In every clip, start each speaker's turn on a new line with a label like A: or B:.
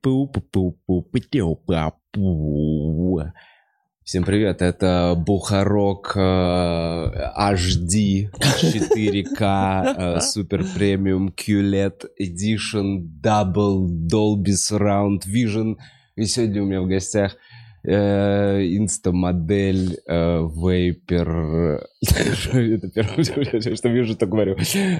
A: Всем привет, это Бухарок HD 4K Super Premium QLED Edition Double Dolby Surround Vision. И сегодня у меня в гостях инстамодель Vapor. Это первое, что вижу, то говорю.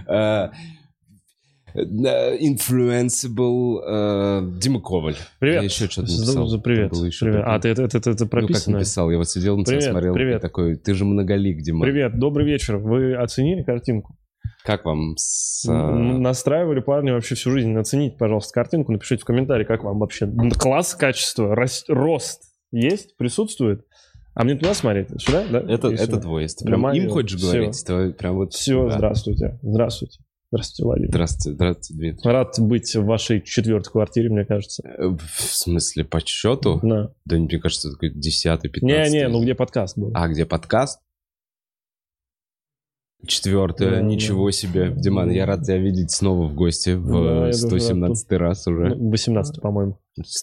A: Influenceable Дима Коваль.
B: Привет.
A: Я еще что-то написал.
B: Привет. Привет. А, ты это прописано?
A: Ну, как написал? Я вот сидел на тебя смотрел.
B: Привет.
A: Такой, ты же многолик, Дима.
B: Привет, добрый вечер. Вы оценили картинку?
A: Как вам
B: Настраивали парни вообще всю жизнь. Оцените, пожалуйста, картинку. Напишите в комментарии, как вам вообще. Класс, качество, рост есть, присутствует. А мне туда смотреть? Сюда? Да?
A: Это твой. Если ты прям им хочешь говорить, то прям вот...
B: Все, да. Здравствуйте. Здравствуйте, Владимир.
A: Здравствуйте, Дмитрий.
B: Рад быть в вашей 4-й квартире, мне кажется.
A: В смысле, по счету?
B: Да.
A: Да, мне кажется, это 10-й, 15-й.
B: Не, ну где подкаст был?
A: А, где подкаст? 4-я, ничего себе. Диман, я рад тебя видеть снова в гости в 117-й раз уже.
B: 18-й, по-моему.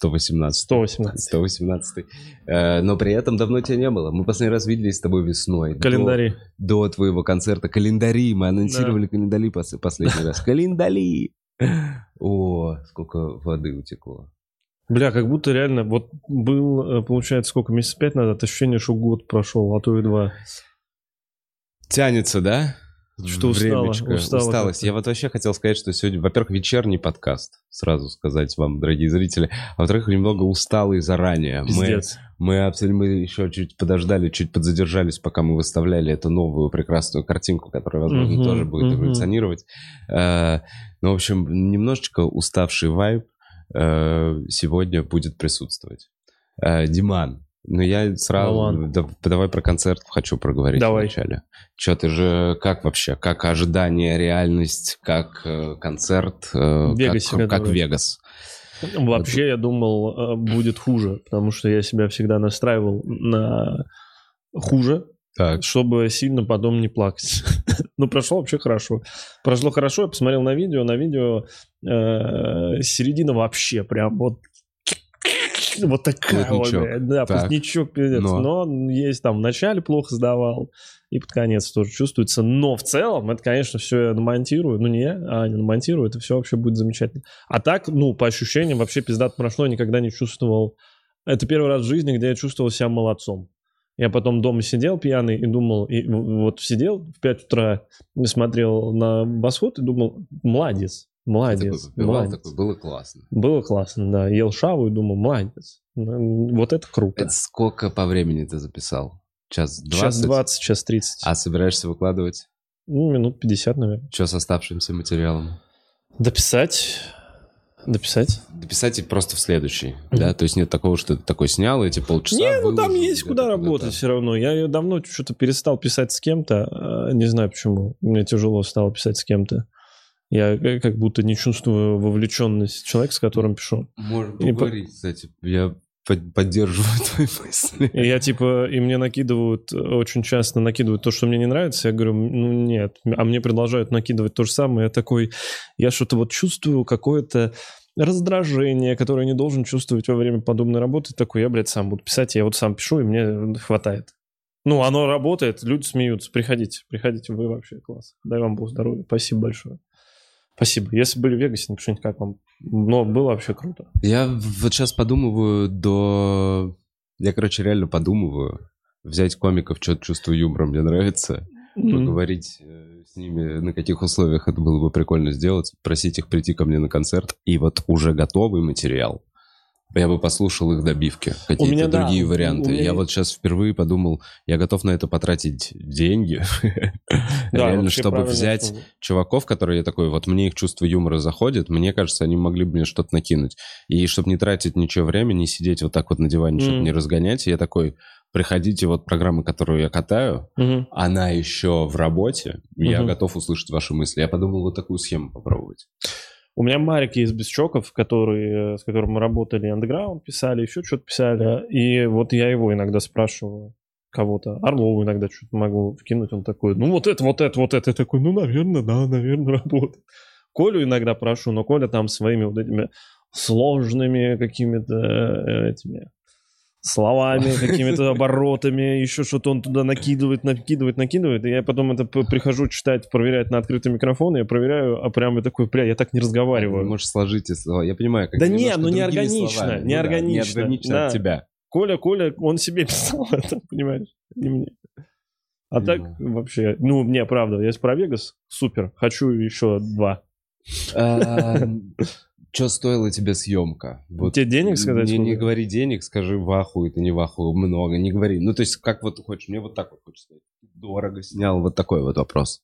A: 118-й. Но при этом давно тебя не было. Мы последний раз виделись с тобой весной.
B: Календари.
A: До твоего концерта. Календари. Мы анонсировали календари последний раз. Календари. О, сколько воды утекло.
B: Бля, как будто реально, вот был, получается, сколько, месяцев 5 назад, ощущение, что год прошел, а то и 2.
A: Тянется, да?
B: Что
A: Усталость. Я вот вообще хотел сказать, что сегодня, во-первых, вечерний подкаст, сразу сказать вам, дорогие зрители, а во-вторых, немного усталые заранее. Мы еще чуть подождали, чуть подзадержались, пока мы выставляли эту новую прекрасную картинку, которая, возможно, тоже будет эволюционировать. Ну, в общем, немножечко уставший вайб сегодня будет присутствовать. Диман, ну я сразу, давай про концерт хочу проговорить вначале. Че, ты же, как вообще, как ожидание, реальность, как концерт, как Вегас?
B: Вообще, я думал, будет хуже, потому что я себя всегда настраивал на хуже, чтобы сильно потом не плакать. Ну, прошло вообще хорошо. Прошло хорошо, я посмотрел на видео середина вообще прям вот такая вот, да, вкуснячок, но есть там в начале плохо сдавал, и под конец тоже чувствуется, но в целом это, конечно, все я намонтирую, ну не я, а Аня намонтирую, это все вообще будет замечательно. А так, ну, по ощущениям, вообще пиздато прошло, никогда не чувствовал, это первый раз в жизни, где я чувствовал себя молодцом. Я потом дома сидел пьяный и думал, и вот сидел в 5 утра, смотрел на восход и думал, молодец. Молодец.
A: Было классно.
B: Было классно, да. Ел шаву и думал, молодец. Вот это круто.
A: Это сколько по времени ты записал? Час 20?
B: Час 20, час 30.
A: А собираешься выкладывать?
B: Ну, минут 50, наверное.
A: Что с оставшимся материалом?
B: Дописать
A: и просто в следующий, да? То есть нет такого, что ты такой снял, эти полчаса
B: не, ну там есть куда работать все равно. Я давно что-то перестал писать с кем-то. Не знаю почему. Мне тяжело стало писать с кем-то. Я как будто не чувствую вовлеченность человека, с которым пишу.
A: Можно поговорить, кстати. Я поддерживаю твои мысли.
B: И мне очень часто накидывают то, что мне не нравится. Я говорю, ну нет. А мне продолжают накидывать то же самое. Я что-то вот чувствую какое-то раздражение, которое не должен чувствовать во время подобной работы. Такой, я, блядь, сам буду писать. Я вот сам пишу, и мне хватает. Ну, оно работает, люди смеются. Приходите, вы вообще класс. Дай вам Бог здоровья. Спасибо большое. Спасибо. Если были в Вегасе, напишите, как вам. Но было вообще круто.
A: Я вот сейчас подумываю Я, реально подумываю взять комиков, что-то чувство юмора мне нравится, поговорить с ними, на каких условиях это было бы прикольно сделать, просить их прийти ко мне на концерт, и вот уже готовый материал. Я бы послушал их добивки, какие-то другие варианты. Я вот сейчас впервые подумал, я готов на это потратить деньги, реально, чтобы взять чуваков, которые я такой, вот мне их чувство юмора заходит, мне кажется, они могли бы мне что-то накинуть. И чтобы не тратить ничего времени, не сидеть вот так вот на диване, чтобы не разгонять, я такой, приходите, вот программа, которую я катаю, она еще в работе, я готов услышать ваши мысли. Я подумал вот такую схему попробовать.
B: У меня Марик есть Бесчоков, с которым мы работали, Underground писали, еще что-то писали. И вот я его иногда спрашиваю, кого-то. Орлову иногда что-то могу вкинуть. Он такой, ну вот это. Я такой, ну, наверное, работает. Колю иногда прошу, но Коля там своими вот этими сложными какими-то этими словами, какими-то оборотами, еще что-то он туда накидывает, и я потом это прихожу читать, проверять на открытый микрофон, я проверяю, а прямо такой, я так не разговариваю.
A: Ты можешь сложить эти слова, я понимаю. Как
B: да нет, ну неорганично,
A: неорганично от тебя.
B: Коля, он себе писал это, понимаешь, не мне. А так вообще, не, правда, если про Вегас, супер, хочу еще 2.
A: Что стоила тебе съемка?
B: Тебе денег сказать?
A: Не говори денег, скажи в ахуе, ты не в ахуе, много, не говори. Ну, то есть, как вот хочешь, мне вот так вот хочется сказать. Дорого снял, вот такой вот вопрос.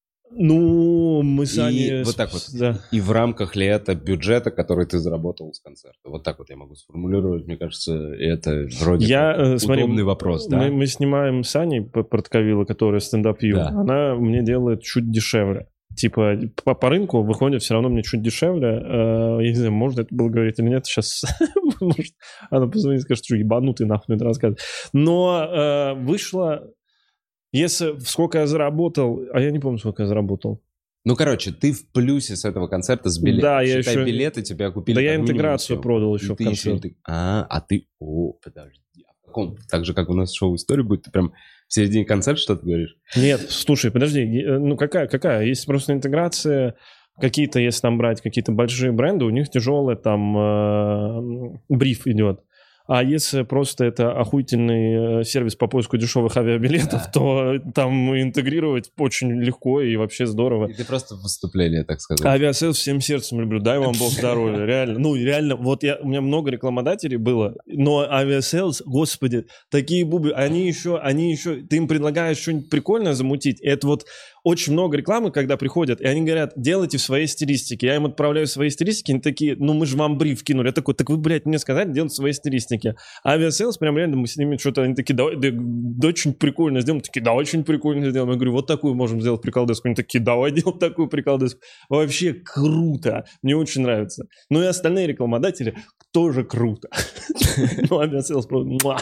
B: Ну, мы сами...
A: И вот так вот. Да. И в рамках ли это бюджета, который ты заработал с концерта? Вот так вот я могу сформулировать, мне кажется, это вроде удобный вопрос, да?
B: Мы снимаем с Аней Портковила, которая стендап-ю. Да. Она мне делает чуть дешевле. Типа, по рынку выходит все равно мне чуть дешевле. Я не знаю, может это было говорить или нет. Сейчас, может, она позвонит и скажет, что ебанутый нахуй это рассказывает. Но вышло... Если сколько я заработал... А я не помню, сколько я заработал.
A: Ну, короче, ты в плюсе с этого концерта с билетом.
B: Да, я еще...
A: билеты тебя купили.
B: Да, я интеграцию продал еще в концерт.
A: Ты... подожди. Так же, как у нас шоу-история будет, ты прям в середине концерта что-то говоришь?
B: Нет, слушай, подожди. Ну, какая? Есть просто интеграция... Какие-то, если там брать какие-то большие бренды, у них тяжелый там бриф идет. А если просто это охуительный сервис по поиску дешевых авиабилетов, то там интегрировать очень легко и вообще здорово.
A: И ты просто выступление, так сказать.
B: Авиасейлс всем сердцем люблю. Дай вам бог здоровья. Реально. Ну, реально. Вот у меня много рекламодателей было, но авиасейлс, господи, такие бубы, они еще, ты им предлагаешь что-нибудь прикольное замутить. Это вот очень много рекламы, когда приходят, и они говорят, делайте в своей стилистике. Я им отправляю свои стилистики, они такие, мы же вам бриф кинули. Я такой, так вы, блядь, мне сказали делать в своей стилистике. А авиасейлс прям реально, мы с ними что-то, они такие, давай, да очень прикольно сделаем. Такие, да, очень прикольно сделаем. Я говорю, вот такую можем сделать приколдеску. Они такие, давай делать такую приколдеску. Вообще круто. Мне очень нравится. Ну и остальные рекламодатели тоже круто. Ну, авиасейлс просто...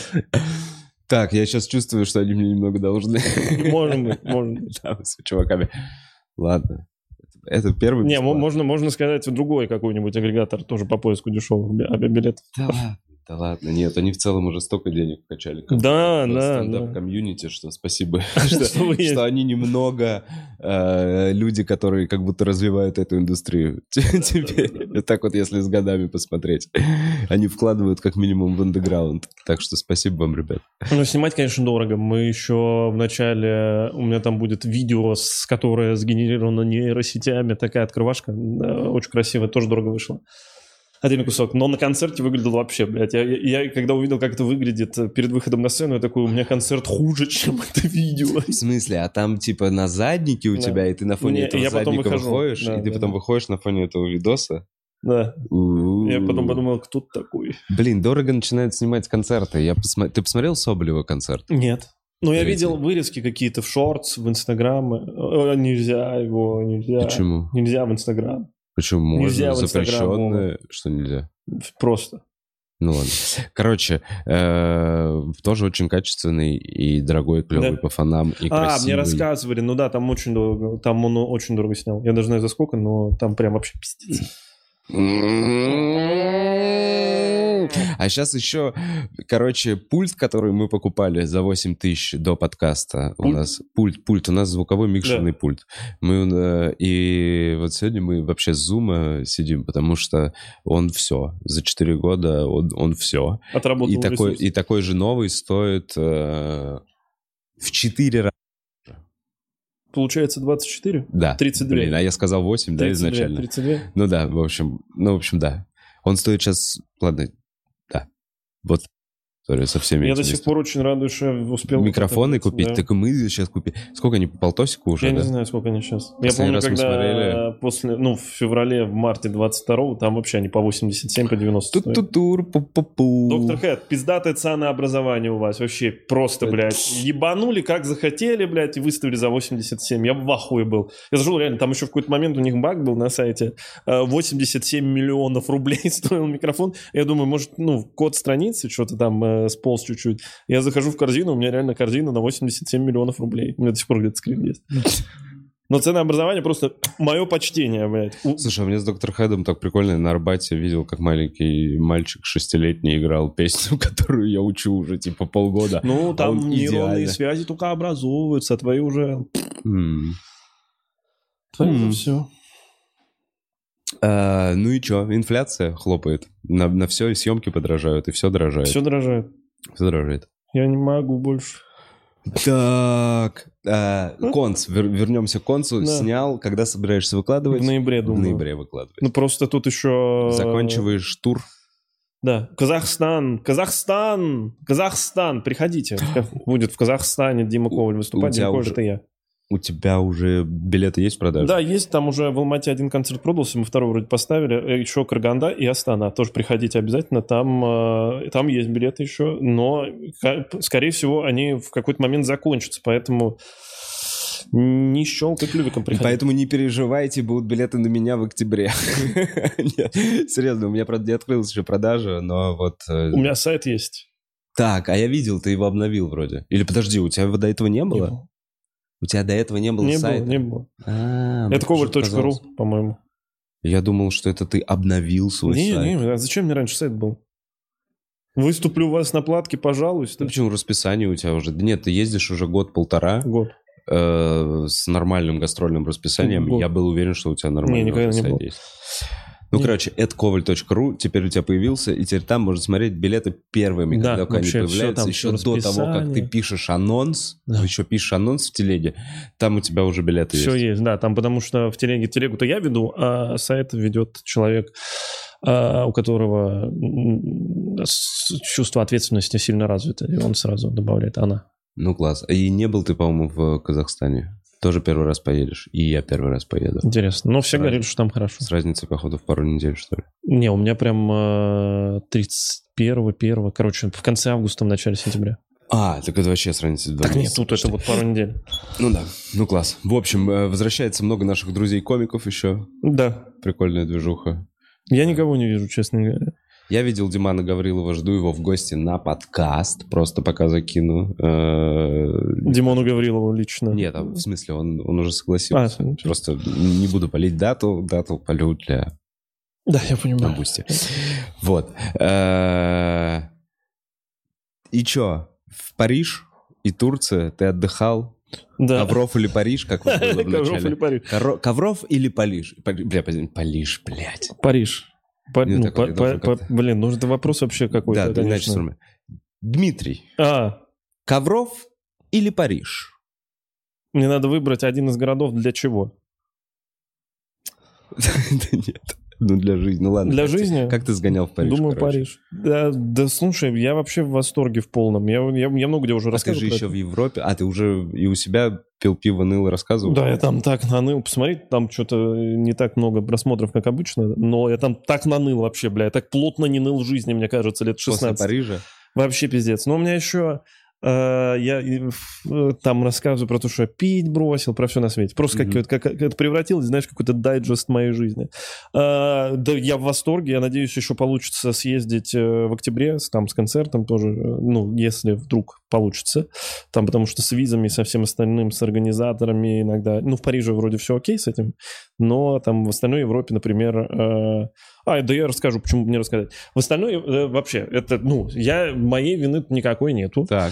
A: Так, я сейчас чувствую, что они мне немного должны.
B: Может быть.
A: Да, с чуваками. Ладно. Это первый
B: бесплатный. Не, можно сказать другой какой-нибудь агрегатор тоже по поиску дешевых авиабилетов.
A: Да ладно, нет, они в целом уже столько денег вкачали.
B: Да.
A: Стендап-комьюнити, что спасибо, что они немного люди, которые как будто развивают эту индустрию. Теперь, так вот, если с годами посмотреть, они вкладывают как минимум в андеграунд. Так что спасибо вам, ребят.
B: Ну, снимать, конечно, дорого. Мы еще в начале... У меня там будет видео, которое сгенерировано нейросетями, такая открывашка. Очень красивая, тоже дорого вышло. Отдельный кусок. Но на концерте выглядел вообще, блядь. Я когда увидел, как это выглядит перед выходом на сцену, я такой, у меня концерт хуже, чем это видео.
A: В смысле? А там типа на заднике у тебя, и ты на фоне этого задника выходишь, и ты потом выходишь на фоне этого видоса?
B: Да. Я потом подумал, кто ты такой?
A: Блин, дорого начинают снимать концерты. Ты посмотрел Соболева концерт?
B: Нет. Но я видел вырезки какие-то в шортс, в Инстаграм. Нельзя его, нельзя.
A: Почему?
B: Нельзя в Инстаграм.
A: Почему?
B: Нельзя
A: можно? Запрещенное, что нельзя?
B: Просто.
A: Ну ладно. Короче, тоже очень качественный и дорогой, клевый по фонам и красивый.
B: Мне рассказывали, там очень дорого, там он очень дорого снял. Я даже не знаю за сколько, но там прям вообще пиздец.
A: А сейчас еще, пульт, который мы покупали за 8 тысяч до подкаста. У нас пульт, у нас звуковой микшерный пульт. И вот сегодня мы вообще с Zoom сидим, потому что он все. За 4 года он все.
B: Отработал
A: и такой же новый стоит в 4 раза.
B: Получается 24?
A: Да.
B: 32.
A: Блин, а я сказал 8, 32, да, изначально?
B: 32.
A: Ну да, в общем, да. Он стоит сейчас... Ладно, да. Вот история со всеми.
B: Я до сих пор очень радуюсь, что я успел...
A: Микрофоны купить, так и мы сейчас купили. Сколько они, полтосику уже,
B: Я не знаю, сколько они сейчас. Я помню, когда в феврале, в марте 22-го, там вообще они по 87, по 90 стоят. Доктор Хэт, пиздатое ценообразование у вас. Вообще просто, блядь, ебанули как захотели, блядь, и выставили за 87. Я в ахуе был. Я зашел, реально, там еще в какой-то момент у них баг был на сайте. 87 миллионов рублей стоил микрофон. Я думаю, может, код страницы, что-то там сполз чуть-чуть. Я захожу в корзину, у меня реально корзина на 87 миллионов рублей. У меня до сих пор где-то скрин есть. Но ценообразование просто мое почтение, блядь.
A: Слушай, а мне с Доктор Хэдом так прикольно. На Арбате видел, как маленький мальчик 6-летний играл песню, которую я учу уже типа полгода.
B: Ну, там нейронные связи только образовываются, а твои уже... Твои все.
A: Ну и что? Инфляция хлопает. На все съемки подорожают, и все дорожает.
B: Все дорожает.
A: Все дорожает.
B: Я не могу больше.
A: Так, Конц, вернемся к Концу. Да. Снял, когда собираешься выкладывать?
B: В ноябре, думаю.
A: В ноябре выкладывать.
B: Ну, просто тут еще...
A: Заканчиваешь тур?
B: Да. Казахстан, приходите. Будет в Казахстане Дима Коваль выступать. Дима Коваль — это я.
A: У тебя уже билеты есть в продаже?
B: Да, есть. Там уже в Алмате один концерт продался, мы второй вроде поставили. Еще Караганда и Астана. Тоже приходите обязательно. Там есть билеты еще, но, скорее всего, они в какой-то момент закончатся, поэтому не щелкай клювиком приходить.
A: Поэтому не переживайте, будут билеты на меня в октябре. Серьезно, у меня, правда, не открылась еще продажа, но вот...
B: У меня сайт есть.
A: Так, а я видел, ты его обновил вроде. Или подожди, у тебя его до этого не было? У тебя до этого не было сайта?
B: Не было. Это коваль.ру, по-моему.
A: Я думал, что это ты обновил свой сайт.
B: Не, а зачем мне раньше сайт был? Выступлю у вас на платке, пожалуйста.
A: Ну, почему расписание у тебя уже? Да нет, ты ездишь уже год-полтора.
B: Год.
A: С нормальным гастрольным расписанием.
B: Год.
A: Я был уверен, что у тебя нормальное расписание есть. Ну, короче, @коваль.ру теперь у тебя появился, и теперь там можно смотреть билеты первыми,
B: да,
A: когда они появляются, еще до того, как ты пишешь анонс, еще пишешь анонс в телеге, там у тебя уже билеты есть.
B: Все есть, да, там потому что в телегу-то я веду, а сайт ведет человек, у которого чувство ответственности сильно развито, и он сразу добавляет «она».
A: Ну, класс. И не был ты, по-моему, в Казахстане? Тоже первый раз поедешь, и я первый раз поеду.
B: Интересно. Но все говорили, что там хорошо.
A: С разницей, походу, в пару недель, что ли?
B: Не, у меня прям 31-го, короче, в конце августа, в начале сентября.
A: Так это вообще с разницей 2
B: Так месяца. Нет, тут это вот пару недель.
A: Ну да, ну класс. В общем, возвращается много наших друзей-комиков еще.
B: Да.
A: Прикольная движуха.
B: Я никого не вижу, честно говоря.
A: Я видел Димана Гаврилова, жду его в гости на подкаст, просто пока закину.
B: Димону Гаврилову лично?
A: Нет, в смысле, он уже согласился. Просто не буду палить дату полю для...
B: Да, я понимаю.
A: На Бусти. Вот. И чё, в Париж и Турция ты отдыхал? Да. Ковров или Париж, как вот было в начале?
B: Ковров или Париж?
A: Ковров или Париж? Париж, блядь.
B: Париж. Блин, ну это вопрос вообще какой-то.
A: Да, конечно. Дмитрий. Ковров или Париж?
B: Мне надо выбрать один из городов для чего?
A: Да нет. Ну, для жизни. Ну, ладно.
B: Для жизни?
A: Как ты сгонял в Париж?
B: Думаю, Париж. Да, слушай, я вообще в восторге в полном. Я много где уже рассказывал.
A: Ты же еще в Европе. Ты уже и у себя пил пиво, ныл и рассказывал?
B: Да, я там так наныл. Посмотри, там что-то не так много просмотров, как обычно. Но я там так наныл вообще, бля. Я так плотно не ныл в жизни, мне кажется, лет 16.
A: После Парижа?
B: Вообще пиздец. Но у меня еще... Я там рассказываю про то, что я пить бросил, про все на свете. Просто как это превратилось, знаешь, какой-то дайджест моей жизни. Да, я в восторге. Я надеюсь, еще получится съездить в октябре там с концертом тоже, ну, если вдруг получится. Там, потому что с визами, со всем остальным, с организаторами иногда... Ну, в Париже вроде все окей с этим, но там в остальной Европе, например... да я расскажу, почему мне рассказать. В остальной вообще, это, моей вины никакой нету.
A: Так.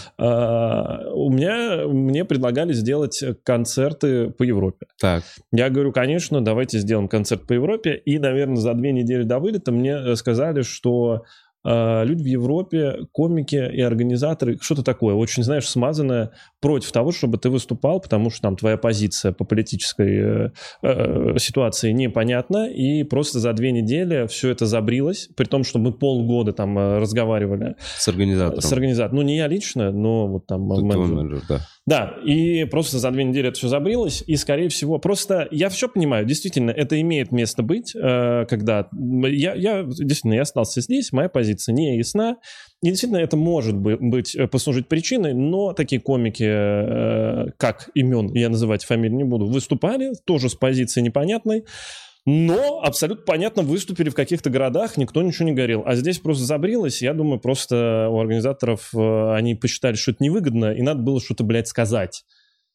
B: Мне предлагали сделать концерты по Европе.
A: Так.
B: Я говорю, конечно, давайте сделаем концерт по Европе. И, наверное, за 2 недели до вылета мне сказали, что люди в Европе, комики и организаторы, что-то такое, очень, знаешь, смазанное, против того, чтобы ты выступал, потому что там твоя позиция по политической ситуации непонятна, и просто за 2 недели все это забрилось, при том, что мы полгода там разговаривали.
A: С организатором.
B: Ну, не я лично, но вот там менеджер. Да. Да, и просто за 2 недели это все забрилось, и, скорее всего, просто я все понимаю, действительно, это имеет место быть, когда я действительно, я остался здесь, моя позиция не ясна, и действительно это может послужить причиной, но такие комики, как имен, я называть фамилии не буду, выступали, тоже с позиции непонятной, но абсолютно понятно выступили в каких-то городах, никто ничего не говорил. А здесь просто забрилось, я думаю, просто у организаторов они посчитали, что это невыгодно, и надо было что-то, блядь, сказать.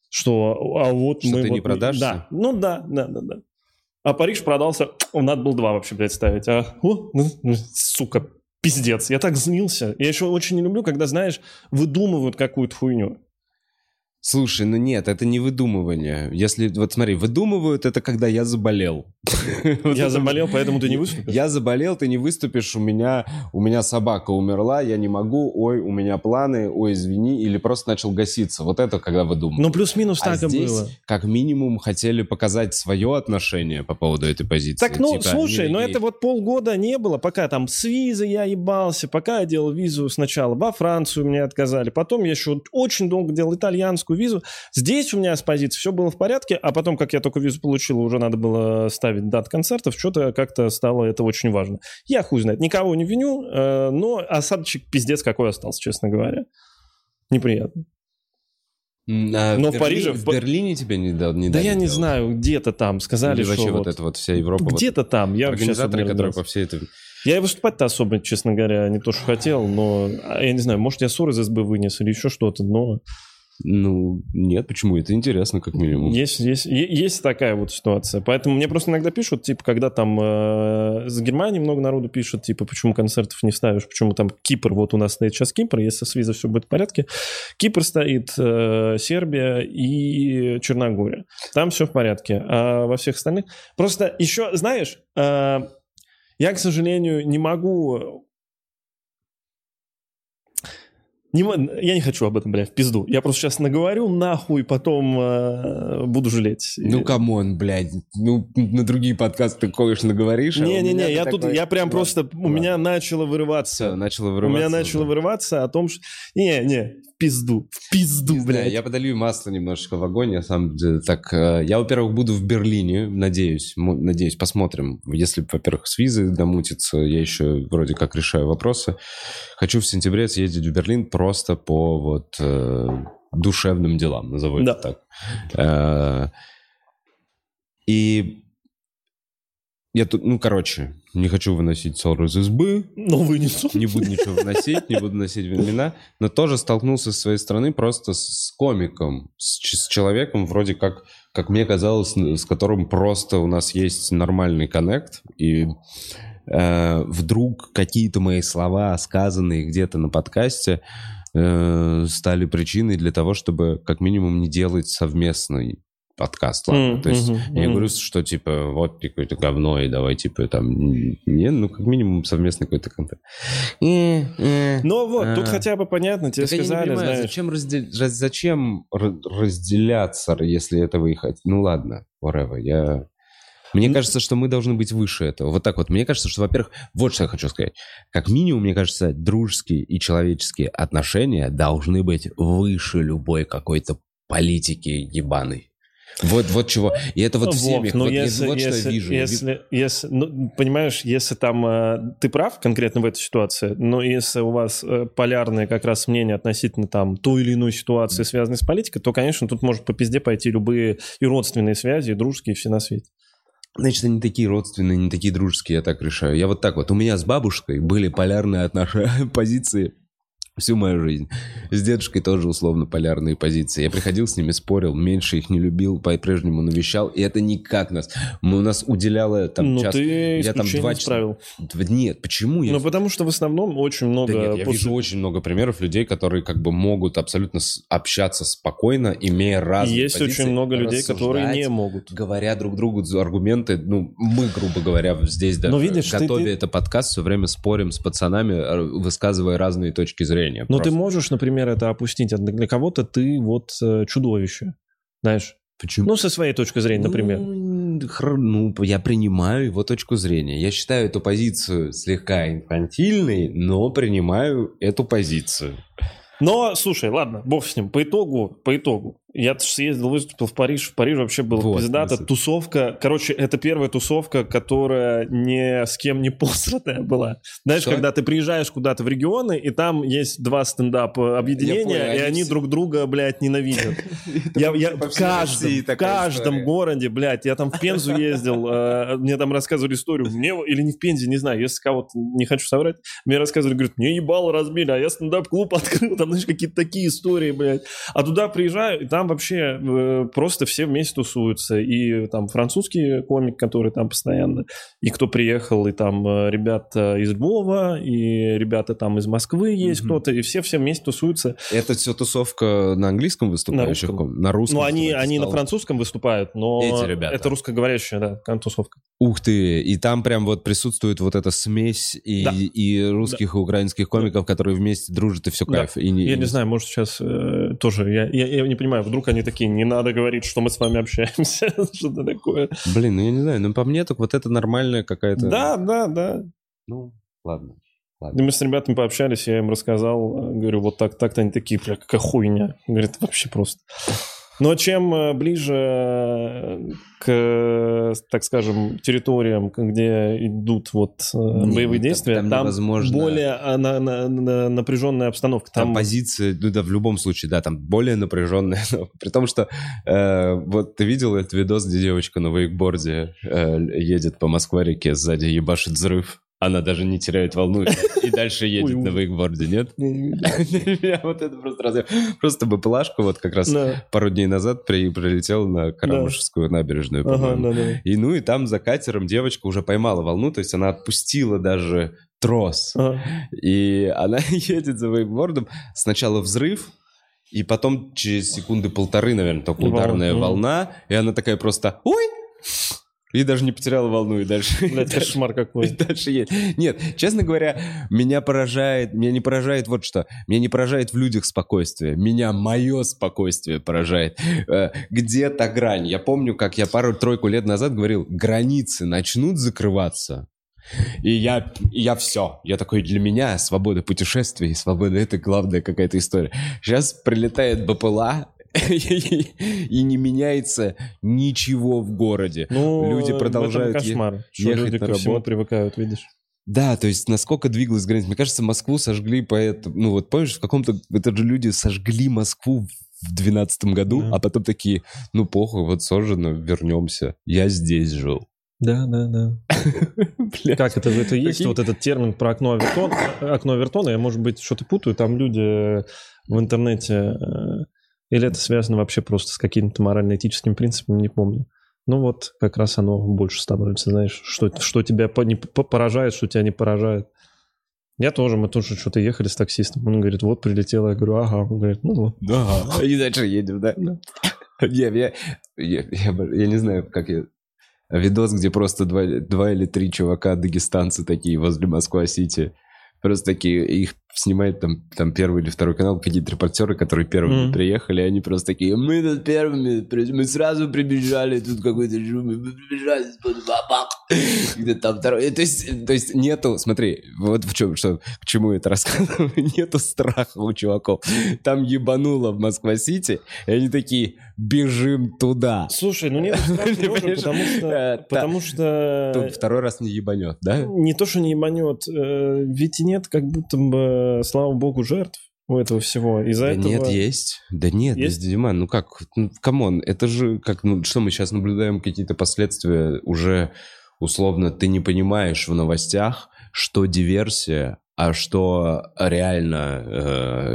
B: что вот
A: что
B: мы...
A: ты
B: вот,
A: не продашься?
B: Да, ну да. А Париж продался, надо было 2 вообще, блядь, ставить. Сука, пиздец, я так злился. Я еще очень не люблю, когда, знаешь, выдумывают какую-то хуйню.
A: Слушай, ну нет, это не выдумывание. Если, вот смотри, выдумывают это, когда я заболел.
B: Я заболел, поэтому ты не выступишь?
A: Я заболел, ты не выступишь, у меня собака умерла, я не могу, ой, у меня планы, ой, извини, или просто начал гаситься. Вот это когда выдумывают.
B: Ну, плюс-минус так и
A: здесь,
B: было.
A: как минимум, хотели показать свое отношение по поводу этой позиции.
B: Так, ну, слушай, это вот полгода не было, пока там с визой я ебался, пока я делал визу сначала во Францию, мне отказали, потом я еще очень долго делал итальянскую визу. Здесь у меня с позиции все было в порядке, а потом, как я только визу получил, уже надо было ставить дат концертов, что-то как-то стало это очень важно. Я хуй знает, никого не виню, но осадочек пиздец какой остался, честно говоря. Неприятно.
A: Но в Париже... В Берлине тебе не дали?
B: Да я не знаю, где-то там сказали,
A: или
B: что
A: вообще вот это вот вся Европа...
B: Где-то там. Я
A: организаторы, которые по всей этой...
B: Я и выступать-то особо, честно говоря, не то, что хотел, но я не знаю, может, я ссор из СБ вынес или еще что-то, но...
A: Ну, нет, почему? Это интересно, как минимум.
B: Есть такая вот ситуация. Поэтому мне просто иногда пишут, типа, когда там с Германии много народу пишет, типа, почему концертов не ставишь, почему там Кипр, вот у нас стоит сейчас Кипр, если с визой все будет в порядке. Кипр стоит, Сербия и Черногория. Там все в порядке. А во всех остальных... Просто еще, знаешь, я, к сожалению, не могу... Я не хочу об этом, блядь, в пизду. Я просто сейчас наговорю нахуй, потом буду жалеть.
A: Ну, камон, блядь. Ну, на другие подкасты ты, конечно, наговоришь.
B: Не-не-не, я прям просто... У меня начало вырываться.
A: Все, начало вырываться.
B: У меня начало вырываться о том, что... Не, в пизду, блядь.
A: Я подолью масло немножечко в огонь, я сам так... Я, во-первых, буду в Берлине, надеюсь, посмотрим. Если, во-первых, с визой домутится, я еще вроде как решаю вопросы. Хочу в сентябре съездить в Берлин просто по вот душевным делам, назову это так. И я тут, не хочу выносить ссору из избы.
B: Но вынесу.
A: Не буду ничего выносить, не буду носить имена. Но тоже столкнулся со своей стороны просто с комиком, с человеком вроде как мне казалось, с которым просто у нас есть нормальный коннект. И вдруг какие-то мои слова, сказанные где-то на подкасте, стали причиной для того, чтобы как минимум не делать совместный подкаст. Ладно? То есть я говорю, что типа вот какое-то говно, и давай типа там... как минимум совместный какой-то контент.
B: Ну вот, тут хотя бы понятно, тебе сказали,
A: знаешь... Зачем разделяться, если этого и хотите? Ну ладно, whatever, Мне кажется, что мы должны быть выше этого. Вот так вот. Мне кажется, что, во-первых, вот что я хочу сказать. Как минимум, мне кажется, дружеские и человеческие отношения должны быть выше любой какой-то политики ебаной. Вот чего. И это вот в семьях.
B: Вот
A: что я вижу.
B: Понимаешь, если там... Ты прав конкретно в этой ситуации, но если у вас полярные как раз мнения относительно там той или иной ситуации, связанной с политикой, то, конечно, тут может по пизде пойти любые и родственные связи, и дружеские, и все на свете.
A: Значит, они такие родственные, не такие дружеские, я так решаю. Я вот так вот. У меня с бабушкой были полярные позиции всю мою жизнь. С дедушкой тоже условно полярные позиции. Я приходил с ними, спорил, меньше их не любил, по-прежнему навещал, и это никак нас... У нас уделяло там час...
B: ты я там 2 часа...
A: Нет, почему?
B: Потому что в основном очень много...
A: Да нет, я вижу очень много примеров людей, которые как бы могут абсолютно общаться спокойно, имея разные
B: есть
A: позиции.
B: Очень много людей, которые не могут.
A: Говоря друг другу аргументы, мы, грубо говоря, здесь готовя это подкаст, все время спорим с пацанами, высказывая разные точки зрения.
B: Но ты можешь, например, это опустить. Для кого-то ты вот чудовище. Знаешь?
A: Почему?
B: Со своей точки зрения, например.
A: Я принимаю его точку зрения. Я считаю эту позицию слегка инфантильной, но принимаю эту позицию.
B: Но, слушай, ладно, бог с ним. По итогу. Я съездил, выступил в Париж. В Париже вообще была пиздата. Тусовка. Короче, это первая тусовка, которая ни с кем не посратая была. Знаешь, когда ты приезжаешь куда-то в регионы, и там есть 2 стендап-объединения, и они друг друга, блядь, ненавидят. В каждом городе, блядь, я там в Пензу ездил, мне там рассказывали историю, или не в Пензе, не знаю, если кого-то не хочу соврать, мне рассказывали, говорят, мне ебало разбили, а я стендап-клуб открыл, там, знаешь, какие-то такие истории, блядь. А туда приезжаю, и там там вообще просто все вместе тусуются. И там французский комик, который там постоянно, и кто приехал, и там ребята из Львова, и ребята там из Москвы есть кто-то, и все вместе тусуются.
A: Это все тусовка на английском выступающих? На русском?
B: Ну, они на французском выступают, но
A: эти ребята.
B: Это русскоговорящая, да, тусовка.
A: Ух ты, и там прям вот присутствует вот эта смесь и русских, и украинских комиков, которые вместе дружат, и все кайф.
B: Да. Я не знаю, может сейчас тоже, я не понимаю, вдруг они такие, не надо говорить, что мы с вами общаемся, что-то такое.
A: Блин, ну я не знаю, по мне так вот это нормальная какая-то...
B: Да.
A: Ну, ладно.
B: Мы с ребятами пообщались, я им рассказал, говорю, вот так-то они такие, бля, какая хуйня. Говорит, вообще просто. Но чем ближе к, так скажем, территориям, где идут вот боевые действия, там более напряженная обстановка.
A: Там позиция, ну да, в любом случае, да, там более напряженная. При том, что вот ты видел этот видос, где девочка на вейкборде едет по Москва-реке, сзади ебашит взрыв. Она даже не теряет волну и дальше едет на вейкборде, нет? Я вот это просто БПЛАшка вот как раз пару дней назад прилетела на Карамышевскую набережную, по-моему. И там за катером девочка уже поймала волну, то есть она отпустила даже трос. И она едет за вейкбордом. Сначала взрыв, и потом через секунды полторы, наверное, только ударная волна. И она такая просто «Ой!» И даже не потеряла волну, и дальше...
B: Блядь, кошмар какой.
A: И дальше едет. Нет, честно говоря, меня не поражает вот что. Меня не поражает в людях спокойствие. Меня мое спокойствие поражает. Где-то грань. Я помню, как я пару-тройку лет назад говорил, границы начнут закрываться. И я все. Я такой, для меня свобода путешествий, свобода — это главная какая-то история. Сейчас прилетает БПЛА, и не меняется ничего в городе. Люди продолжают
B: кошмар,
A: ехать
B: люди
A: на
B: ко всему привыкают, видишь.
A: Да, то есть насколько двигалась граница. Мне кажется, Москву сожгли поэтому... Ну вот помнишь, в каком-то... Это же люди сожгли Москву в 2012 году, а потом такие, ну похуй, вот сожжено, вернемся. Я здесь жил.
B: Да. Как это есть вот этот термин про окно Авертона? Я, может быть, что-то путаю. Там люди в интернете... Или это связано вообще просто с какими-то морально-этическими принципами, не помню. Ну вот, как раз оно больше становится, знаешь, что тебя поражает, что тебя не поражает. Мы тоже что-то ехали с таксистом, он говорит, вот прилетело, я говорю, ага, он говорит, ну вот.
A: Ага, и дальше едем, да? Я не знаю, как я... Видос, где просто два или три чувака, дагестанцы такие, возле Москва-Сити, просто такие, их снимает там первый или второй канал, какие-то репортеры, которые первыми приехали, они просто такие, мы тут первыми, мы сразу прибежали, тут какой-то шум, мы прибежали, где-то там второй. То есть нету, смотри, вот в чем, к чему это рассказываю, нету страха у чуваков. Там ебануло в Москва-Сити, и они такие, бежим туда.
B: Слушай, нет страха, потому что...
A: Тут второй раз не ебанет, да?
B: Не то, что не ебанет, ведь нет как будто бы, слава богу, жертв у этого всего. Из-за этого...
A: Нет, есть. Да нет, есть? Диман, ну как? Камон, это же как, что мы сейчас наблюдаем, какие-то последствия уже, условно, ты не понимаешь в новостях, что диверсия, а что реально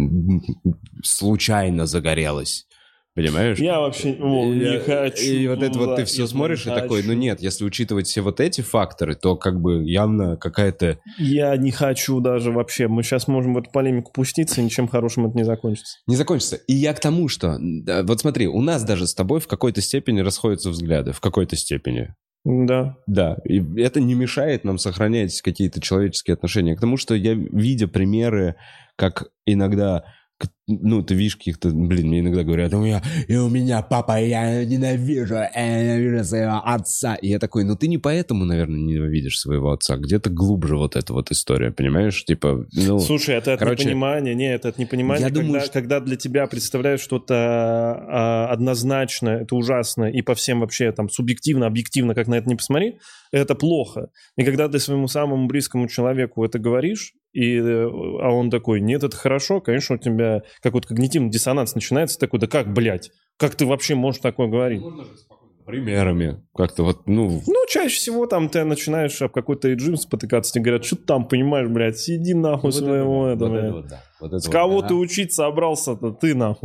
A: случайно загорелось. Понимаешь?
B: Я вообще не хочу.
A: И вот это вот ты все смотришь и такой, ну нет, если учитывать все вот эти факторы, то как бы явно какая-то...
B: Я не хочу даже вообще. Мы сейчас можем в эту полемику пуститься, и ничем хорошим это не закончится.
A: Не закончится. И я к тому, что... Вот смотри, у нас даже с тобой в какой-то степени расходятся взгляды. В какой-то степени.
B: Да.
A: Да. И это не мешает нам сохранять какие-то человеческие отношения. К тому, что я, видя примеры, как иногда... Ну, ты видишь каких-то... мне иногда говорят, у меня папа, я ненавижу своего отца. И я такой, ты не поэтому, наверное, ненавидишь своего отца. Где-то глубже вот эта вот история, понимаешь? Типа,
B: Слушай, это от непонимания. Нет, это от непонимания, когда для тебя представляют что-то однозначно, это ужасно, и по всем вообще там субъективно, объективно, как на это не посмотри, это плохо. И когда ты своему самому близкому человеку это говоришь, а он такой, нет, это хорошо, конечно, у тебя какой-то когнитивный диссонанс начинается, такой, да как, блядь, как ты вообще можешь такое говорить?
A: Можно же спокойно. Примерами, как-то вот,
B: чаще всего там ты начинаешь об какой-то эйджим спотыкаться, тебе говорят, что ты там понимаешь, блядь, сиди нахуй своего этого. С кого ты учиться собрался-то, ты нахуй.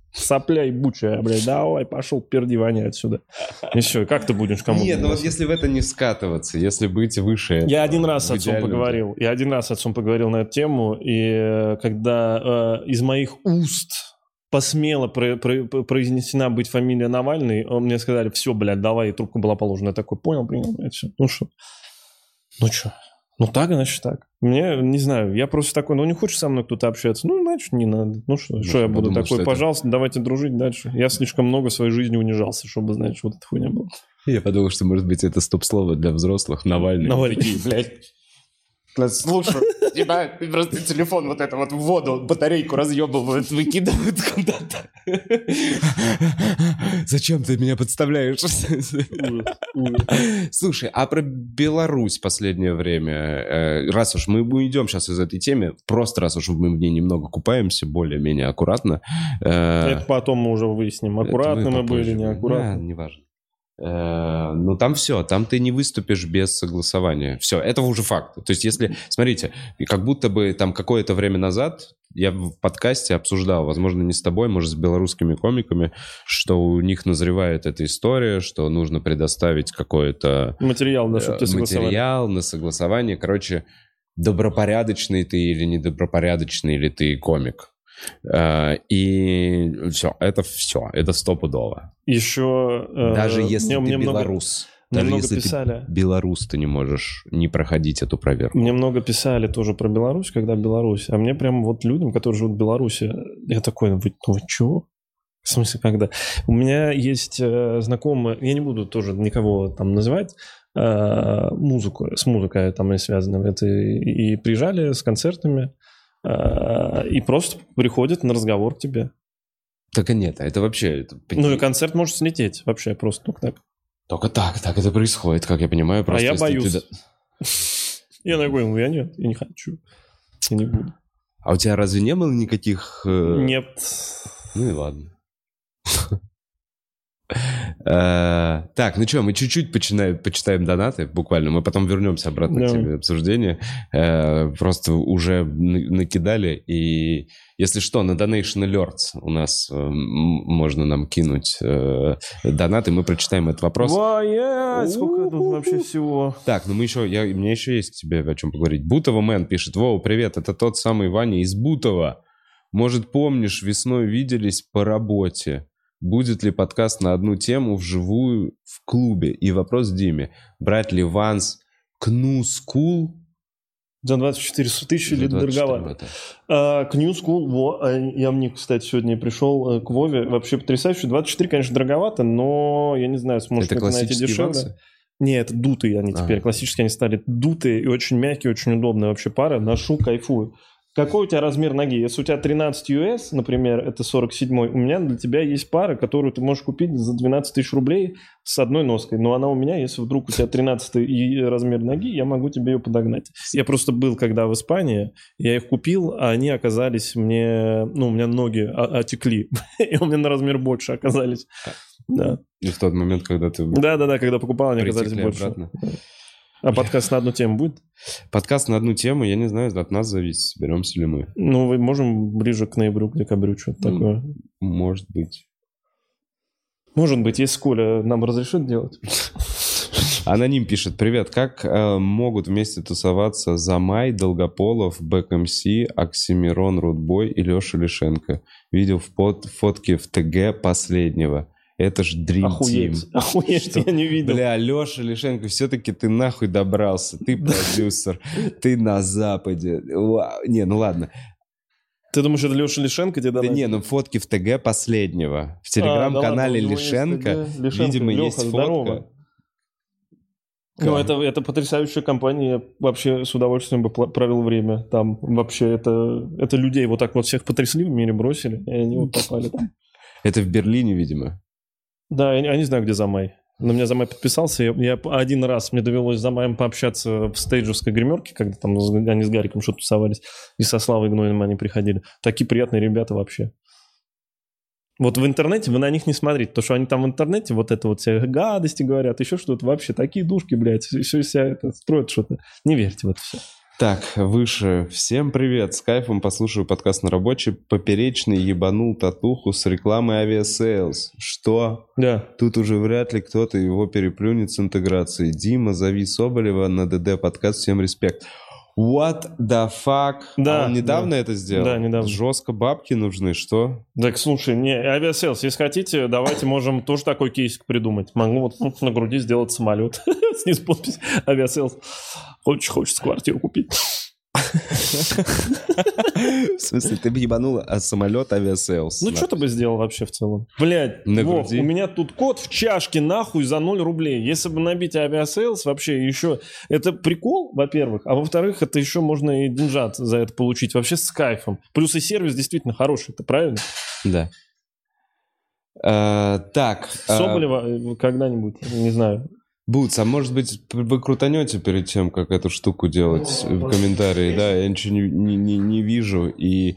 B: Сопля ебучая, блядь, давай, пошел, перди, воняй отсюда. И все, как ты будешь кому-то...
A: Нет, ну вот если в это не скатываться, если быть выше...
B: Я один раз с отцом поговорил на эту тему, и когда из моих уст посмело произнесена быть фамилия Навальный, мне сказали, все, блядь, давай, и трубка была положена. Я такой, понял, принял, блядь, все. Ну что? Ну так, значит так. Мне, не знаю, я просто такой, не хочешь со мной кто-то общаться? Ну, значит, не надо. Ну что я буду такой, пожалуйста, давайте дружить дальше. Я слишком много в своей жизни унижался, чтобы, знаешь, вот эта хуйня была.
A: Я подумал, что, может быть, это стоп-слово для взрослых. Навальный.
B: Такие, блядь. Слушай, тебя просто телефон вот это вот в воду, батарейку разъебывают, выкидывают куда-то.
A: Зачем ты меня подставляешь? Слушай, а про Беларусь в последнее время, раз уж мы уйдем сейчас из этой темы, просто раз уж мы в ней немного купаемся, более-менее аккуратно.
B: Это потом мы уже выясним, аккуратно мы были, неаккуратно.
A: Неважно. Ну, там все, там ты не выступишь без согласования. Все, это уже факт. То есть, если, смотрите, как будто бы там какое-то время назад я в подкасте обсуждал, возможно, не с тобой, может, с белорусскими комиками, что у них назревает эта история, что нужно предоставить какой-то...
B: Материал, да, чтобы ты согласовали.
A: Материал на согласование. Короче, добропорядочный ты или недобропорядочный ли ты комик. И все, это стопудово.
B: Еще...
A: Даже если ты белорус. Даже если
B: писали.
A: Ты белорус, ты не можешь не проходить эту проверку.
B: Мне много писали тоже про Беларусь, когда Беларусь. А мне прям вот людям, которые живут в Беларуси, я такой, вы чего? В смысле, когда? У меня есть знакомые, я не буду тоже никого там называть, с музыкой там и связано. Это и приезжали с концертами, и просто приходят на разговор к тебе.
A: Так и нет, это вообще...
B: Ну и концерт может слететь вообще просто
A: только так. Так это происходит, как я понимаю. Просто
B: я боюсь. Я такой, я нет, я не хочу. Я не буду.
A: А у тебя разве не было никаких...
B: Нет.
A: Ну и ладно. Так, ну что, мы чуть-чуть почитаем донаты, буквально. Мы потом вернемся обратно к теме обсуждения. Просто уже накидали. И если что, на Donation Alerts у нас можно нам кинуть донаты. Мы прочитаем этот вопрос.
B: Сколько тут вообще всего?
A: Так, ну мне еще есть к тебе о чем поговорить. Бутова Мэн пишет: Вова, привет, это тот самый Ваня из Бутова. Может, помнишь, весной виделись по работе? Будет ли подкаст на одну тему вживую в клубе? И вопрос Диме. Брать ли Ванс Кну Скул?
B: За 24 тысячи или дороговато? Кну Скул, я мне, кстати, сегодня пришел к Вове. Вообще потрясающе. 24, конечно, дороговато, но я не знаю, сможет ли вы найти дешевле. Вансы? Не, это дутые они теперь. Классические они стали дутые и очень мягкие, очень удобные вообще пары. Ношу, кайфую. Какой у тебя размер ноги? Если у тебя 13 US, например, это 47-й, у меня для тебя есть пара, которую ты можешь купить за 12 тысяч рублей с одной ноской. Но она у меня, если вдруг у тебя 13-й размер ноги, я могу тебе ее подогнать. Я просто был когда в Испании, я их купил, а они оказались мне... Ну, у меня ноги отекли, и у меня на размер больше оказались. Да.
A: И в тот момент, когда ты...
B: Да, когда покупал, они оказались больше. Обратно. А подкаст на одну тему будет?
A: Подкаст на одну тему, я не знаю, от нас зависит, соберемся ли мы.
B: Ну, мы можем ближе к ноябрю, к декабрю, что-то такое.
A: Может быть.
B: Может быть, если Коля нам разрешит делать.
A: Аноним пишет: привет, как могут вместе тусоваться Замай, Долгополов, Бэк-МС, Оксимирон, Рудбой и Леша Лишенко? Видел фотки в ТГ последнего. Это ж Dream Team.
B: Охуеть, я не видел.
A: Бля, Леша Лишенко, все-таки ты нахуй добрался. Ты продюсер, ты на Западе. Не, ну ладно.
B: Ты думаешь, это Леша Лишенко тебе донатит?
A: Да не, ну фотки в ТГ последнего. В телеграм-канале Лишенко, видимо, есть фотка.
B: Ну, это потрясающая компания. Я вообще с удовольствием бы провел время там. Вообще, это людей вот так вот всех потрясли в мире, бросили, и они вот попали там.
A: Это в Берлине, видимо.
B: Да, я не знаю, где Замай. На меня Замай подписался. Я один раз, мне довелось с Замаем пообщаться в стейджевской гримерке, когда там они с Гариком что-то тусовались, и со Славой Гнойным они приходили. Такие приятные ребята вообще. Вот в интернете вы на них не смотрите, то что они там в интернете вот это вот все гадости говорят, еще что-то. Вообще такие душки, блядь, все из себя это строят что-то. Не верьте в это все.
A: Так, выше. Всем привет. С кайфом послушаю подкаст на рабочей. Поперечный ебанул татуху с рекламой авиасейлс. Что?
B: Да.
A: Тут уже вряд ли кто-то его переплюнет с интеграцией. Дима, зови Соболева на ДД подкаст. Всем респект. What the fuck?
B: Да,
A: он недавно это сделал?
B: Да, недавно.
A: Жестко бабки нужны, что?
B: Так, слушай, не, авиасейлс, если хотите, давайте можем тоже такой кейсик придумать. Могу вот на груди сделать самолет. Снизу подпись авиасейлс. Хочешь квартиру купить.
A: В смысле, ты бы ебанул самолет авиасейлс?
B: Ну, что ты бы сделал вообще в целом? Блядь, Вов, у меня тут кот в чашке нахуй за 0 рублей. Если бы набить авиасейлс, вообще еще... Это прикол, во-первых. А во-вторых, это еще можно и деньжат за это получить. Вообще с кайфом. Плюс и сервис действительно хороший, это правильно?
A: Да. Так.
B: Соболева когда-нибудь, не знаю...
A: Бутс, а может быть, вы крутанете перед тем, как эту штуку делать в комментарии, да? Я ничего не вижу, и...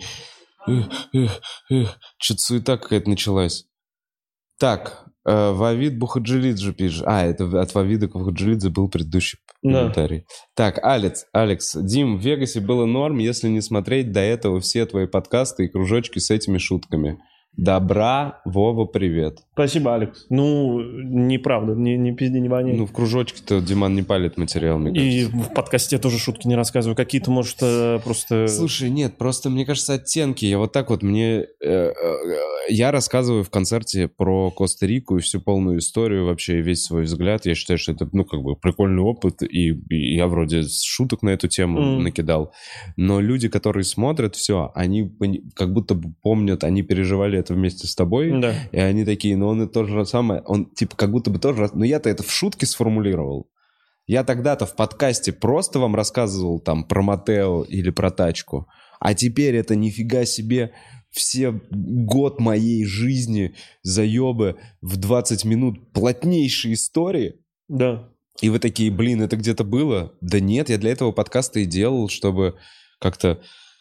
A: Что-то суета какая-то началась. Так, Вавид Бухаджилидзе пишет. Это от Вавида Бухаджилидзе был предыдущий комментарий. Да. Так, Алекс. Дим, в Вегасе было норм, если не смотреть до этого все твои подкасты и кружочки с этими шутками. Добра, Вова, привет.
B: Спасибо, Алекс. Ну, неправда, не пизди, не воняй.
A: Ну, в кружочке-то Диман не палит материал, мне кажется.
B: И в подкасте я тоже шутки не рассказываю. Какие-то, может, просто...
A: Слушай, нет, просто, мне кажется, оттенки. Я вот так вот, я рассказываю в концерте про Коста-Рику и всю полную историю, вообще весь свой взгляд. Я считаю, что это, прикольный опыт, и я вроде шуток на эту тему накидал. Но люди, которые смотрят все, они как будто бы помнят, они переживали это вместе с тобой,
B: да.
A: И они такие, он это то же самое, он типа как будто бы тоже, но я-то это в шутке сформулировал. Я тогда-то в подкасте просто вам рассказывал там про Матео или про тачку, а теперь это нифига себе все год моей жизни заебы в 20 минут плотнейшей истории.
B: Да.
A: И вы такие, это где-то было? Да нет, я для этого подкаста и делал, чтобы как-то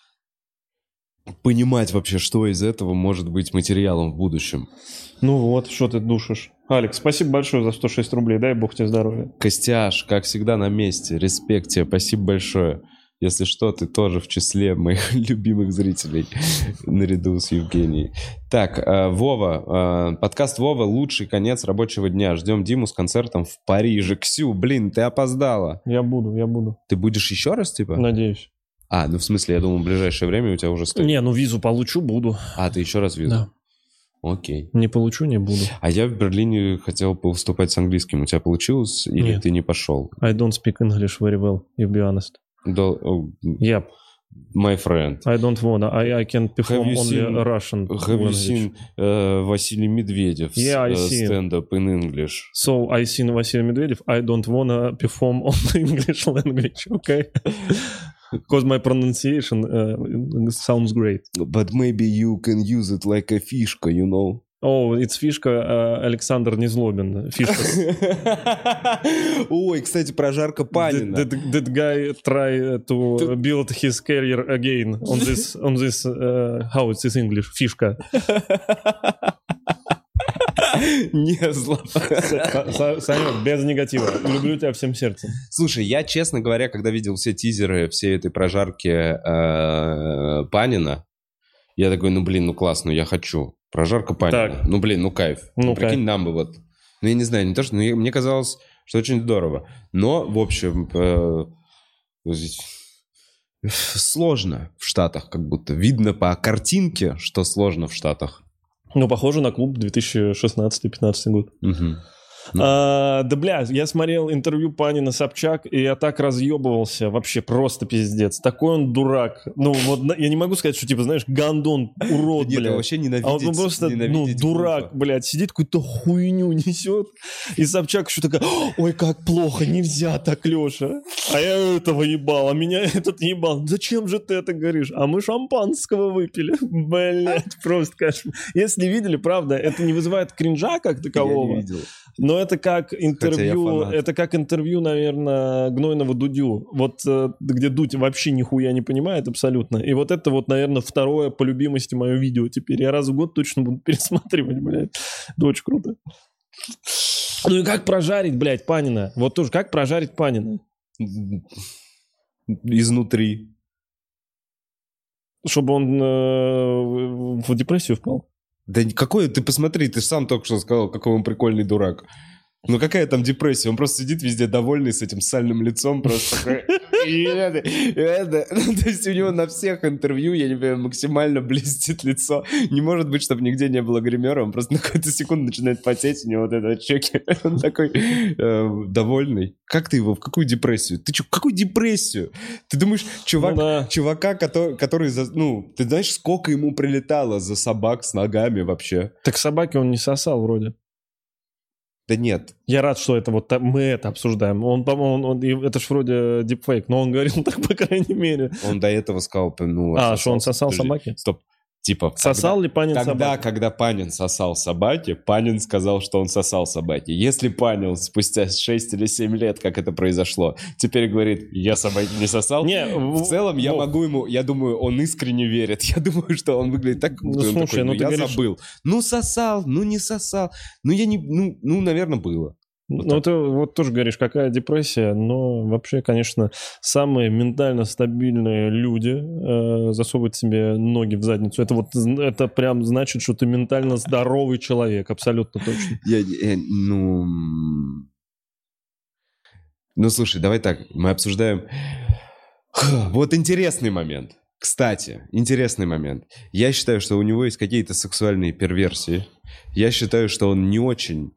A: понимать вообще, что из этого может быть материалом в будущем.
B: Ну вот, что ты душишь. Алекс, спасибо большое за 106 рублей. Дай бог тебе здоровья.
A: Костяш, как всегда на месте. Респект тебе, спасибо большое. Если что, ты тоже в числе моих любимых зрителей наряду с Евгенией. Так, Вова, подкаст Вова, лучший конец рабочего дня. Ждем Диму с концертом в Париже. Ксю, ты опоздала.
B: Я буду.
A: Ты будешь еще раз, типа?
B: Надеюсь.
A: В смысле, я думал, в ближайшее время у тебя уже стоит.
B: Не, визу получу, буду.
A: Ты еще раз визу?
B: Да.
A: Окей.
B: Не получу, не буду.
A: А я в Берлине хотел выступать с английским. У тебя получилось или
B: Нет.
A: ты не пошел?
B: I don't speak English very well, if be honest. Yep.
A: My friend.
B: I don't wanna. I can perform only Russian language.
A: Have you seen Vasily Medvedev stand-up in English?
B: So I seen Vasily Medvedev. I don't wanna perform on English language, okay? Because my pronunciation sounds great.
A: But maybe you can use it like a fishka, you know?
B: Oh, it's фишка Александр Незлобин. Фишка.
A: Ой, кстати, прожарка Панина.
B: That guy try to build his career again on this how it's English? Фишка.
A: Не зло.
B: Санек, без негатива. Люблю тебя всем сердцем.
A: Слушай, я, честно говоря, когда видел все тизеры всей этой прожарки Панина, я такой, классно, я хочу. Прожарка Панина. Кайф. Прикинь, нам бы вот. Я не знаю, не то, что... мне казалось, что очень здорово. Но, в общем, сложно в Штатах как будто. Видно по картинке, что сложно в Штатах.
B: Похоже на клуб 2016-2015 год.
A: Угу.
B: Я смотрел интервью Панина Собчак, и я так разъебывался, вообще просто пиздец. Такой он дурак. Я не могу сказать, что, гандон, урод, блядь.
A: Нет, вообще ненавидеть.
B: А он просто, дурак, блядь, сидит, какую-то хуйню несет. И Собчак еще такая, ой, как плохо, нельзя так, Леша. А я этого ебал, а меня этот ебал. Зачем же ты это говоришь? А мы шампанского выпили. Блядь, просто кошмар. Если видели, правда, это не вызывает кринжа как такового.
A: Я не видел.
B: Но это как интервью, наверное, Гнойного Дудю. Вот где Дудь вообще нихуя не понимает абсолютно. И вот это вот, наверное, второе по любимости мое видео теперь. Я раз в год точно буду пересматривать, блядь. Это очень круто. И как прожарить, блядь, Панина? Вот тоже, как прожарить Панина?
A: изнутри.
B: Чтобы он в депрессию впал?
A: Да какой, ты посмотри, ты сам только что сказал, какой он прикольный дурак. Ну какая там депрессия? Он просто сидит везде довольный с этим сальным лицом, просто такой... То есть у него на всех интервью, я не понимаю, максимально блестит лицо. Не может быть, чтобы нигде не было гримера. Он просто на какую-то секунду начинает потеть, у него вот это щеки. Он такой довольный. Как ты его, в какую депрессию? Ты что, в какую депрессию? Ты думаешь, чувака, который... Ну, ты знаешь, сколько ему прилетало за собак с ногами вообще?
B: Так собаки он не сосал вроде.
A: Да нет.
B: Я рад, что это вот мы это обсуждаем. Он, по-моему, это ж вроде дипфейк, но он говорил так, по крайней мере.
A: Он до этого сказал, ну...
B: что он сосал собаки?
A: Стоп. Типа,
B: сосал ли Панин собаки?
A: Когда Панин сосал собаки, Панин сказал, что он сосал собаки. Если Панин спустя 6 или 7 лет, как это произошло, теперь говорит, я собаки не сосал, в целом я могу ему, я думаю, он искренне верит. Я думаю, что он выглядит так,
B: ну, слушай, такой,
A: я забыл. Ну, сосал, ну, не сосал. Ну, я не, наверное, было.
B: Ну, ты вот тоже говоришь, какая депрессия, но вообще, конечно, самые ментально стабильные люди засовывают себе ноги в задницу. Это прям значит, что ты ментально здоровый человек, абсолютно точно.
A: Ну, слушай, давай так, мы обсуждаем... Вот интересный момент. Кстати, интересный момент. Я считаю, что у него есть какие-то сексуальные перверсии. Я считаю, что он не очень...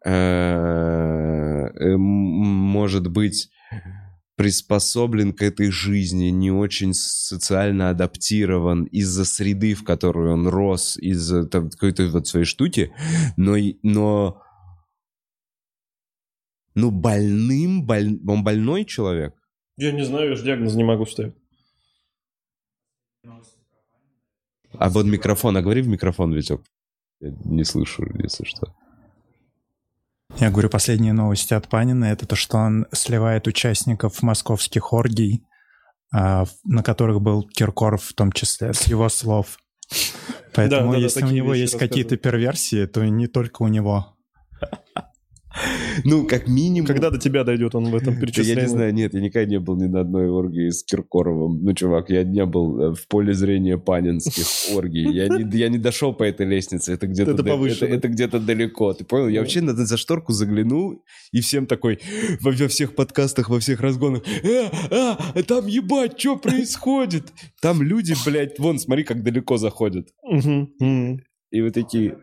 A: может быть приспособлен к этой жизни, не очень социально адаптирован из-за среды, в которой он рос, из-за какой-то вот своей штуки, но он больной человек.
B: Я не знаю, я же диагноз не могу ставить.
A: А вот микрофон, говори в микрофон, Витек. Я не слышу, если что.
C: Я говорю, последние новости от Панина — это то, что он сливает участников московских оргий, на которых был Киркоров в том числе, с его слов. Поэтому если у него есть какие-то перверсии, то не только у него.
A: Ну, как минимум...
B: Когда до тебя дойдет он в этом перечислении?
A: Я не знаю, нет, я никогда не был ни на одной оргии с Киркоровым. Ну, чувак, я не был в поле зрения панинских оргий. Я не дошел по этой лестнице, это где-то далеко. Ты понял? Я вообще за шторку заглянул, и всем такой, во всех подкастах, во всех разгонах, там ебать, что происходит? Там люди, блядь, вон, смотри, как далеко заходят. И вот такие...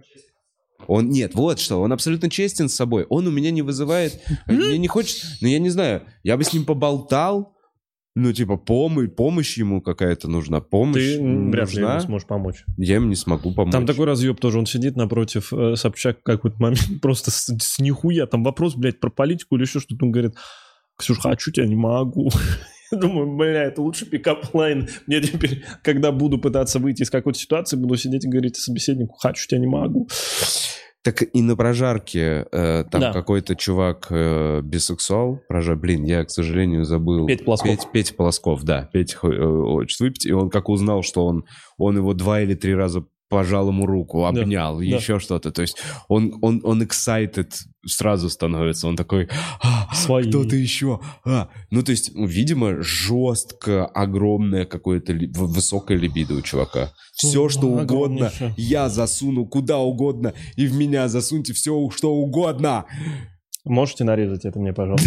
A: он абсолютно честен с собой. Он у меня не вызывает, мне не хочет, я не знаю, я бы с ним поболтал, помощь ему какая-то нужна, помощь
B: ты вряд ли ему сможешь помочь.
A: Я им не смогу помочь.
B: Там такой разъеб тоже, он сидит напротив Собчак в какой-то момент, просто с нихуя, там вопрос, блядь, про политику или еще что-то, он говорит, Ксюш, хочу тебя, не могу. Я думаю, это лучше пикап-лайн. Мне теперь, когда буду пытаться выйти из какой-то ситуации, буду сидеть и говорить собеседнику, хочу тебя, не могу.
A: Так и на прожарке там какой-то чувак бисексуал, я, к сожалению, забыл.
B: Петя Полосков.
A: Петя Полосков, да. Петя хочет выпить, и он как узнал, что он его 2 или 3 раза пожал ему руку, обнял, еще что-то. То есть он excited сразу становится. Он такой, кто-то еще. Ну, то есть, видимо, жестко, огромное какое-то высокое либидо у чувака. Все, что угодно, я засуну куда угодно, и в меня засуньте все, что угодно.
B: Можете нарезать это мне, пожалуйста?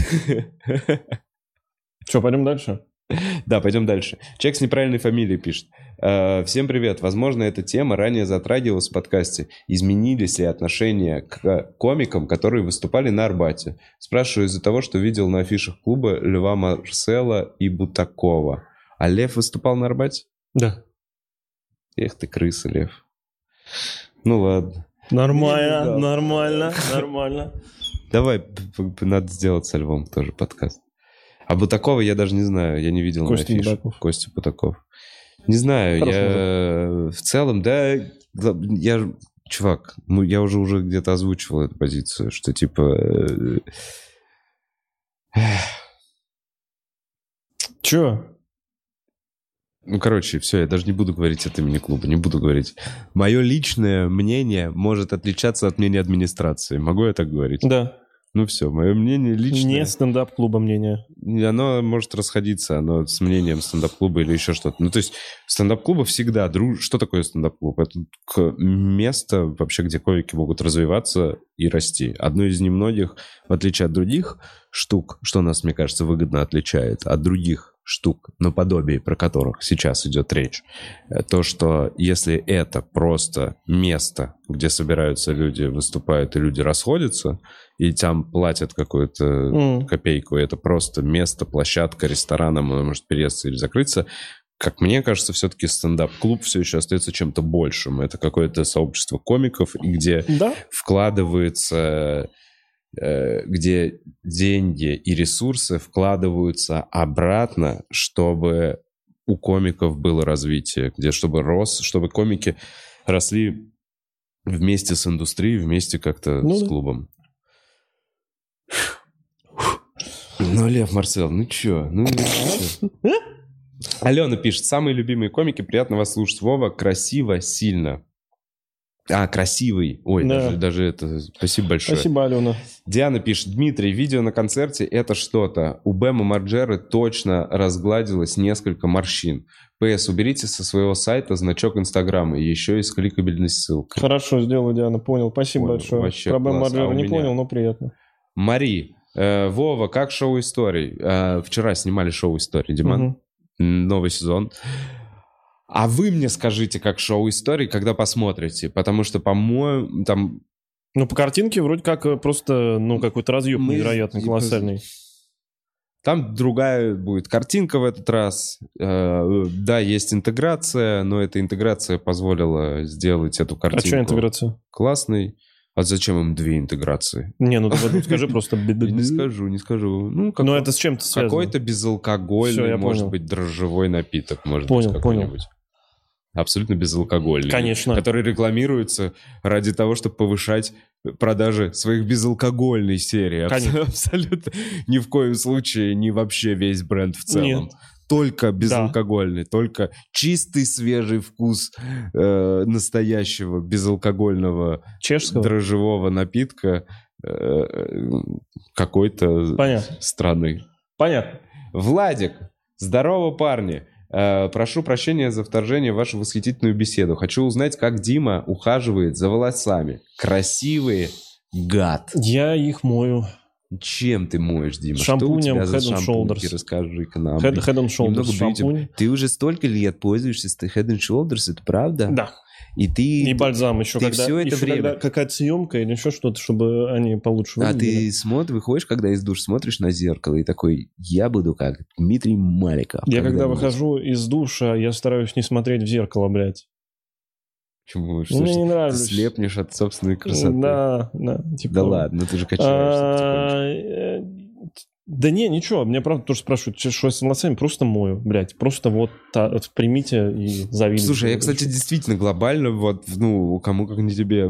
B: Что, пойдем дальше?
A: Да, пойдем дальше. Человек с неправильной фамилией пишет. Всем привет. Возможно, эта тема ранее затрагивалась в подкасте. Изменились ли отношения к комикам, которые выступали на Арбате? Спрашиваю из-за того, что видел на афишах клуба Льва Марсела и Бутакова. А Лев выступал на Арбате?
B: Да.
A: Эх ты, крыса, Лев. Ну ладно.
B: Нормально.
A: Давай, надо сделать со Львом тоже подкаст. А Бутакова я даже не знаю, я не видел на афише. Костя Бутаков. Не знаю, в целом, чувак, я уже где-то озвучивал эту позицию, что типа...
B: Чё?
A: Ну, короче, все, я даже не буду говорить от имени клуба, не буду говорить. Мое личное мнение может отличаться от мнения администрации. Могу я так говорить?
B: Да.
A: Ну все, мое мнение личное.
B: Не стендап-клуба мнение.
A: Оно может расходиться, оно с мнением стендап-клуба или еще что-то. Ну, то есть стендап-клубы всегда... Что такое стендап-клуб? Это место вообще, где комики могут развиваться и расти. Одно из немногих, в отличие от других штук, что нас, мне кажется, выгодно отличает от других штук, наподобие, про которых сейчас идет речь, то, что если это просто место, где собираются люди, выступают, и люди расходятся, и там платят какую-то копейку, и это просто место, площадка, ресторан, оно может переесться или закрыться, как мне кажется, все-таки стендап-клуб все еще остается чем-то большим. Это какое-то сообщество комиков, и где вкладывается... где деньги и ресурсы вкладываются обратно, чтобы у комиков было развитие, где чтобы комики росли вместе с индустрией, вместе как-то с клубом. Ну, Лев Марсел, ну чё? Алена пишет: самые любимые комики, приятно вас слушать. Вова, красиво, сильно. Красивый. Ой, даже это... Спасибо большое.
B: Спасибо, Алена.
A: Диана пишет: Дмитрий, видео на концерте — это что-то. У Бэма Марджеры точно разгладилось несколько морщин. ПС, уберите со своего сайта значок Инстаграма. Еще и с кликабельной ссылкой.
B: Хорошо, сделаю, Диана, понял. Спасибо большое.
A: Вообще
B: про Бэма Марджеры не
A: меня...
B: понял, но приятно.
A: Мари, Вова, как шоу историй? Вчера снимали шоу историй, Диман. Новый сезон. А вы мне скажите, как шоу истории, когда посмотрите, потому что, по-моему, там...
B: Ну, по картинке вроде как просто, какой-то разъем невероятный, колоссальный.
A: Там другая будет картинка в этот раз. Да, есть интеграция, но эта интеграция позволила сделать эту картинку.
B: А что интеграция?
A: Классной. А зачем им две интеграции?
B: Не, скажи просто...
A: Не скажу.
B: Ну, это с чем-то связано.
A: Какой-то безалкогольный, может быть, дрожжевой напиток, может быть, какой-нибудь. Абсолютно безалкогольный.
B: Конечно.
A: Который рекламируется ради того, чтобы повышать продажи своих безалкогольной серии.
B: Конечно.
A: Абсолютно. Ни в коем случае не вообще весь бренд в целом.
B: Нет.
A: Только безалкогольный, только чистый свежий вкус настоящего безалкогольного
B: чешского
A: дрожжевого напитка какой-то страны.
B: Понятно.
A: Владик, здорово, парни. Прошу прощения за вторжение в вашу восхитительную беседу. Хочу узнать, как Дима ухаживает за волосами. Красивые, гад.
B: Я их мою.
A: Чем ты моешь, Дима?
B: Шампунем
A: Что у тебя за
B: Head &
A: шампуньки?
B: Shoulders.
A: Расскажи-ка нам.
B: Head & Shoulders шампунь.
A: Ты уже столько лет пользуешься Head & Shoulders, это правда?
B: Да.
A: И
B: бальзам еще, когда
A: все это время...
B: когда какая-то съемка или еще что-то, чтобы они получше выглядели.
A: А ты выходишь, когда из душа, смотришь на зеркало и такой: я буду как Дмитрий Маликов.
B: Я когда выхожу из душа, я стараюсь не смотреть в зеркало, блядь.
A: Почему?
B: Мне не нравится.
A: Ты слепнешь от собственной красоты.
B: Да.
A: Да ладно, ты же качаешься.
B: Да не, ничего. Меня правда тоже спрашивают, что с волосами, просто мою, блядь. Просто вот примите и завидуйте.
A: Слушай, я, кстати, действительно глобально, кому как не тебе,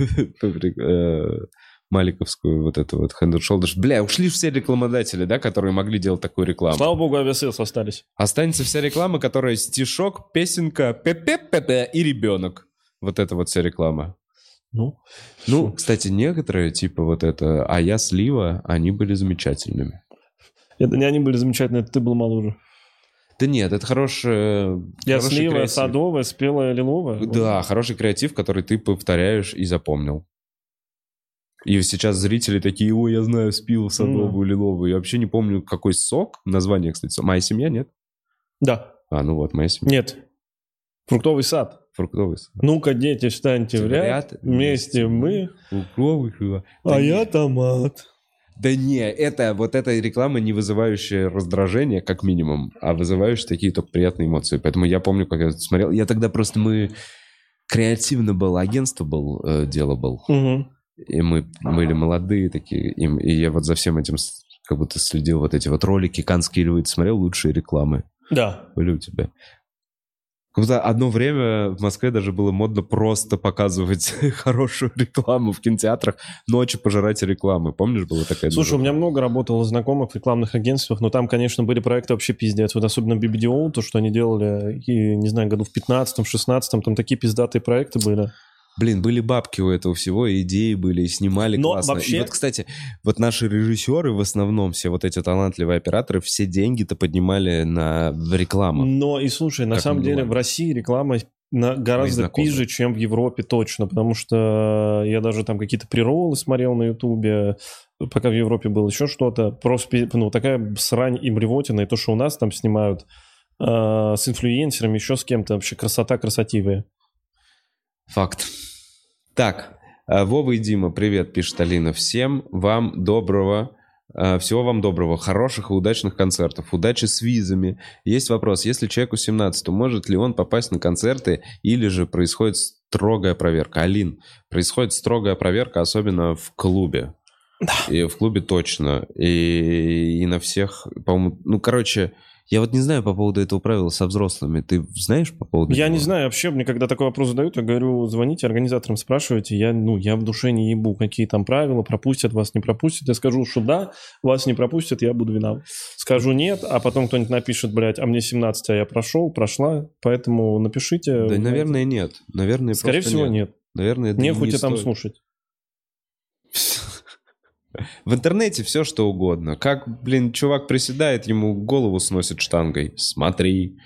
A: Маликовскую вот эту вот Head & Shoulders. Бля, ушли все рекламодатели, да, которые могли делать такую рекламу.
B: Слава богу, авиасейлс остались.
A: Останется вся реклама, которая стишок, песенка, пе-пе-пе-пе и ребенок. Вот это вот вся реклама. Ну, кстати, некоторые, типа вот это «А я слива», они были замечательными.
B: Это не они были замечательные, это ты был моложе.
A: Да нет, это хороший
B: Я слива,
A: креатив.
B: садовая, спелая, лиловая.
A: Да, хороший креатив, который ты повторяешь и запомнил. И сейчас зрители такие: ой, я знаю, спил садовую, лиловую. Я вообще не помню, какой сок. Название, кстати. «Моя семья», нет?
B: Да.
A: Ну вот, «Моя семья».
B: Нет. «Фруктовый сад».
A: Фруктовый сад.
B: Ну-ка, дети, встаньте в ряд. Вместе мы.
A: Фруктовый сад.
B: Я томат.
A: Да не, эта реклама, не вызывающая раздражение, как минимум, а вызывающая такие только приятные эмоции. Поэтому я помню, как я это смотрел. Я тогда просто креативно было, агентство дело было.
B: Угу.
A: И мы были молодые такие. И я вот за всем этим как будто следил. Вот эти вот ролики канские львы. Ты смотрел лучшие рекламы?
B: Да.
A: Были у тебя? Как будто одно время в Москве даже было модно просто показывать хорошую рекламу в кинотеатрах. Ночи пожирать рекламы. Помнишь, была такая?
B: Слушай, у меня много работало знакомых в рекламных агентствах, но там, конечно, были проекты вообще пиздец. Вот особенно BBDO, то, что они делали, и, не знаю, году в 15-16, там такие пиздатые проекты были.
A: Блин, были бабки у этого всего, и идеи были, и снимали классно.
B: Вообще...
A: И вот, кстати, вот наши режиссеры в основном, все вот эти талантливые операторы, все деньги-то поднимали в рекламу.
B: Но и слушай, на самом деле в России реклама гораздо пизже, чем в Европе точно, потому что я даже там какие-то прероллы смотрел на Ютубе, пока в Европе было еще что-то. Просто, такая срань и блевотина, и то, что у нас там снимают с инфлюенсерами, еще с кем-то, вообще красота красотивая.
A: Факт. Так, Вова и Дима, привет, пишет Алина. Всем вам доброго, всего вам доброго, хороших и удачных концертов. Удачи с визами. Есть вопрос, если человеку 17, то может ли он попасть на концерты или же происходит строгая проверка? Алин, происходит строгая проверка, особенно в клубе.
B: Да.
A: И в клубе точно. И на всех, по-моему, я вот не знаю по поводу этого правила со взрослыми. Ты знаешь по поводу этого?
B: Я не знаю. Вообще, мне когда такой вопрос задают, я говорю, звоните организаторам, спрашивайте. Я в душе не ебу, какие там правила, пропустят, вас не пропустят. Я скажу, что да, вас не пропустят, я буду виноват. Скажу нет, а потом кто-нибудь напишет, блядь, а мне 17, а я прошла, поэтому напишите.
A: Да, наверное, нет. Наверное,
B: скорее всего, нет.
A: Наверное,
B: не хоть там слушать.
A: В интернете все, что угодно. Как, чувак приседает, ему голову сносит штангой. Смотри.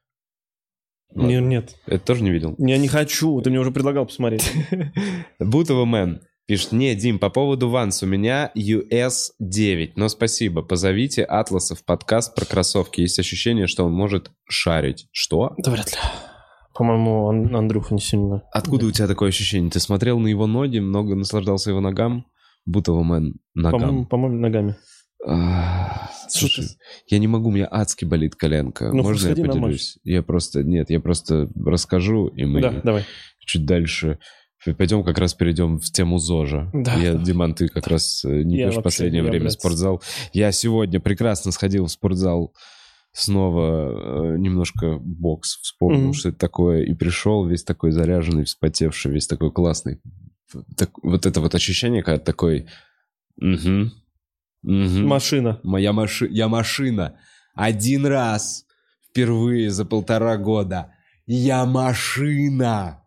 B: Нет.
A: Это тоже не видел?
B: Я не хочу, ты мне уже предлагал посмотреть.
A: Бутова Мэн пишет: не, Дим, по поводу Vans, у меня US 9, но спасибо, позовите Атласа в подкаст про кроссовки. Есть ощущение, что он может шарить. Что?
B: Да вряд ли. По-моему, Андрюха не сильно.
A: Откуда у тебя такое ощущение? Ты смотрел на его ноги, много наслаждался его ногам? Бутова Мэн ногам.
B: По-моему, ногами.
A: Слушай, я не могу, у меня адски болит коленка. Можно я поделюсь? Я просто расскажу, и мы
B: давай.
A: Чуть дальше пойдем, как раз перейдем в тему ЗОЖа.
B: Да.
A: Диман, ты как раз не идешь в последнее время в спортзал. Я сегодня прекрасно сходил в спортзал, снова немножко бокс вспомнил, что это такое, и пришел весь такой заряженный, вспотевший, весь такой классный. Вот это вот ощущение, когда такой...
B: Машина.
A: Я машина. Один раз впервые за 1,5 года. Я машина.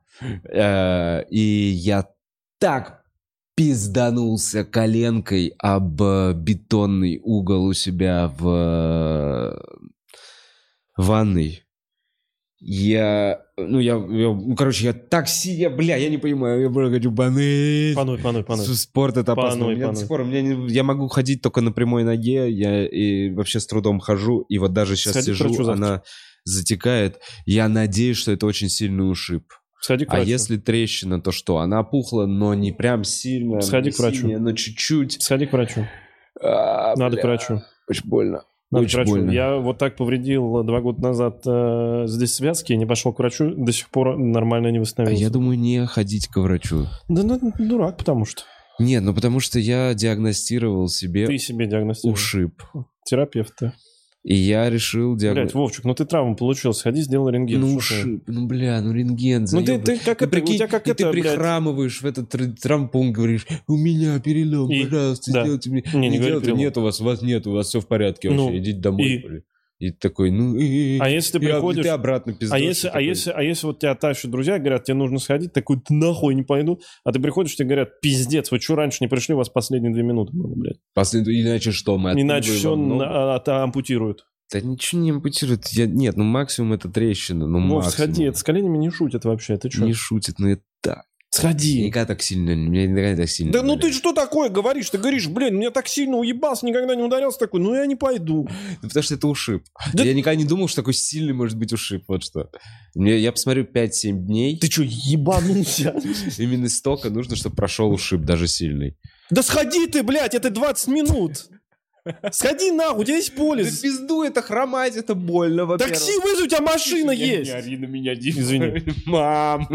A: И я так пизданулся коленкой об бетонный угол у себя в ванной. Я так сильно, я не понимаю, я просто хочу баныть.
B: Паной.
A: Спорт это опасно. Я могу ходить только на прямой ноге, я и вообще с трудом хожу, и вот даже сейчас сижу, она затекает. Я надеюсь, что это очень сильный ушиб.
B: Сходи к врачу.
A: А если трещина, то что? Она опухла, но не прям сильно.
B: Сходи к врачу.
A: Но чуть-чуть.
B: Сходи к врачу. Надо к врачу.
A: Очень больно.
B: Очень больно. Я вот так повредил 2 года назад здесь связки, не пошел к врачу, до сих пор нормально не восстановился.
A: Я думаю, не ходить к врачу.
B: Да, дурак, потому что.
A: Нет, потому что я диагностировал себе...
B: Ты себе диагностировал?
A: Ушиб.
B: Терапевт.
A: И я решил
B: Блядь, Вовчик, ты травму получил, сходи, сделай рентген.
A: Ушиб, рентген.
B: Ты как это,
A: прикинь,
B: у тебя как
A: и
B: это,
A: ты прихрамываешь в этот травмпункт, говоришь, у меня перелом, пожалуйста, сделайте мне.
B: Не говори перелом.
A: Нет, у вас нет, у вас все в порядке вообще, идите домой. И ты такой,
B: а если ты приходишь...
A: ты обратно пиздешь.
B: А если вот тебя тащат друзья, говорят, тебе нужно сходить, такой, ты нахуй не пойду. А ты приходишь, тебе говорят, пиздец, вы что раньше не пришли, у вас последние 2 минуты было, блядь.
A: Иначе что, мы
B: иначе все ампутируют.
A: Да ничего не ампутируют. Нет, максимум это трещина.
B: Сходи, это с коленями не шутят вообще, ты что?
A: Не шутят, но это так.
B: Сходи.
A: Никогда так сильно.
B: Да ты что такое говоришь? Ты говоришь, меня так сильно уебался, никогда не ударялся такой, я не пойду.
A: Потому что это ушиб. Я никогда не думал, что такой сильный может быть ушиб, вот что. Я посмотрю 5-7 дней.
B: Ты что, ебанулся?
A: Именно столько нужно, чтобы прошел ушиб, даже сильный.
B: Да сходи ты, блядь, это 20 минут. Сходи нахуй, у тебя есть полис.
A: Да пизду, это хромать, это больно, во-первых.
B: Такси вызови, у тебя машина есть.
A: Не ори на меня, Дима.
B: Извини.
A: Мам.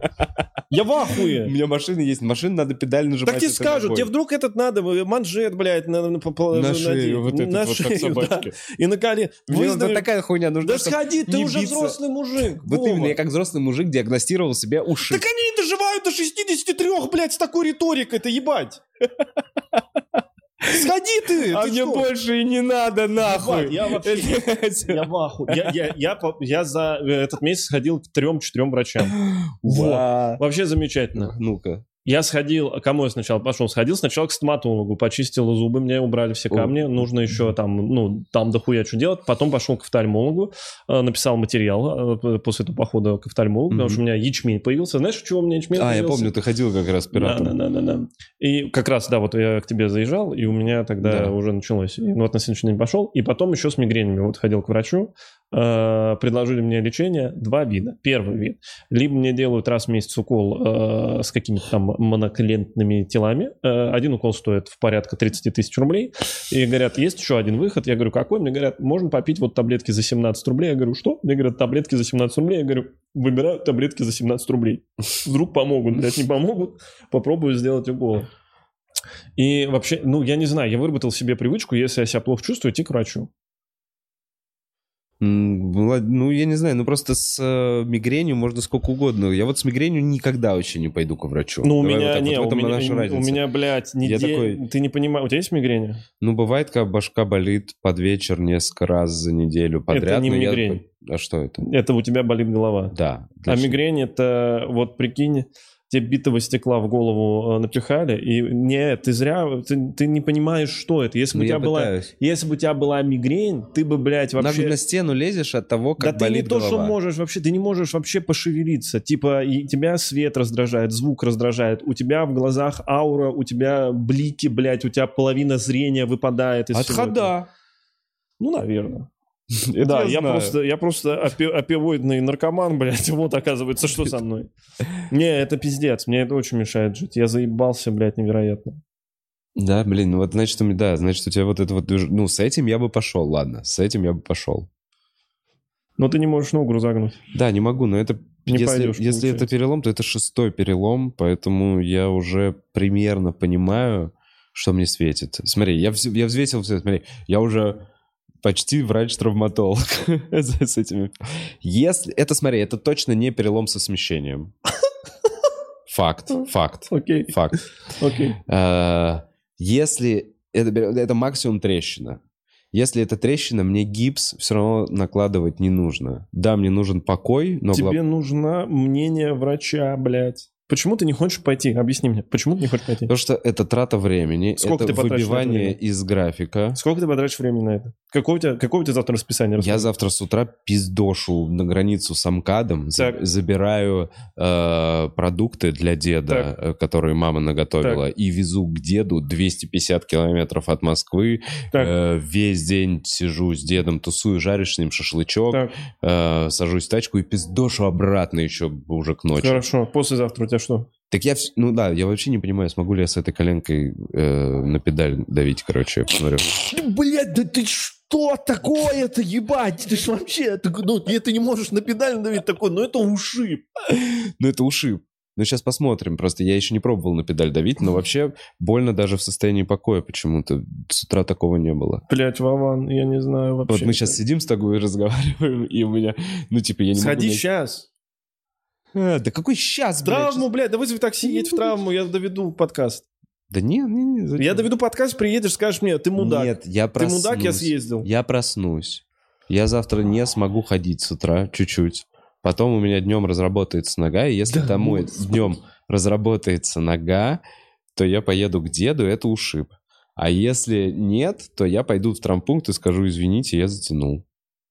B: Я в ахуе.
A: У меня машина есть, машину надо педаль нажимать.
B: Так тебе скажут, тебе вдруг надо, манжет, блядь, на
A: шею, вот это вот как собачки.
B: И на коле.
A: Такая хуйня нужна.
B: Да сходи, ты уже взрослый мужик.
A: Вот именно, я как взрослый мужик диагностировал себе ушиб.
B: Так они доживают до 63, блядь, с такой риторикой-то, ебать.
A: Сходи ты!
B: А мне больше и не надо, нахуй!
C: Я вообще... Я в ахуе.
B: Я за этот месяц сходил к 3-4 врачам. Вообще замечательно.
A: Ну-ка.
B: Я сходил, кому я сначала пошел? Сходил сначала к стоматологу, почистил зубы, мне убрали все камни, нужно еще там дохуя что делать. Потом пошел к офтальмологу, написал материал после этого похода к офтальмологу, потому что у меня ячмень появился. Знаешь, чего у меня ячмень появился?
A: Я помню, ты ходил как раз пиратом.
B: Да. И как раз, вот я к тебе заезжал, и у меня тогда уже началось. И вот на следующий день пошел, и потом еще с мигренями. Вот ходил к врачу, предложили мне лечение 2 вида. Первый вид. Либо мне делают раз в месяц укол с какими-то там моноклиентными телами. Один укол стоит в порядка 30 тысяч рублей. И говорят, есть еще один выход. Я говорю, какой? Мне говорят, можно попить вот таблетки за 17 рублей. Я говорю, что? Мне говорят, таблетки за 17 рублей. Я говорю, выбираю таблетки за 17 рублей. Вдруг помогут. Блядь, не помогут. Попробую сделать укол. И вообще, я не знаю, я выработал себе привычку, если я себя плохо чувствую, идти к врачу.
A: Я не знаю, просто с мигренью можно сколько угодно. Я вот с мигренью никогда вообще не пойду к врачу.
B: У меня, блядь, ты не понимаешь, у тебя есть мигрень?
A: Бывает, когда башка болит под вечер несколько раз за неделю подряд.
B: Это не мигрень.
A: А что это?
B: Это у тебя болит голова.
A: Да.
B: А мигрень это, вот прикинь, тебе битого стекла в голову напихали, и нет, ты зря, ты не понимаешь, что это. Если бы у тебя была мигрень, ты бы, блядь, вообще...
A: На стену лезешь от того, как болит голова.
B: Да ты не то, что можешь вообще, ты не можешь вообще пошевелиться. Типа, и тебя свет раздражает, звук раздражает, у тебя в глазах аура, у тебя блики, блядь, у тебя половина зрения выпадает из
A: от
B: всего
A: хода.
B: этого. Наверное. Да, я просто опиоидный наркоман, блядь, вот оказывается, что со мной. Не, это пиздец, мне это очень мешает жить. Я заебался, блядь, невероятно.
A: Да, значит, у тебя вот это вот... с этим я бы пошел, ладно, с этим я бы пошел.
B: Но ты не можешь ногу загнуть.
A: Да, не могу, но это... Если это перелом, то это 6-й перелом, поэтому я уже примерно понимаю, что мне светит. Смотри, я взвесил все, смотри, я уже... Почти врач-травматолог с этими. Смотри, это точно не перелом со смещением. Факт.
B: Окей.
A: Факт.
B: Окей.
A: Если это максимум трещина. Если это трещина, мне гипс все равно накладывать не нужно. Да, мне нужен покой, но...
B: Тебе нужно мнение врача, блядь. Почему ты не хочешь пойти? Объясни мне, почему ты не хочешь пойти?
A: Потому что это трата времени,
B: сколько
A: это выбивание из графика.
B: Сколько ты потратишь времени на это? Какое у тебя завтра расписание?
A: Я завтра с утра пиздошу на границу с МКАДом, забираю продукты для деда, которые мама наготовила, и везу к деду 250 километров от Москвы. Весь день сижу с дедом, тусую, жаришь с ним шашлычок, сажусь в тачку и пиздошу обратно еще уже к ночи.
B: Хорошо, послезавтра у тебя что?
A: Так я вообще не понимаю, смогу ли я с этой коленкой на педаль давить, короче, я посмотрю.
B: Блядь, да ты что такое-то, ебать? Ты ж вообще, ты не можешь на педаль давить такой, это ушиб.
A: Это ушиб. Сейчас посмотрим, просто я еще не пробовал на педаль давить, но вообще больно даже в состоянии покоя почему-то. С утра такого не было.
B: Блядь, Вован, я не знаю вообще.
A: Вот мы сейчас сидим с тобой и разговариваем, и у меня, я не могу...
B: Сходи сейчас.
A: Да какой сейчас, блядь?
B: Травму, блядь, да вызови такси, едь в травму, я доведу подкаст.
A: Да не.
B: Я доведу подкаст, приедешь, скажешь мне, ты мудак.
A: Нет, я проснусь.
B: Ты мудак, я съездил.
A: Я проснусь. Я завтра не смогу ходить с утра, чуть-чуть. Потом у меня днем разработается нога, и если днем разработается нога, то я поеду к деду, это ушиб. А если нет, то я пойду в травмпункт и скажу, извините, я затянул.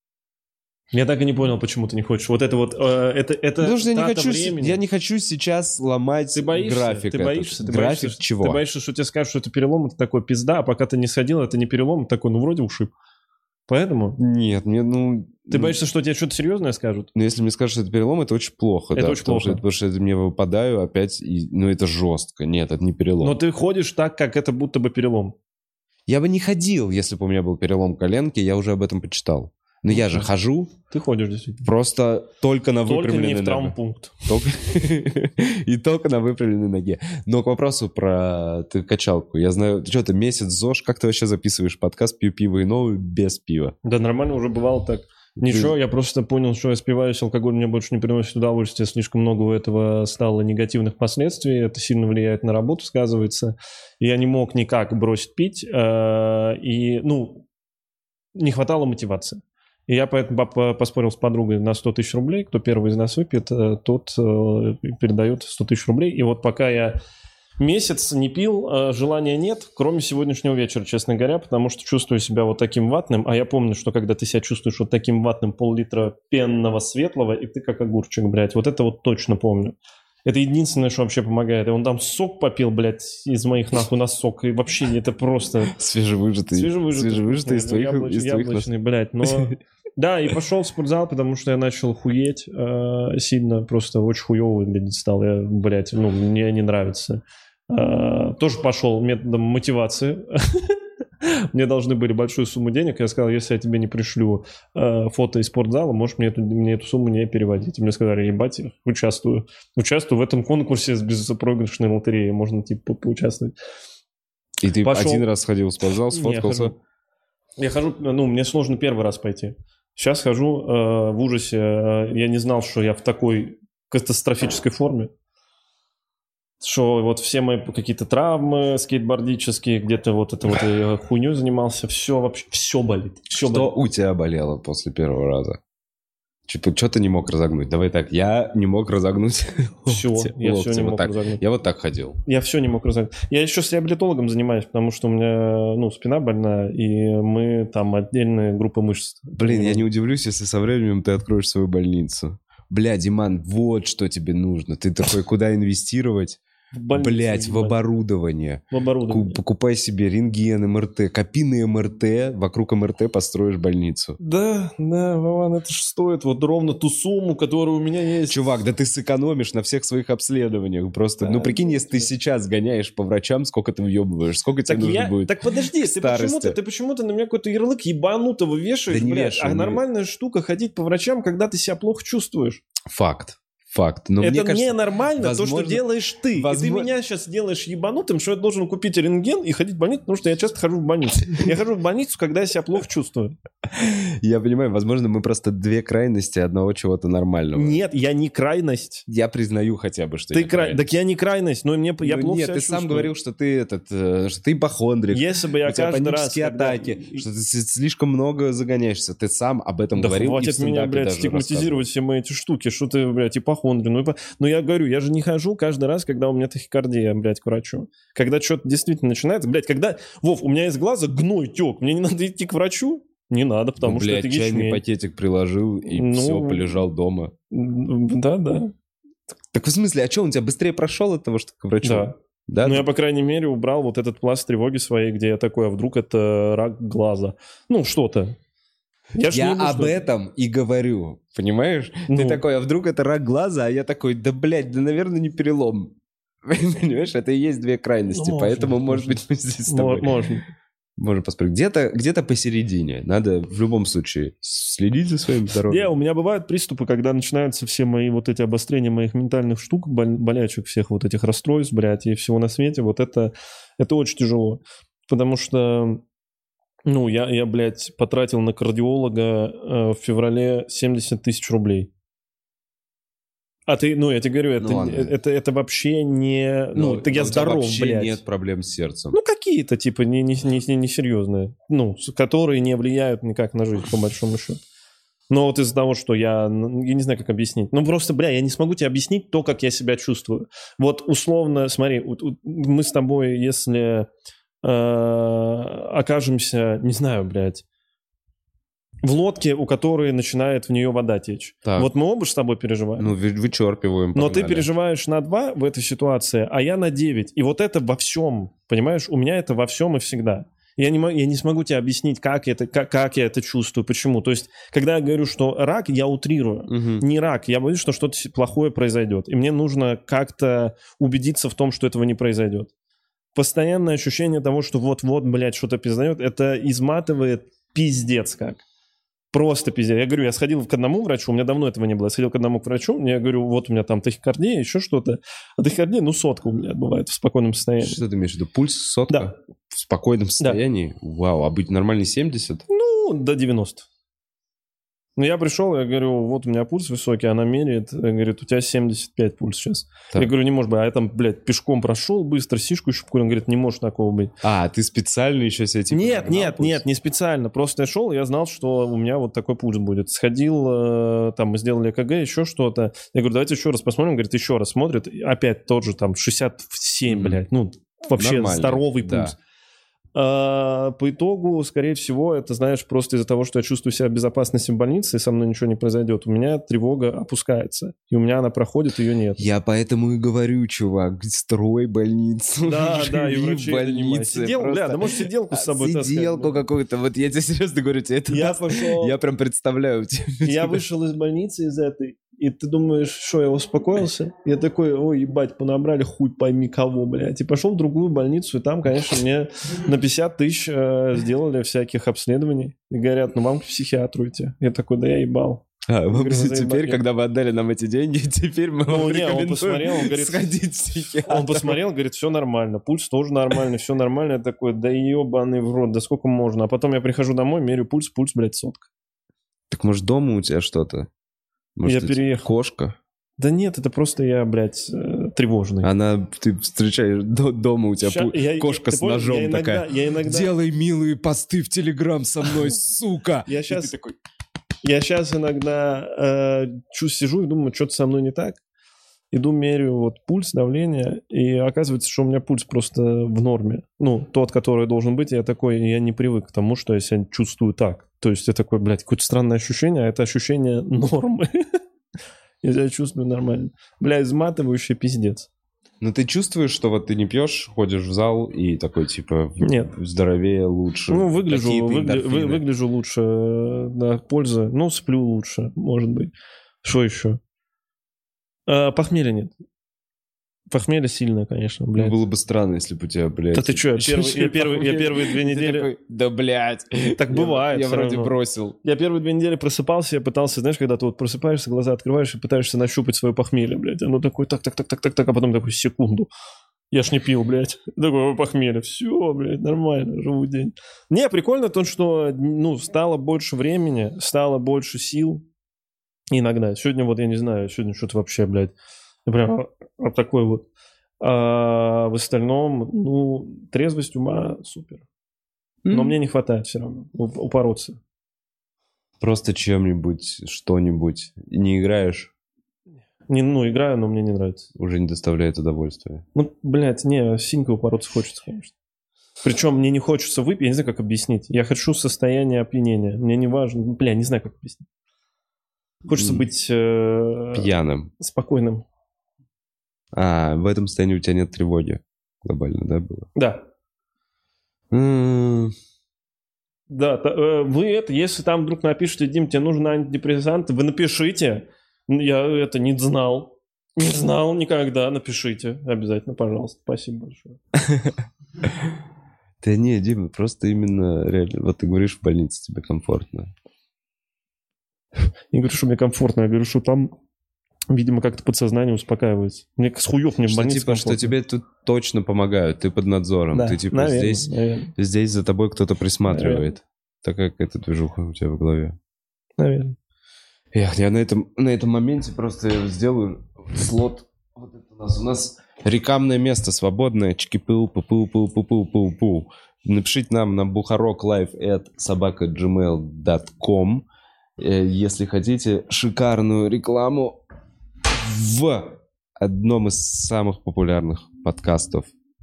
B: Я так и не понял, почему ты не хочешь. Вот это вот, это
A: потому что я не хочу сейчас ломать график.
B: Ты боишься?
A: График чего?
B: Ты боишься, что тебе скажут, что это перелом, это такой пизда, а пока ты не сходил, это не перелом, это такой, вроде ушиб. Поэтому?
A: Нет,
B: Ты боишься, что тебе что-то серьезное скажут?
A: Если мне скажут, что это перелом, это очень плохо.
B: Это очень плохо.
A: Потому что я выпадаю опять, это жестко. Нет, это не перелом.
B: Но ты ходишь так, как это будто бы перелом.
A: Я бы не ходил, если бы у меня был перелом коленки, я уже об этом почитал. Но я же хожу.
B: Ты ходишь, действительно.
A: Просто только на выпрямленной ноге.
B: Только не в травмпункт.
A: И только на выпрямленной ноге. Но к вопросу про качалку. Я знаю, ты что-то месяц ЗОЖ, как ты вообще записываешь подкаст «Пью пиво и новый» без пива?
B: Да нормально, уже бывало так. Ничего, я просто понял, что я спиваюсь, алкоголь мне больше не приносит удовольствия, слишком много у этого стало негативных последствий, это сильно влияет на работу, сказывается. Я не мог никак бросить пить, и, не хватало мотивации. И я поэтому поспорил с подругой на 100 тысяч рублей, кто первый из нас выпьет, тот передает 100 тысяч рублей. И вот пока я месяц не пил, желания нет, кроме сегодняшнего вечера, честно говоря, потому что чувствую себя вот таким ватным. А я помню, что когда ты себя чувствуешь вот таким ватным, пол-литра пенного светлого, и ты как огурчик, блядь. Вот это вот точно помню. Это единственное, что вообще помогает. И он там сок попил, блядь, из моих нахуй носок. И вообще это просто...
A: Свежевыжатый из твоих
B: яблочный, блядь. Но... Да, и пошел в спортзал, потому что я начал хуеть сильно. Просто очень хуёво выглядеть стал. Мне не нравится. Тоже пошел методом мотивации. Мне должны были большую сумму денег. Я сказал, если я тебе не пришлю фото из спортзала, можешь мне эту сумму не переводить. И мне сказали, ебать, участвую в этом конкурсе с безпроигрышной лотереей. Можно типа поучаствовать.
A: И ты один раз сходил в спортзал, сфоткался?
B: Я хожу, мне сложно первый раз пойти. Сейчас хожу в ужасе. Я не знал, что я в такой катастрофической форме. Что вот все мои какие-то травмы скейтбордические, где-то вот это вот я хуйню занимался, все вообще, все болит.
A: Что у тебя болело после первого раза? Что ты не мог разогнуть? Давай так, я не мог разогнуть
B: все, я все не мог разогнуть.
A: Я вот так ходил.
B: Я все не мог разогнуть. Я еще с реабилитологом занимаюсь, потому что у меня, спина больная, и мы там отдельная группа мышц.
A: Блин, я не удивлюсь, если со временем ты откроешь свою больницу. Бля, Диман, вот что тебе нужно. Ты такой, куда инвестировать? В оборудование. Покупай себе рентген, МРТ, копи на МРТ, вокруг МРТ построишь больницу.
B: Да, Вован, это же стоит вот ровно ту сумму, которая у меня есть.
A: Чувак, да ты сэкономишь на всех своих обследованиях. Просто, прикинь, если ты сейчас гоняешь по врачам, сколько ты въебываешь, сколько тебе нужно будет.
B: Так подожди, ты почему-то на меня какой-то ярлык ебанутого вешаешь,
A: да
B: блядь. А нормальная штука ходить по врачам, когда ты себя плохо чувствуешь.
A: Факт.
B: Но это мне кажется, ненормально, то, что делаешь ты. И ты меня сейчас делаешь ебанутым, что я должен купить рентген и ходить в больницу, потому что я часто хожу в больницу. Я хожу в больницу, когда я себя плохо чувствую.
A: Я понимаю, возможно, мы просто две крайности одного чего-то нормального.
B: Нет, я не крайность.
A: Я признаю хотя бы, что
B: ты крайность. Так я не крайность, но я плохо себя чувствую. Нет,
A: ты сам говорил, что ты ипохондрик.
B: Если бы я каждый раз...
A: атаки, что ты слишком много загоняешься. Ты сам об этом говорил.
B: Да хватит меня, блядь, стигматизировать все мои эти штуки. Что ты, блядь, ипохондрик. Но я говорю, я же не хожу каждый раз, когда у меня тахикардия, блядь, к врачу. Когда что-то действительно начинается, блядь, когда... Вов, у меня из глаза гной тек, мне не надо идти к врачу? Не надо, потому что это ячмень.
A: Чайный пакетик приложил, и все, полежал дома.
B: Да.
A: Так в смысле, а что, он у тебя быстрее прошел от того, что к врачу?
B: Да? Я, по крайней мере, убрал вот этот пласт тревоги своей, где я такой, а вдруг это рак глаза? Что-то.
A: Я об этом и говорю, понимаешь? Ты такой, а вдруг это рак глаза? А я такой, наверное, не перелом. Понимаешь, это и есть две крайности, поэтому, может быть, мы здесь с тобой... Можно поспорить. Где-то посередине. Надо в любом случае следить за своим здоровьем.
B: У меня бывают приступы, когда начинаются все мои вот эти обострения моих ментальных штук, болячек, всех вот этих расстройств, блядь, и всего на свете. Вот это очень тяжело. Потому что... я, блядь, потратил на кардиолога в феврале 70 тысяч рублей. А ты, я тебе говорю, это вообще не... так я здоров,
A: вообще
B: блядь.
A: Нет проблем с сердцем.
B: Какие-то, типа, не которые не влияют никак на жизнь, по большому счету. Но вот из-за того, что я не знаю, как объяснить. Просто, я не смогу тебе объяснить то, как я себя чувствую. Вот условно, смотри, мы с тобой, если... окажемся, не знаю, блядь, в лодке, у которой начинает в нее вода течь. Так. Вот мы оба с тобой переживаем.
A: Вычерпиваем.
B: Но ты переживаешь на 2 в этой ситуации, а я на 9. И вот это во всем, понимаешь? У меня это во всем и всегда. Я не смогу тебе объяснить, как я это чувствую, почему. То есть, когда я говорю, что рак, я утрирую. Угу. Не рак, я боюсь, что что-то плохое произойдет. И мне нужно как-то убедиться в том, что этого не произойдет. Постоянное ощущение того, что вот-вот, блядь, что-то пиздает, это изматывает пиздец как. Просто пиздец. Я говорю, я сходил к одному врачу, у меня давно этого не было. Я сходил к одному врачу, я говорю, вот у меня там тахикардия, еще что-то. А тахикардия, 100 у меня бывает в спокойном состоянии.
A: Что ты имеешь в виду? Пульс 100?
B: Да.
A: В спокойном состоянии? Да. Вау, а быть нормальный 70?
B: До 90. Ну, я пришел, я говорю, вот у меня пульс высокий, она меряет, говорит, у тебя 75 пульс сейчас. Так. Я говорю, не может быть, а я там, блядь, пешком прошел быстро, сишку еще покурил. Он говорит, не может такого быть.
A: А, ты специально еще с этим...
B: Нет, не специально. Просто я шел, я знал, что у меня вот такой пульс будет. Сходил, там, мы сделали ЭКГ, еще что-то. Я говорю, давайте еще раз посмотрим. Он говорит, еще раз смотрит. Опять тот же, там, 67, блядь. Ну, вообще нормально. Здоровый пульс. Да. По итогу, скорее всего, это, знаешь, просто из-за того, что я чувствую себя в безопасности в больнице, и со мной ничего не произойдет. У меня тревога опускается, и у меня она проходит, ее нет.
A: Я поэтому и говорю, чувак, строй больницу.
B: Да, и врачи в больнице. Сидел, бля, да может сиделку с собой таскать.
A: Сиделку какую-то, вот я тебе серьезно говорю, тебе это я прям представляю.
B: Я вышел из больницы из этой, и ты думаешь, что я успокоился? Я такой, ой, ебать, понабрали хуй пойми кого, блядь. И пошел в другую больницу, и там, конечно, мне на 50 тысяч сделали всяких обследований. И говорят, ну вам к психиатру идти. Я такой, да я ебал.
A: Теперь, когда вы отдали нам эти деньги, теперь мы вам рекомендуем
B: он говорит,
A: сходить к психиатру.
B: Он посмотрел, говорит, все нормально, пульс тоже нормальный, все нормально. Я такой, да ебаный в рот, да сколько можно. А потом я прихожу домой, мерю пульс, блядь, 100.
A: Так может дома у тебя что-то? Может,
B: я переехал.
A: Кошка?
B: Да нет, это просто я, блядь, тревожный.
A: Ты встречаешь дома у тебя кошка с ножом
B: я
A: такая. Делай милые посты в Телеграм со мной, сука!
B: Я сейчас иногда сижу и думаю, что-то со мной не так. Иду, меряю вот пульс, давление, и оказывается, что у меня пульс просто в норме. Ну, тот, который должен быть, я не привык к тому, что я себя чувствую так. То есть я такой, блядь, какое-то странное ощущение, а это ощущение нормы. Я себя чувствую нормально. Бля, изматывающий пиздец.
A: Но ты чувствуешь, что вот ты не пьешь, ходишь в зал и такой, типа,
B: нет,
A: здоровее, лучше?
B: Ну, выгляжу лучше, да, польза. Ну, сплю лучше, может быть. Что еще? Похмелья нет. Похмелье сильное, конечно, блядь.
A: Ну, было бы странно, если бы у тебя, блядь...
B: Да ты что, я первые 2 недели...
A: Такой, да, блядь.
B: Так бывает.
A: Я вроде бросил. Я
B: первые 2 недели просыпался, я пытался, знаешь, когда ты вот просыпаешься, глаза открываешь и пытаешься нащупать свое похмелье, блядь. Оно такое, так, а потом такой, секунду. Я ж не пил, блядь. Такое похмелье. Все, блядь, нормально, живу день. Не, прикольно то, что, ну, стало больше времени, стало больше сил. Иногда. Сегодня вот, я не знаю, сегодня что-то вообще, блядь, прям вот такой вот. А в остальном, ну, трезвость ума супер. Но мне не хватает все равно упороться.
A: Просто чем-нибудь, что-нибудь. Не играешь?
B: Ну, играю, но мне не нравится.
A: Уже не доставляет удовольствия.
B: Ну, блядь, не, синько упороться хочется, конечно. Причем мне не хочется выпить, я не знаю, как объяснить. Я хочу состояние опьянения. Мне не важно, бля, не знаю, как объяснить. Хочется быть...
A: пьяным.
B: Спокойным.
A: А, в этом состоянии у тебя нет тревоги глобально, да, было?
B: Да. Да, вы это, если там вдруг напишите, Дим, тебе нужен антидепрессант, вы напишите. Я это не знал. Не знал никогда. Напишите. Обязательно, пожалуйста. Спасибо большое.
A: Да не, Дима, просто именно реально, вот ты говоришь, в больнице тебе комфортно.
B: Не говорю, что мне комфортно, я говорю, что там, видимо, как-то подсознание успокаивается. Мне с хуёв мне в больнице
A: типа, что тебе тут точно помогают, ты под надзором.
B: Да,
A: ты типа
B: наверное,
A: здесь за тобой кто-то присматривает. Такая какая-то движуха у тебя в голове.
B: Наверное.
A: Эх, я на этом моменте просто сделаю слот. Вот это у нас рекламное место свободное. Чики-пу-пу-пу-пу-пу-пу-пу. Напишите нам на buharoklive@sobaka.gmail.com, если хотите шикарную рекламу в одном из самых популярных подкастов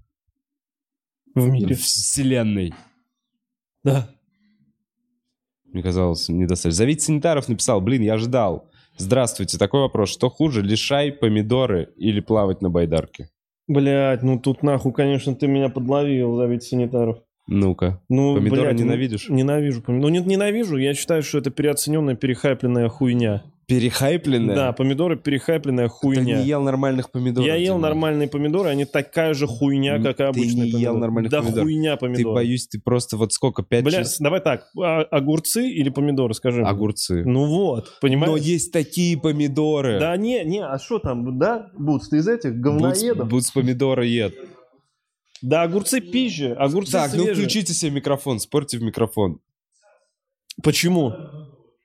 B: в мире.
A: Вселенной.
B: Да.
A: Мне казалось, недостаточно. Зовите санитаров, написал. Блин, я ждал. Здравствуйте. Такой вопрос. Что хуже, лишай, помидоры или плавать на байдарке?
B: Блядь, ну тут нахуй, конечно, ты меня подловил, зовите санитаров.
A: Ну-ка.
B: Ну,
A: помидоры
B: блядь,
A: ненавидишь?
B: Ненавижу помидоры. Ну, нет, ненавижу. Я считаю, что это переоцененная, перехайпленная хуйня.
A: Перехайпленная?
B: Да, помидоры перехайпленная хуйня.
A: Ты не ел нормальных помидоров?
B: Я ел нормальные помидоры, они такая же хуйня, как и обычные помидоры.
A: Ты не ел нормальных помидоров?
B: Да хуйня помидоры.
A: Ты, боюсь, ты просто вот сколько, 5-6...
B: Бля, давай так, огурцы или помидоры, скажи мне?
A: Огурцы.
B: Ну вот, понимаешь?
A: Но есть такие помидоры.
B: Да не, а что там, да? Бутс, ты из этих говноедов?
A: Бутс помидоры ед.
B: Да, огурцы пизже, огурцы
A: так,
B: свежие.
A: Ну включите себе микрофон, спорьте в микрофон.
B: Почему?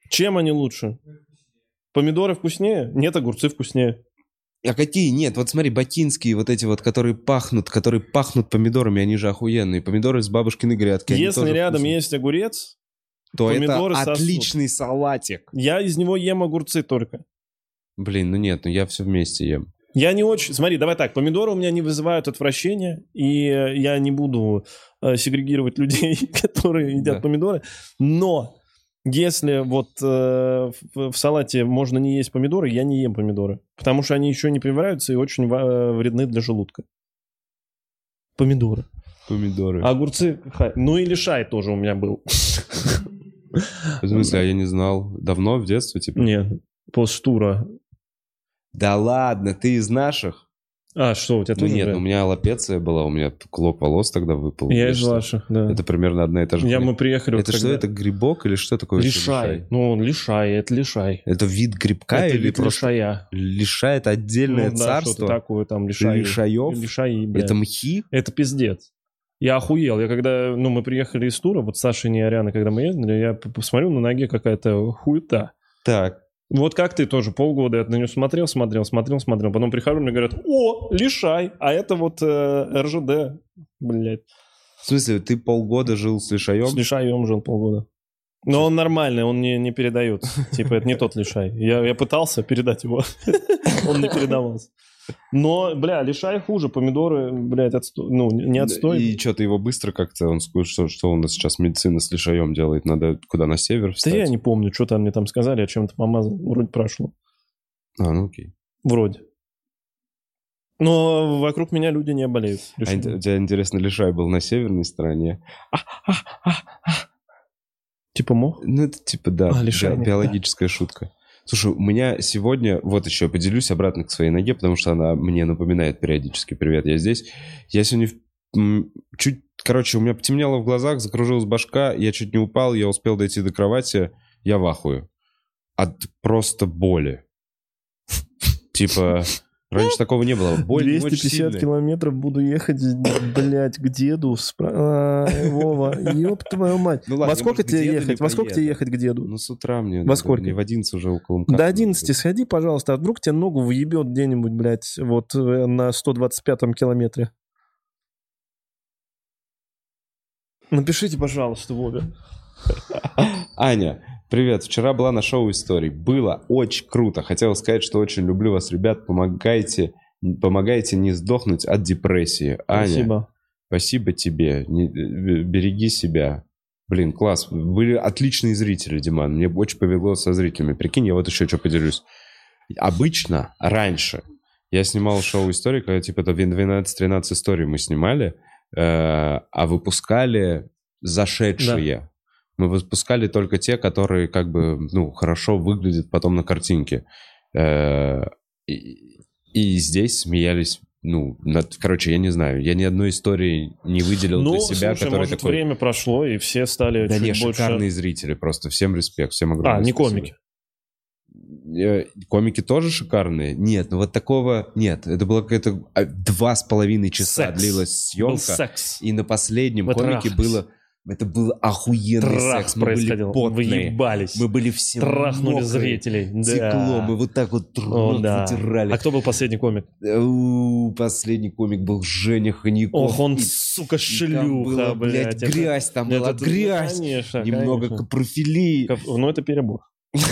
B: Чем они лучше? Помидоры вкуснее? Нет, огурцы вкуснее.
A: А какие? Нет, вот смотри, бакинские вот эти вот, которые пахнут помидорами, они же охуенные. Помидоры с бабушкиной грядки.
B: Если рядом есть огурец,
A: то это отличный салатик.
B: Я из него ем огурцы только.
A: Блин, я все вместе ем.
B: Я не очень... Смотри, давай так, помидоры у меня не вызывают отвращения, и я не буду сегрегировать людей, которые едят помидоры, но если вот в салате можно не есть помидоры, я не ем помидоры, потому что они еще не прививаются и очень вредны для желудка. Помидоры. Огурцы... Ну и лишай тоже у меня был.
A: В смысле, а я не знал. Давно, в детстве, типа?
B: Нет, после штура.
A: Да ладно, ты из наших?
B: А, что, у тебя тоже?
A: Нет, у меня аллопеция была, у меня клок волос тогда выпал.
B: Я из ваших, да.
A: Это примерно одна и та же.
B: Мы приехали...
A: Это что, это грибок или что такое?
B: Лишай. Ну, лишай, это лишай.
A: Это вид грибка
B: это
A: или
B: вид
A: просто...
B: лишая.
A: Лишай — это отдельное царство?
B: Да, что-то такое там, лишай.
A: Лишаев?
B: Лишаи, блядь.
A: Это мхи?
B: Это пиздец. Я охуел. Я когда, мы приехали из тура, вот Саша и Ариана, когда мы ездили, я посмотрел, на ноге какая-то хуета.
A: Так.
B: Вот как ты тоже, полгода я на нее смотрел, потом прихожу, мне говорят, о, лишай, а это вот РЖД, блядь.
A: В смысле, ты полгода жил с лишаем?
B: С лишаем жил полгода. Но он нормальный, он не передает. Типа, это не тот лишай. Я пытался передать его, он не передавался. Но, лишай хуже, помидоры, блядь, не отстой.
A: И что-то его быстро как-то, он скажет, что у нас сейчас медицина с лишаем делает, надо куда, на север встать?
B: Да я не помню, что там мне там сказали, я чем-то помазал, вроде прошло.
A: Окей.
B: Вроде. Но вокруг меня люди не болеют.
A: У тебя, интересно, лишай был на северной стороне?
B: Типа мох?
A: Ну, это типа, да, биологическая шутка. Слушай, у меня сегодня, вот еще поделюсь обратно к своей ноге, потому что она мне напоминает периодически: привет, я здесь. Я сегодня у меня потемнело в глазах, закружилась башка, я чуть не упал, я успел дойти до кровати, я в ахуе. От просто боли. Типа, раньше такого не было. Боль
B: 250 километров буду ехать, блядь, к деду. Вова, ёб твою мать. Во сколько тебе ехать? Во сколько тебе ехать к деду?
A: Ну, с утра мне.
B: Во сколько?
A: Не в 11 уже около МКАДа.
B: До 11 сходи, пожалуйста, а вдруг тебе ногу въебет где-нибудь, блядь, вот на 125-м километре. Напишите, пожалуйста, Вове.
A: Аня, привет. Вчера была на шоу историй. Было очень круто. Хотела сказать, что очень люблю вас, ребят. Помогайте не сдохнуть от депрессии.
B: Спасибо.
A: Аня, спасибо тебе. Береги себя. Блин, класс. Были отличные зрители, Диман. Мне очень повезло со зрителями. Прикинь, я вот еще что поделюсь. Обычно, раньше, я снимал шоу историй, когда типа это 12-13 историй мы снимали, а выпускали зашедшие. Да. Мы выпускали только те, которые как бы, хорошо выглядят потом на картинке. И здесь смеялись, я не знаю, я ни одной истории не выделил для себя, которая
B: может, такой... время прошло, и все стали
A: да
B: чуть
A: нет,
B: больше...
A: шикарные зрители, просто всем респект, всем огромное
B: не
A: спасибо.
B: Комики?
A: Комики тоже шикарные? Нет, вот такого... Нет, это было какое-то 2,5 часа длилась съемка.
B: Был секс.
A: И на последнем комике было... Это был охуенный
B: Трах
A: секс. Мы
B: происходил.
A: были потные.
B: Выебались.
A: Мы были все
B: трахнули
A: мокрые.
B: зрителей.
A: Текло. Мы вот так вот вытирали.
B: А кто был последний комик?
A: Последний комик был Женя Ханяков.
B: Ох, он, сука, шлюха, блядь.
A: Грязь там была, грязь.
B: Конечно,
A: немного капрофилии.
B: Это перебор.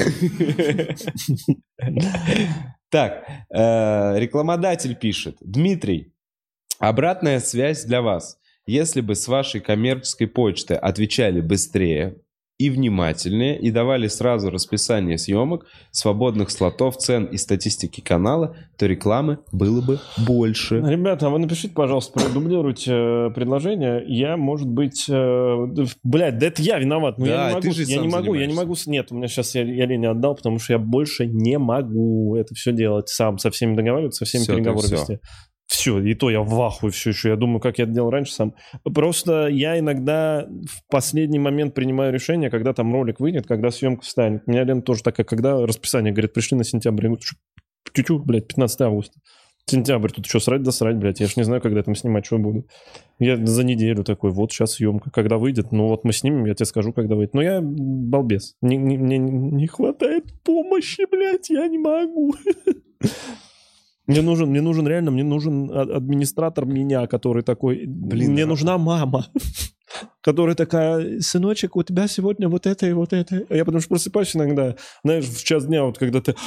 A: Так, рекламодатель пишет. Дмитрий, обратная связь для вас. Если бы с вашей коммерческой почты отвечали быстрее и внимательнее и давали сразу расписание съемок, свободных слотов, цен и статистики канала, то рекламы было бы больше.
B: Ребята, вы напишите, пожалуйста, продублируйте предложение. Я, может быть... Блядь, да это я виноват. Но
A: да,
B: я не могу.
A: Ты же
B: я не могу. Нет, у меня сейчас я Лене отдал, потому что я больше не могу это все делать сам, со всеми договариваться, со всеми переговоры вести. Все, и то я в ахуе все еще. Я думаю, как я это делал раньше сам. Просто я иногда в последний момент принимаю решение, когда там ролик выйдет, когда съемка встанет. У меня Лена тоже такая, когда расписание, говорит, пришли на сентябрь. Я говорю, тю-тю, блядь, 15 августа. Сентябрь, тут что, срать да срать, блядь. Я ж не знаю, когда там снимать, что буду. Я за неделю такой, вот сейчас съемка. Когда выйдет, ну вот мы снимем, я тебе скажу, когда выйдет. Но я балбес. Мне не хватает помощи, блядь, я не могу. Мне нужен администратор меня, который такой, блин, мне нужна мама. Которая такая, сыночек, у тебя сегодня вот это и вот это. А я потому что просыпаюсь иногда, знаешь, в час дня, вот когда ты,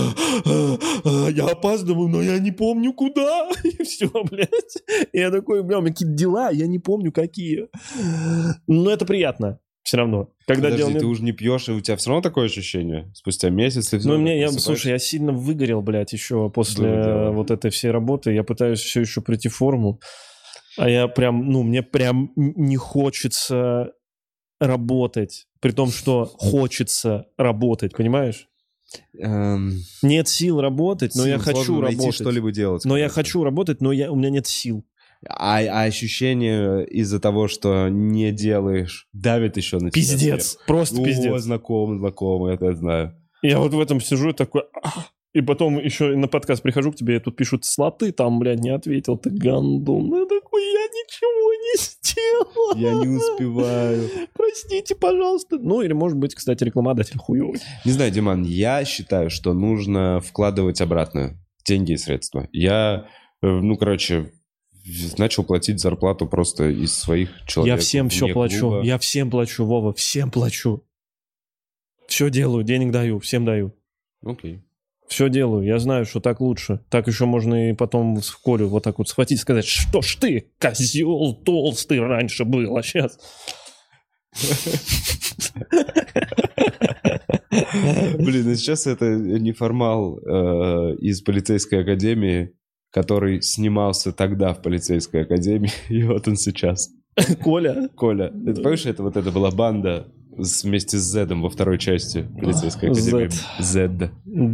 B: я опаздываю, но я не помню куда. И все, блядь. И я такой, бля, у меня какие-то дела, я не помню какие. Но это приятно. Все равно. Когда
A: подожди, ты уже не пьешь, и у тебя все равно такое ощущение? Спустя месяц ты все
B: равно слушай, я сильно выгорел, блядь, еще после вот этой всей работы. Я пытаюсь все еще прийти в форму. А я прям, мне прям не хочется работать. При том, что хочется работать, понимаешь? Нет сил работать, но я хочу работать.
A: Найти что-либо делать.
B: Но я хочу работать, но у меня нет сил.
A: А ощущение из-за того, что не делаешь, давит еще на тебя.
B: Пиздец, просто пиздец.
A: Знакомый, это я знаю.
B: Я вот в этом сижу и такой... И потом еще на подкаст прихожу к тебе, и тут пишут слоты, там, блядь, не ответил, ты гандон. Я такой, я ничего не сделал.
A: Я не успеваю.
B: Простите, пожалуйста. Ну, или, может быть, кстати, рекламодатель хуёвый.
A: Не знаю, Диман, я считаю, что нужно вкладывать обратно деньги и средства. Я, начал платить зарплату просто из своих человек.
B: Я всем все плачу. Я всем плачу, Вова, всем плачу. Все делаю, денег даю, всем даю.
A: Окей.
B: Все делаю, я знаю, что так лучше. Так еще можно и потом в Колю вот так вот схватить и сказать, что ж ты, козел толстый, раньше был, а сейчас...
A: Блин, а сейчас это неформал из полицейской академии, который снимался тогда в полицейской академии, и вот он сейчас.
B: Коля?
A: Коля. Ты помнишь, это была банда вместе с Зедом во второй части полицейской академии? Зед.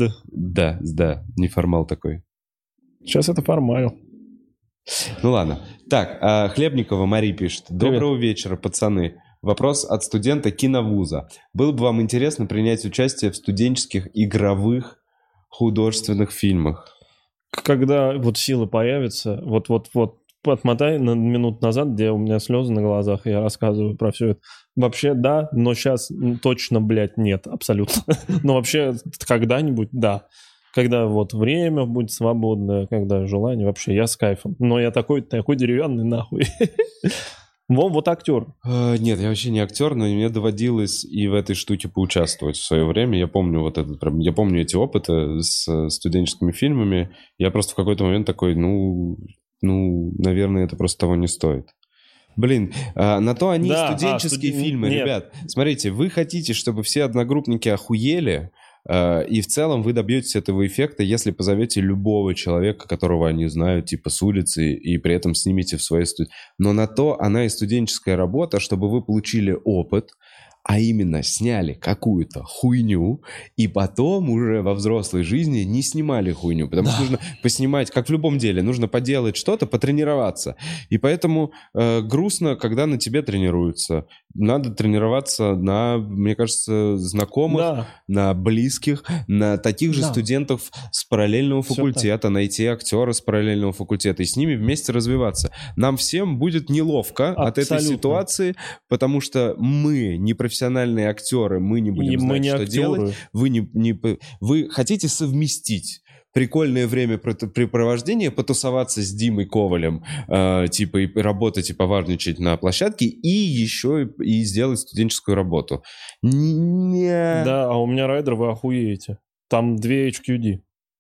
A: Да, неформал такой.
B: Сейчас это формал.
A: Ну ладно. Так, Хлебникова Мари пишет. Доброго вечера, пацаны. Вопрос от студента киновуза. Было бы вам интересно принять участие в студенческих игровых художественных фильмах?
B: Когда вот силы появятся, вот отмотай на минут назад, где у меня слезы на глазах, и я рассказываю про все это. Вообще, да, но сейчас точно, блядь, нет, абсолютно. Но вообще, когда-нибудь, да. Когда вот время будет свободное, когда желание, вообще, я с кайфом. Но я такой деревянный, нахуй. Вот актер.
A: Нет, я вообще не актер, но мне доводилось и в этой штуке поучаствовать в свое время. Я помню я помню эти опыты с студенческими фильмами. Я просто в какой-то момент такой, наверное, это просто того не стоит. Блин, на то они студенческие фильмы, нет. Ребят. Смотрите, вы хотите, чтобы все одногруппники охуели, и в целом вы добьетесь этого эффекта, если позовете любого человека, которого они знают, типа с улицы, и при этом снимите в своей студии. Но на то она и студенческая работа, чтобы вы получили опыт, а именно сняли какую-то хуйню, и потом уже во взрослой жизни не снимали хуйню. Потому что нужно поснимать, как в любом деле, нужно поделать что-то, потренироваться. И поэтому грустно, когда на тебе тренируются. Надо тренироваться на, мне кажется, знакомых, на близких, на таких же студентов с параллельного факультета, найти актера с параллельного факультета и с ними вместе развиваться. Нам всем будет неловко от этой ситуации, потому что мы не профессиональные актеры, мы не будем знать, что делать. Вы хотите совместить прикольное времяпрепровождение, потусоваться с Димой Ковалем, и работать, и поважничать на площадке, и еще и сделать студенческую работу.
B: Да, а у меня райдер, вы охуеете. Там 2 HQD.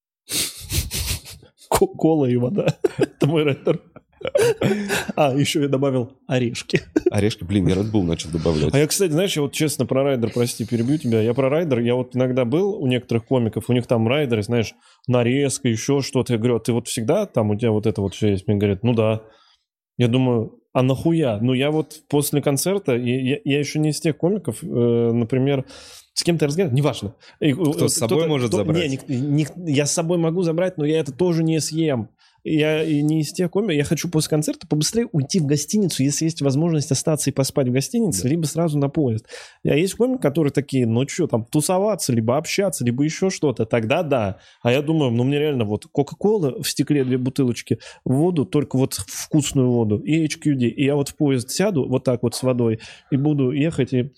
B: Кола и вода. Это мой райдер. Еще я добавил орешки.
A: Орешки? Блин, я Red Bull начал добавлять.
B: А я, кстати, знаешь, я вот честно про райдер, прости, перебью тебя. Я про райдер, я вот иногда был у некоторых комиков, у них там райдеры, знаешь, нарезка, еще что-то. Я говорю, ты вот всегда там, у тебя вот это вот все есть? Мне говорят, ну да. Я думаю, а нахуя? Ну я вот после концерта, я еще не из тех комиков, например, с кем-то разговаривать, неважно.
A: Кто с собой может забрать?
B: Я с собой могу забрать, но я это тоже не съем. Я не из тех комиков, я хочу после концерта побыстрее уйти в гостиницу, если есть возможность остаться и поспать в гостинице, либо сразу на поезд. А есть комики, которые такие, ну что, там, тусоваться, либо общаться, либо еще что-то, тогда да. А я думаю, ну мне реально вот Кока-Кола в стекле 2 бутылочки, воду, только вот вкусную воду, и HQD. И я вот в поезд сяду вот так вот с водой, и буду ехать, и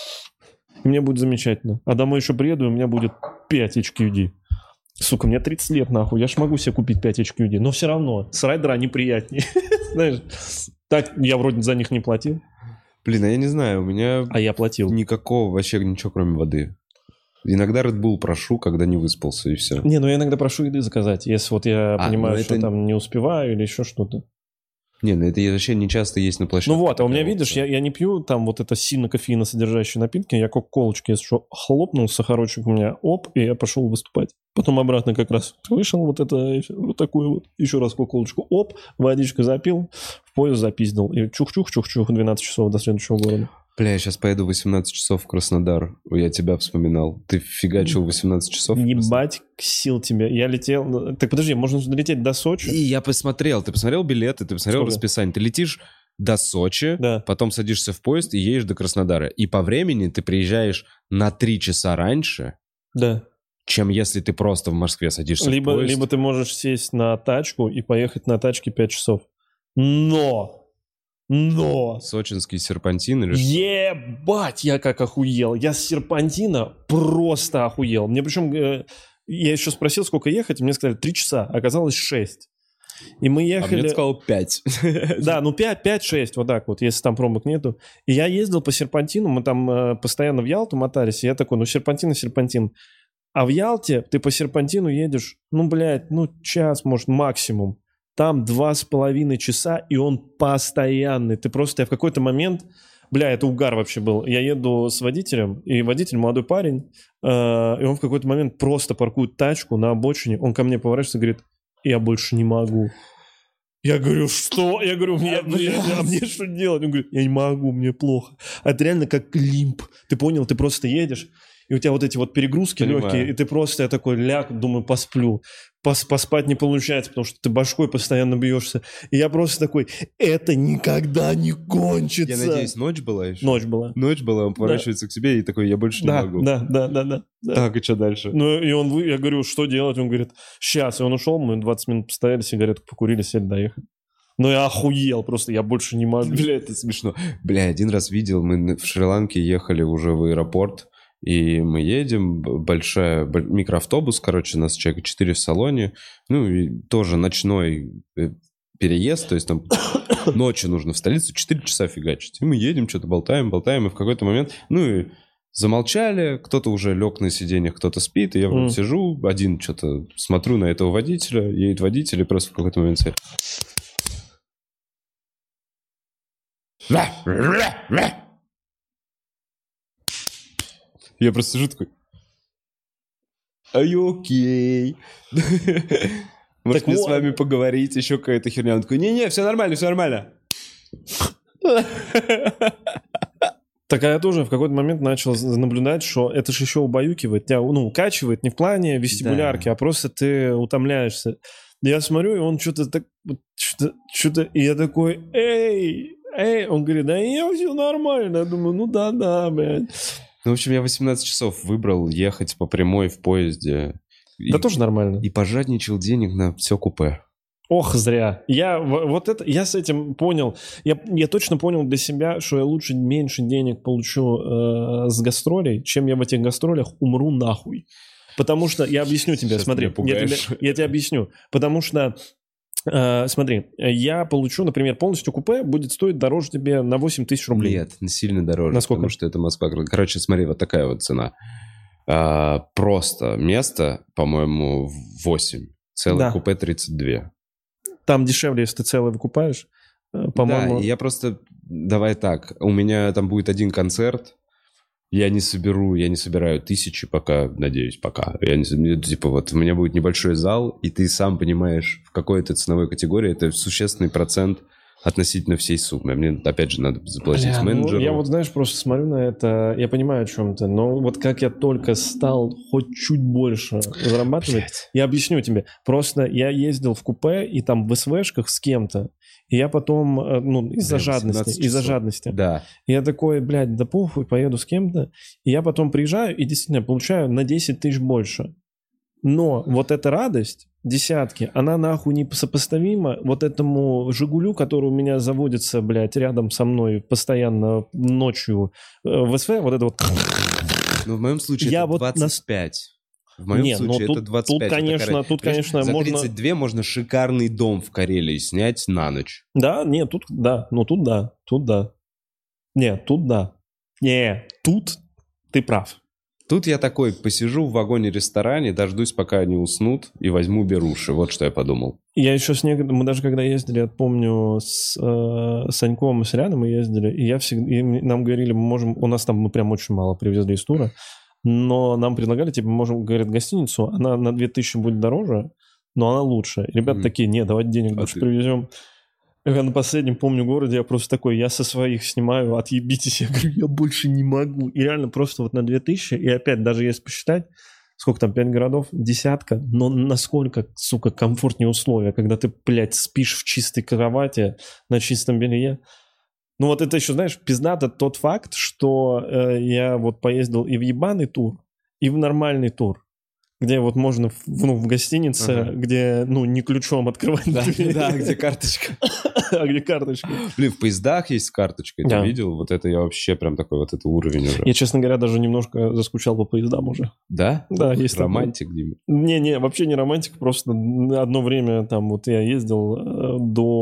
B: мне будет замечательно. А домой еще приеду, и у меня будет 5 HQD. Сука, мне 30 лет, нахуй. Я ж могу себе купить 5 HQD. Но все равно, с райдера неприятнее. Знаешь, так я вроде за них не платил.
A: Блин, а я не знаю, у меня...
B: А я платил.
A: Никакого, вообще ничего, кроме воды. Иногда Red Bull прошу, когда не выспался, и все.
B: Не, ну я иногда прошу еды заказать. Если вот я понимаю, что там не успеваю или еще что-то.
A: Не, ну это вообще не часто есть на площадке.
B: Ну вот, а у меня, видишь, я не пью там вот это сильно кофеиносодержащие напитки, я кока-колочки, если что, хлопнул, сахарочек у меня, оп, и я пошел выступать. Потом обратно как раз вышел вот это, вот такую вот, еще раз кока-колочку, оп, водичку запил, в поезд запиздил, и чух-чух-чух-чух, 12 часов до следующего города.
A: Бля, я сейчас поеду 18 часов в Краснодар. Я тебя вспоминал. Ты фигачил 18 часов?
B: Ебать сил тебе. Я летел... Так подожди, можно долететь до Сочи?
A: И я посмотрел. Ты посмотрел билеты, ты посмотрел расписание. Ты летишь до Сочи, потом садишься в поезд и едешь до Краснодара. И по времени ты приезжаешь на 3 часа раньше, чем если ты просто в Москве садишься в поезд.
B: Либо ты можешь сесть на тачку и поехать на тачке 5 часов. Но...
A: Сочинский серпантин или что?
B: Ебать, я как охуел. Я с серпантина просто охуел. Мне причем... Я еще спросил, сколько ехать, и мне сказали 3 часа. Оказалось 6. И мы ехали...
A: А мне сказал 5.
B: Да, ну 5-6, вот так вот, если там промок нету. И я ездил по серпантину, мы там постоянно в Ялту мотались, и я такой, ну серпантин и серпантин. А в Ялте ты по серпантину едешь, ну, блядь, ну час, может, максимум. Там 2,5 часа, и он постоянный. Ты просто, я в какой-то момент... Бля, это угар вообще был. Я еду с водителем, и водитель молодой парень, и он в какой-то момент просто паркует тачку на обочине, он ко мне поворачивается и говорит, я больше не могу. Я говорю, что? Я говорю, а мне что делать? Он говорит, я не могу, мне плохо. А это реально как лимб. Ты понял? Ты просто едешь, и у тебя вот эти вот перегрузки легкие, и ты просто, я такой ляг, думаю, посплю. Поспать не получается, потому что ты башкой постоянно бьешься. И я просто такой, это никогда не кончится.
A: Я надеюсь, ночь была еще?
B: Ночь была.
A: Ночь была, он поворачивается к себе и такой, я больше не могу.
B: Да.
A: Так, и что дальше?
B: Ну, и я говорю, что делать? Он говорит, сейчас. И он ушел, мы 20 минут постояли, сигаретку покурили, сели, доехали. Ну, я охуел просто, я больше не могу.
A: Бля, это смешно. Бля, один раз видел, мы в Шри-Ланке ехали уже в аэропорт, и мы едем, большой микроавтобус, короче, нас человека 4 в салоне, ну, и тоже ночной переезд, то есть там ночью нужно в столицу 4 часа фигачить. И мы едем, что-то болтаем, и в какой-то момент, ну, и замолчали, кто-то уже лег на сиденьях, кто-то спит, и я вроде сижу, один что-то смотрю на этого водителя, едет водитель, и просто в какой-то момент говорит... Я просто сижу такой... Are you okay? Может, мне с вами поговорить, еще какая-то херня. Он такой, не-не, все нормально, все нормально.
B: Так а я тоже в какой-то момент начал наблюдать, что это же еще убаюкивает, тебя, ну, укачивает не в плане вестибулярки, а просто ты утомляешься. Я смотрю, и он что-то так... Что-то... И я такой, эй, он говорит, да я все нормально. Я думаю, ну да, блядь.
A: Ну, в общем, я 18 часов выбрал ехать по прямой в поезде.
B: Да тоже нормально.
A: И пожадничал денег на все купе.
B: Ох, зря. Я с этим понял. Я точно понял для себя, что я лучше меньше денег получу с гастролей, чем я в этих гастролях умру нахуй. Потому что, я объясню тебе, смотри, я тебе объясню. Потому что, смотри, я получу, например, полностью купе будет стоить дороже тебе на 8 тысяч рублей.
A: Нет, сильно дороже.
B: Насколько?
A: Потому что это Москва. Короче, смотри, вот такая вот цена. Просто место, по-моему, 8. Целое купе 32.
B: Там дешевле, если ты целое выкупаешь, по-моему.
A: Да, я просто... Давай так, у меня там будет один концерт, я не собираю 1000 пока, надеюсь, пока. Типа вот у меня будет небольшой зал, и ты сам понимаешь, в какой-то ценовой категории это существенный процент относительно всей суммы. Мне, опять же, надо заплатить менеджеру.
B: Я вот, знаешь, просто смотрю на это, я понимаю, о чем ты, но вот как я только стал хоть чуть больше зарабатывать, я объясню тебе. Просто я ездил в купе и там в СВшках с кем-то, и я потом, из-за жадности.
A: Да.
B: Я такой, блядь, да похуй, поеду с кем-то, и я потом приезжаю и действительно получаю на 10 тысяч больше. Но вот эта радость, десятки, она нахуй не сопоставима вот этому «Жигулю», который у меня заводится, блядь, рядом со мной постоянно ночью в СВ, вот это вот...
A: Ну, в моем случае
B: я
A: это
B: вот
A: 25. В моем случае это 25.
B: Тут, конечно,
A: за
B: можно...
A: 32 можно шикарный дом в Карелии снять на ночь.
B: Да, нет, тут да. Нет, тут ты прав.
A: Тут я такой посижу в вагоне-ресторане, дождусь, пока они уснут, и возьму беруши. Вот что я подумал.
B: Я еще мы даже когда ездили, я помню, с Саньком и с Рядом мы ездили, и нам говорили, у нас там мы прям очень мало привезли из тура, но нам предлагали, типа, мы можем, говорят, гостиницу, она на 2000 будет дороже, но она лучше. И ребята такие, не, давайте денег больше привезем. Я на последнем, помню, городе, я просто такой, я со своих снимаю, отъебитесь, я говорю, я больше не могу. И реально просто вот на 2000, и опять, даже если посчитать, сколько там, 5 городов, десятка, но насколько, сука, комфортнее условия, когда ты, блядь, спишь в чистой кровати, на чистом белье. Ну вот это еще, знаешь, пиздато тот факт, что я вот поездил и в ебаный тур, и в нормальный тур. Где вот можно в гостинице, где, не ключом открывать дверь.
A: Да, где карточка.
B: А где карточка?
A: Блин, в поездах есть карточка, ты видел? Вот это я вообще прям такой вот это уровень уже.
B: Я, честно говоря, даже немножко заскучал по поездам уже.
A: Да?
B: Да, есть такой.
A: Романтик, Дима?
B: Не, вообще не романтик, просто одно время там вот я ездил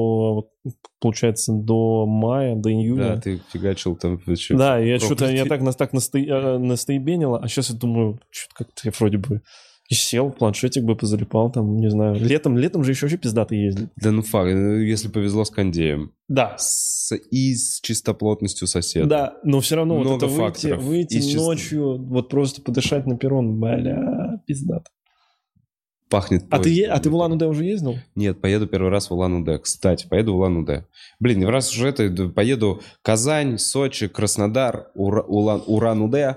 B: до мая, до июня.
A: Да, ты фигачил там.
B: Да, я так настоебенило, а сейчас я думаю, что-то как-то я вроде бы и сел, планшетик бы позалипал, там, не знаю. Летом же еще вообще пиздато ездить.
A: Да ну факт, если повезло с кондеем.
B: Да.
A: И с чистоплотностью соседа.
B: Да, но все равно
A: много
B: вот это выйти ночью, вот просто подышать на перрон, бля, пиздато.
A: Пахнет
B: поезд. А ты в Улан-Удэ уже ездил?
A: Нет, поеду первый раз в Улан-Удэ. Кстати, поеду в Улан-Удэ. Блин, раз уже поеду Казань, Сочи, Краснодар, Уран-Удэ,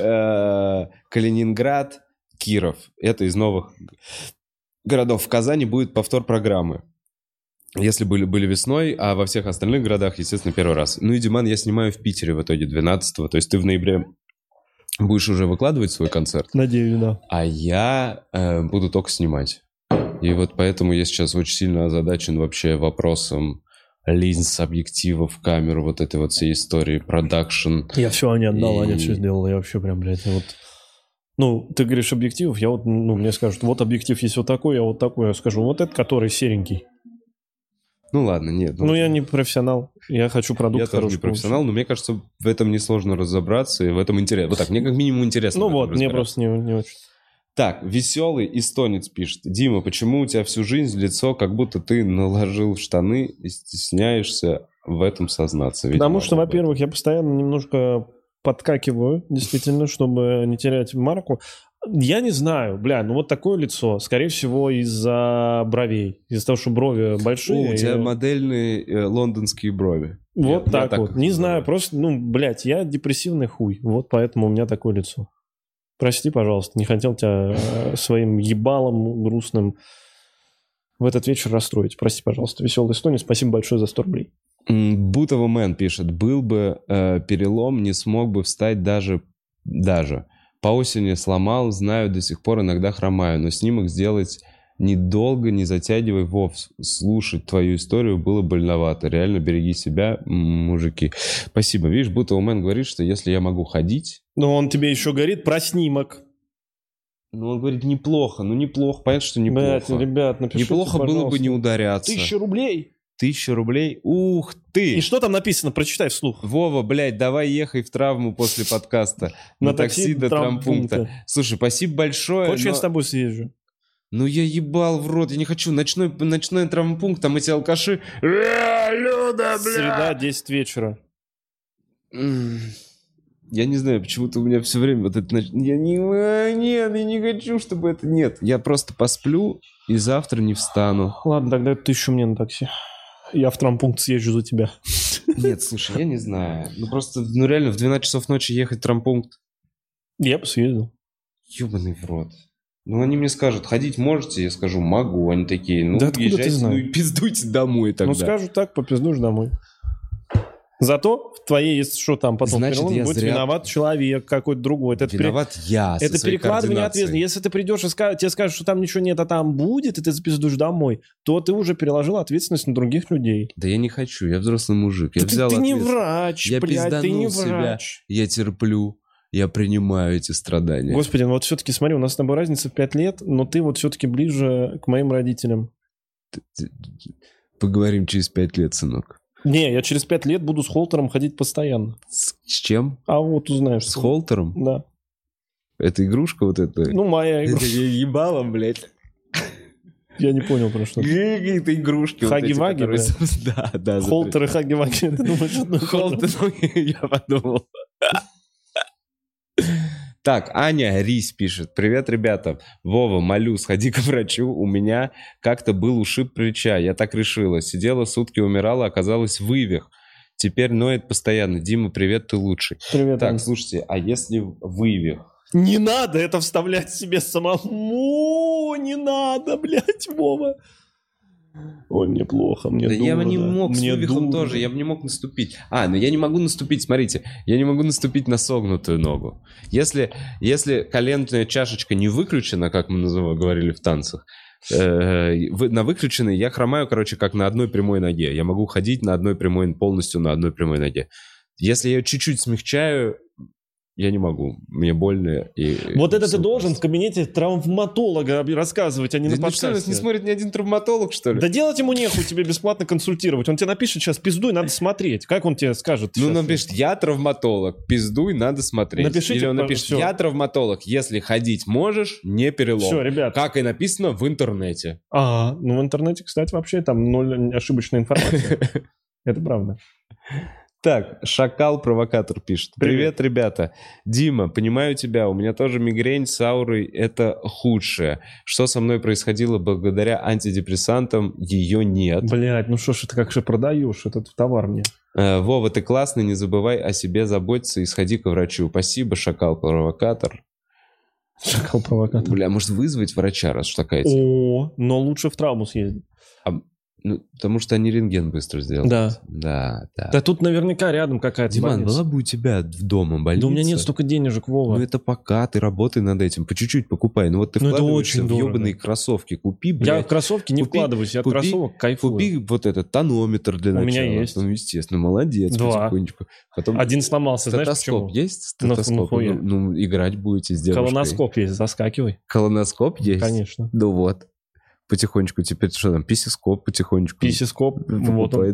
A: Калининград, Киров. Это из новых городов. В Казани будет повтор программы. Если были весной, а во всех остальных городах, естественно, первый раз. Ну и, Диман, я снимаю в Питере в итоге 12-го. То есть ты в ноябре будешь уже выкладывать свой концерт.
B: Надеюсь, да.
A: А я буду только снимать. И вот поэтому я сейчас очень сильно озадачен вообще вопросом линз, объективов, камеру, вот этой вот всей истории, продакшн.
B: Я все Ане отдал, Аня все сделала. Я вообще прям, блядь, вот... Ну, ты говоришь объективов, я вот, мне скажут, вот объектив есть вот такой, я вот такой, я скажу, вот этот, который серенький.
A: Ну ладно, нет.
B: Ну, я не профессионал, я хочу продукт хороший.
A: Я тоже не профессионал, но мне кажется, в этом несложно разобраться, и в этом интересно. Вот так, мне как минимум интересно.
B: Ну вот, мне просто не очень.
A: Так, веселый эстонец пишет. Дима, почему у тебя всю жизнь лицо, как будто ты наложил в штаны и стесняешься в этом сознаться?
B: Потому что, во-первых, я постоянно немножко подкакиваю, действительно, чтобы не терять марку. Я не знаю, вот такое лицо, скорее всего, из-за бровей. Из-за того, что брови большие.
A: У тебя модельные лондонские брови.
B: Вот так вот. Не знаю, просто, я депрессивный хуй. Вот поэтому у меня такое лицо. Прости, пожалуйста, не хотел тебя своим ебалом грустным в этот вечер расстроить. Прости, пожалуйста, веселый эстонец. Спасибо большое за 100 рублей.
A: Бутово Мэн пишет. Был бы перелом, не смог бы встать даже. По осени сломал, знаю, до сих пор иногда хромаю, но снимок сделать недолго, не затягивай, Вов. Слушать твою историю было больновато. Реально береги себя, мужики. Спасибо. Видишь, Бутово Мэн говорит, что если я могу ходить...
B: Но он тебе еще говорит про снимок.
A: Ну, он говорит, неплохо. Понятно, что неплохо.
B: Блядь, ребят, напишите,
A: неплохо было бы не ударяться.
B: 1000 рублей?
A: 1000 рублей? Ух ты!
B: И что там написано? Прочитай вслух.
A: Вова, блядь, давай ехай в травму после подкаста. На такси до травмпункта. Слушай, спасибо большое.
B: Хочешь, я с тобой съезжу?
A: Ну, я ебал в рот, я не хочу. Ночной травмпункт, там эти алкаши. Люда, бля!
B: Среда, 10 вечера.
A: Я не знаю, почему-то у меня все время вот это... Нет, я не хочу, чтобы это... Нет, я просто посплю и завтра не встану.
B: Ладно, тогда 1000 мне на такси. Я в травмпункт съезжу за тебя.
A: Нет, слушай, я не знаю. Просто, реально, в 12 часов ночи ехать в травмпункт.
B: Я бы съездил.
A: Ёбаный в рот. Они мне скажут, ходить можете? Я скажу, могу. Они такие,
B: да езжайте,
A: и пиздуйте домой тогда.
B: Скажут так, попиздуешь домой. Зато в твоей, если что, там потом будет виноват человек какой-то другой.
A: Виноват я со
B: это
A: своей
B: перекладывание ответственности. Если ты придешь и тебе скажут, что там ничего нет, а там будет, и ты запиздуешь домой, то ты уже переложил ответственность на других людей.
A: Да я не хочу, я взрослый мужик. Я взял
B: ты не врач,
A: я
B: блядь, ты не
A: себя,
B: врач.
A: Я терплю, я принимаю эти страдания.
B: Господи, вот все-таки смотри, у нас с тобой разница в 5 лет, но ты вот все-таки ближе к моим родителям.
A: Поговорим через 5 лет, сынок.
B: Не, я через 5 лет буду с холтером ходить постоянно.
A: С чем?
B: А вот узнаешь.
A: С холтером?
B: Да.
A: Это игрушка вот эта?
B: Моя игрушка.
A: Это ебалом, блядь.
B: Я не понял, про что.
A: Какие-то игрушки.
B: Хаги-ваги,
A: блядь? Да.
B: Холтеры, хаги-ваги. Ты думаешь, одно
A: холтеры? Я подумал. Так, Аня Рись пишет. Привет, ребята. Вова, молю, сходи к врачу. У меня как-то был ушиб плеча. Я так решила. Сидела сутки, умирала, оказалось вывих. Теперь ноет постоянно. Дима, привет, ты лучший.
B: Привет,
A: так,
B: Аня.
A: Слушайте, а если вывих?
B: Не надо это вставлять себе самому. Не надо, блядь, Вова. Ой, мне плохо, мне дурно.
A: Я не мог
B: мне
A: с вывихом
B: дурно.
A: тоже, я бы не мог наступить. Но я не могу наступить, смотрите, я не могу наступить на согнутую ногу. Если коленная чашечка не выключена, как мы говорили в танцах, на выключенной я хромаю, как на одной прямой ноге. Я могу ходить полностью на одной прямой ноге. Если я ее чуть-чуть смягчаю, я не могу, мне больно.
B: Вот это ты должен в кабинете травматолога рассказывать, а не на подкасте.
A: Нас не смотрит ни один травматолог, что ли?
B: Да делать ему нехуй тебе бесплатно консультировать. Он тебе напишет сейчас, пиздуй, надо смотреть. Как он тебе скажет?
A: Напишет, я травматолог, пиздуй, надо смотреть.
B: Напишите,
A: или он напишет, я травматолог, если ходить можешь, не перелом.
B: Все, ребят.
A: Как и написано в интернете.
B: В интернете, кстати, вообще там 0 ошибочной информации. Это правда.
A: Так, Шакал-провокатор пишет. Привет, ребята. Дима, понимаю тебя, у меня тоже мигрень с аурой, это худшее. Что со мной происходило благодаря антидепрессантам, ее нет.
B: Блядь, что ж ты как же продаешь этот товар мне?
A: Вова, ты классный, не забывай о себе заботиться и сходи к врачу. Спасибо, Шакал-провокатор.
B: Шакал-провокатор.
A: Бля, может вызвать врача, раз уж такая тема?
B: Но лучше в травму съездить.
A: Потому что они рентген быстро сделают.
B: Да. Да тут наверняка рядом какая-то
A: Диман,
B: больница.
A: была бы у тебя дома больница.
B: Да у меня нет столько денежек, Вова.
A: Это пока, ты работай над этим, по чуть-чуть покупай. Ты вкладываешься в ебаные кроссовки, купи, блядь.
B: Я в кроссовки не вкладываюсь, я от кроссовок кайфую.
A: Купи вот этот тонометр для начала.
B: У меня есть.
A: Естественно, молодец.
B: 2.
A: Потихонечку. Потом
B: один сломался, знаешь почему?
A: Есть? Стетоскоп? Играть будете с девушкой.
B: Колоноскоп есть, заскакивай.
A: Колоноскоп есть?
B: Конечно.
A: Вот. Потихонечку, теперь что там, писископ потихонечку.
B: Писископ,
A: докупай.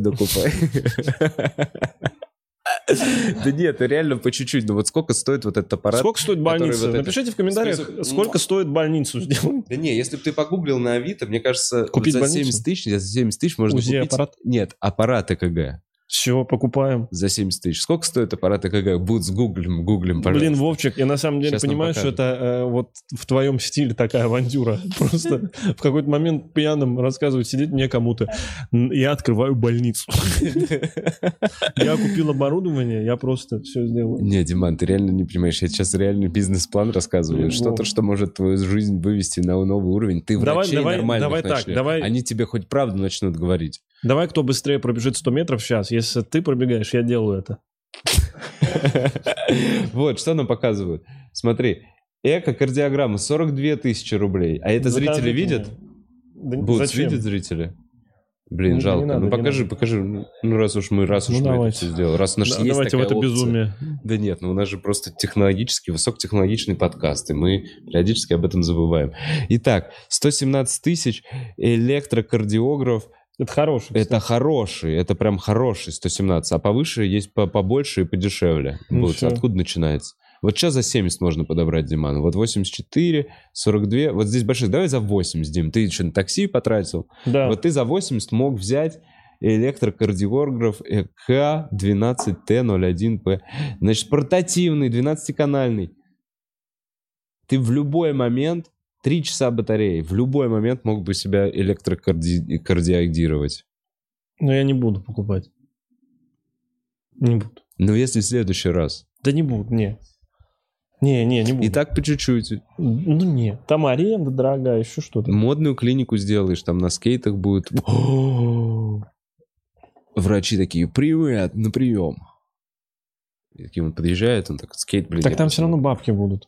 A: Да нет, реально по чуть-чуть. Сколько стоит вот этот аппарат?
B: Сколько стоит больница? Напишите в комментариях, сколько стоит больницу сделать.
A: Да не, если бы ты погуглил на Авито, мне кажется,
B: купить
A: за
B: больницу?
A: 70 тысяч можно
B: УЗИ
A: купить...
B: аппарат?
A: Нет, аппарат ЭКГ.
B: Все, покупаем.
A: За 70 тысяч. Сколько стоит аппарат ЭКГ? Гуглим, пожалуйста.
B: Блин, Вовчик, я на самом деле понимаю, что это вот в твоем стиле такая авантюра. Просто в какой-то момент пьяным рассказывать, сидеть мне кому-то. Я открываю больницу. Я купил оборудование, я просто все сделаю.
A: Не, Диман, ты реально не понимаешь. Я сейчас реальный бизнес-план рассказываю. Что-то, что может твою жизнь вывести на новый уровень. Ты врачей нормальных начнешь. Они тебе хоть правду начнут говорить.
B: Давай, кто быстрее пробежит 100 метров сейчас. Если ты пробегаешь, я делаю это.
A: Вот, что нам показывают. Смотри, экокардиограмма 42 тысячи рублей. А это зрители видят? Будут видеть зрители? Блин, жалко. Покажи. Раз уж мы это все сделали. Раз у нас есть
B: давайте
A: такая
B: в это
A: опция.
B: Безумие.
A: Да нет, у нас же просто высокотехнологичный подкаст, и мы периодически об этом забываем. Итак, 117 тысяч электрокардиограф.
B: Это хороший.
A: Это хороший, это прям хороший 117. А повыше есть побольше и подешевле. Откуда начинается? Вот сейчас за 70 можно подобрать, Диман. Вот 84, 42. Вот здесь большой. Давай за 80, Дим. Ты что, на такси потратил?
B: Да.
A: Вот ты за 80 мог взять электрокардиограф ЭК-12Т01П. Значит, портативный, 12-канальный. Ты в любой момент... 3 часа батареи. В любой момент мог бы себя электрокардиогировать.
B: Но я не буду покупать. Не буду.
A: Ну, если в следующий раз.
B: Да не буду, не. Не буду.
A: И так по чуть-чуть.
B: Ну, не. Там аренда дорогая, еще что-то.
A: Модную клинику сделаешь, там на скейтах будет. Врачи такие, привет, на прием. И такие он подъезжает, он так, скейт, блин.
B: Так там все равно бабки будут.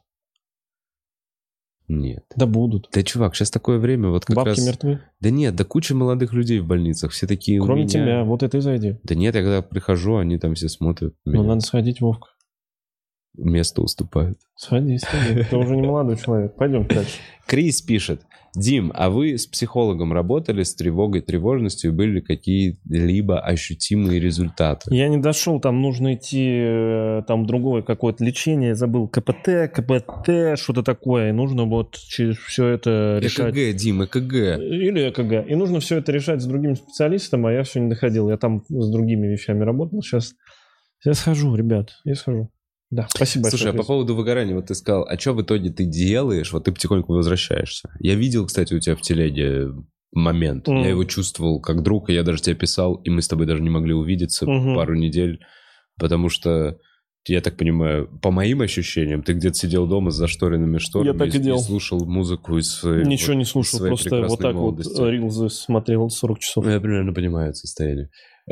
A: Нет.
B: Да будут.
A: Да, чувак, сейчас такое время, вот как
B: бабки
A: раз...
B: мертвы.
A: Да нет, да куча молодых людей в больницах, все такие
B: Кроме тебя, вот и ты зайди.
A: Да нет, я когда прихожу, они там все смотрят.
B: Ну, надо сходить, Вовка.
A: Место уступают.
B: Сходи. Ты уже не молодой человек. Пойдем дальше.
A: Крис пишет. Дим, а вы с психологом работали, с тревогой, тревожностью, и были ли какие-либо ощутимые результаты?
B: Я не дошел, там нужно идти, там другое какое-то лечение, я забыл, КПТ, что-то такое, и нужно вот через все это решать.
A: ЭКГ, Дим, ЭКГ.
B: Или ЭКГ. И нужно все это решать с другим специалистом, а я все не доходил. Я там с другими вещами работал. Сейчас я схожу, ребят, я схожу. Да, спасибо большое.
A: Слушай, а по поводу выгорания, вот ты сказал, а что в итоге ты делаешь? Вот ты потихоньку возвращаешься. Я видел, кстати, у тебя в телеге момент. Я его чувствовал как друг, и я даже тебе писал, и мы с тобой даже не могли увидеться пару недель, потому что, я так понимаю, по моим ощущениям, ты где-то сидел дома с зашторенными шторами и слушал музыку из своей
B: Ничего не слушал, просто вот так молодости. Вот рилзы смотрел 40 часов.
A: Я примерно понимаю это состояние.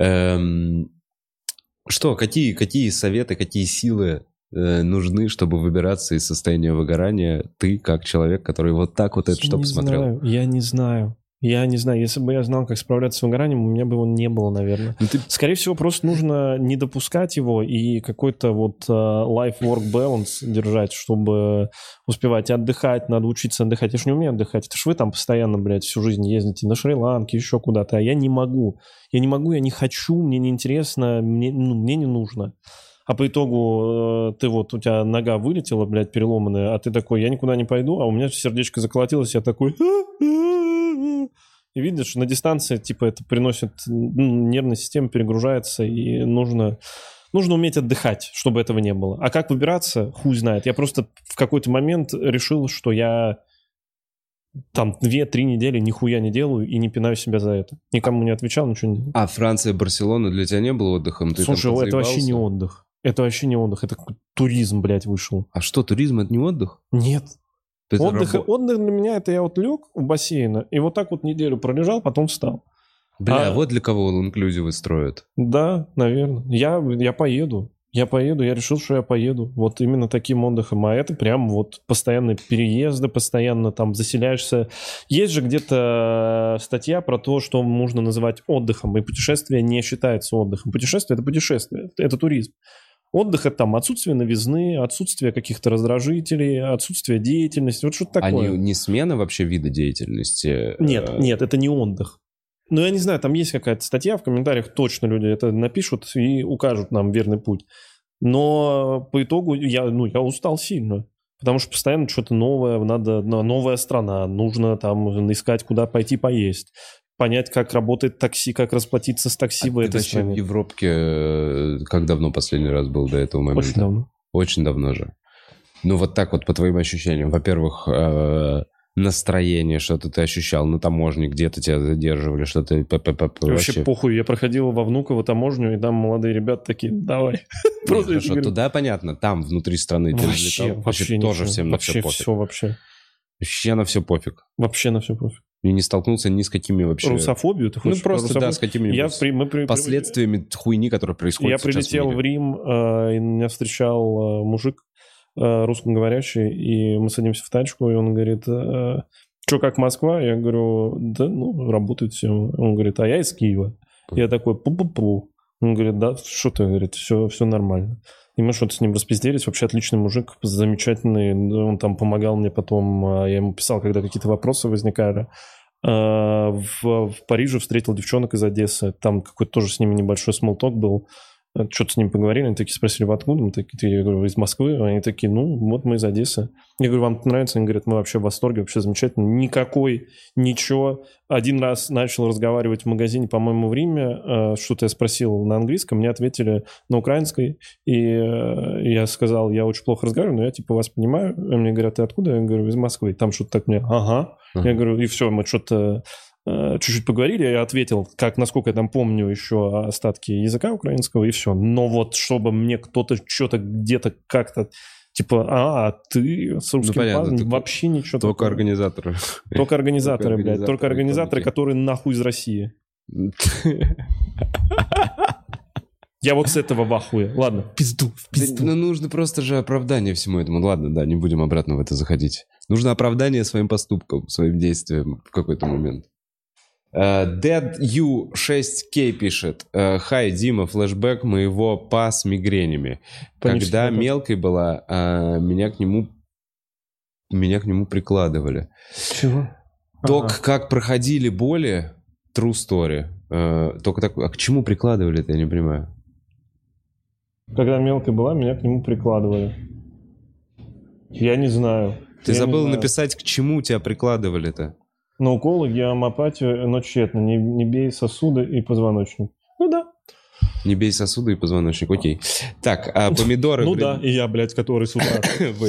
A: Что, какие советы, какие силы нужны, чтобы выбираться из состояния выгорания? Ты, как человек, который вот так вот это что посмотрел?
B: Я не знаю. Если бы я знал, как справляться с выгоранием, у меня бы его не было, наверное. Скорее всего, просто нужно не допускать его и какой-то вот life-work balance держать, чтобы успевать отдыхать, надо учиться отдыхать. Я же не умею отдыхать. Это ж вы там постоянно, блядь, всю жизнь ездите на Шри-Ланке, еще куда-то, а я не могу. Я не хочу, мне неинтересно, мне не нужно. А по итогу ты вот, у тебя нога вылетела, блядь, переломанная, а ты такой, я никуда не пойду, а у меня сердечко заколотилось, я такой... И видишь, на дистанции, типа, это приносит... нервная система перегружается, и нужно уметь отдыхать, чтобы этого не было. А как выбираться, хуй знает. Я просто в какой-то момент решил, что я там 2-3 недели нихуя не делаю и не пинаю себя за это. Никому не отвечал, ничего не делал.
A: А Франция, Барселона для тебя не было отдыхом? Ты
B: Слушай, это вообще не отдых. Это вообще не отдых, это туризм, блядь, вышел.
A: А что, туризм — это не отдых?
B: Нет. Отдых для меня — это я вот лег у бассейна и вот так вот неделю пролежал, потом встал.
A: Бля, вот для кого all-inclusive строят.
B: Да, наверное. Я поеду. Я решил, что я поеду. Вот именно таким отдыхом. А это прям вот постоянные переезды, постоянно там заселяешься. Есть же где-то статья про то, что можно называть отдыхом, и путешествие не считается отдыхом. Путешествие — это путешествие, это туризм. Отдых — это там отсутствие новизны, отсутствие каких-то раздражителей, отсутствие деятельности, вот что-то такое.
A: А не смена вообще вида деятельности?
B: Нет, это не отдых. Ну, я не знаю, там есть какая-то статья, в комментариях точно люди это напишут и укажут нам верный путь. Но по итогу я устал сильно. Потому что постоянно что-то новое, новая страна, нужно там искать, куда пойти поесть. Понять, как работает такси, как расплатиться с такси в этой стране.
A: В Европе как давно последний раз был до этого момента?
B: Очень давно.
A: Очень давно же. Ну, вот так вот, по твоим ощущениям. Во-первых, настроение, что-то ты ощущал на таможне, где-то тебя задерживали, что-то...
B: Вообще похуй. Я проходил во Внуково таможню, и там молодые ребята такие, давай.
A: Просто хорошо, туда понятно, там, внутри страны ты взлетал.
B: Вообще
A: тоже всем на все пофиг. Вообще на все пофиг.
B: Вообще на все пофиг.
A: И не столкнулся ни с какими вообще...
B: Русофобию, ты хочешь?
A: Ну, просто, да, с какими-нибудь последствиями хуйни, которые происходят.
B: Я прилетел в Рим, и меня встречал мужик русскоговорящий, и мы садимся в тачку, и он говорит, что, как Москва? Я говорю, да, работает все. Он говорит, а я из Киева. Я такой, пу-пу-пу. Он говорит, да, что ты, говорит, все нормально. И мы что-то с ним распизделись. Вообще отличный мужик, замечательный. Он там помогал мне потом. Я ему писал, когда какие-то вопросы возникали. В Париже встретил девчонок из Одессы. Там какой-то тоже с ними небольшой смолток был. Что-то с ними поговорили. Они такие спросили, вы откуда? Мы такие, я говорю, из Москвы. Они такие, вот мы из Одессы. Я говорю, вам это нравится? Они говорят, мы вообще в восторге, вообще замечательно. Ничего. Один раз начал разговаривать в магазине, по-моему, в Риме. Что-то я спросил на английском, мне ответили на украинской. И я сказал, я очень плохо разговариваю, но я типа вас понимаю. И мне говорят, ты откуда? Я говорю, из Москвы. Там что-то так мне, ага. Я говорю, и все, мы что-то чуть-чуть поговорили, я ответил, насколько я там помню еще остатки языка украинского, и все. Но вот чтобы мне кто-то что-то где-то как-то типа, ты с русским паспортом, вообще ничего.
A: Только организаторы.
B: Только организаторы, блядь. Только организаторы, которые нахуй из России. Я вот с этого в ахуе. Ладно, в пизду.
A: Ну, нужно просто же оправдание всему этому. Ладно, да, не будем обратно в это заходить. Нужно оправдание своим поступкам, своим действиям в какой-то момент. DeadU6K пишет. Хай, Дима, флешбэк моего па с мигренями. Когда мелкой была, меня к нему прикладывали.
B: Чего?
A: Только как проходили боли, true story. Только так, а к чему прикладывали-то, я не понимаю.
B: Когда мелкой была, меня к нему прикладывали. Я не знаю.
A: Ты забыл написать, к чему тебя прикладывали-то?
B: На уколы, гемопатию, но тщетно. Не бей сосуды и позвоночник. Ну да.
A: Не бей сосуды и позвоночник, окей. Так, а помидоры...
B: Ну да, и я, блядь, который с утра.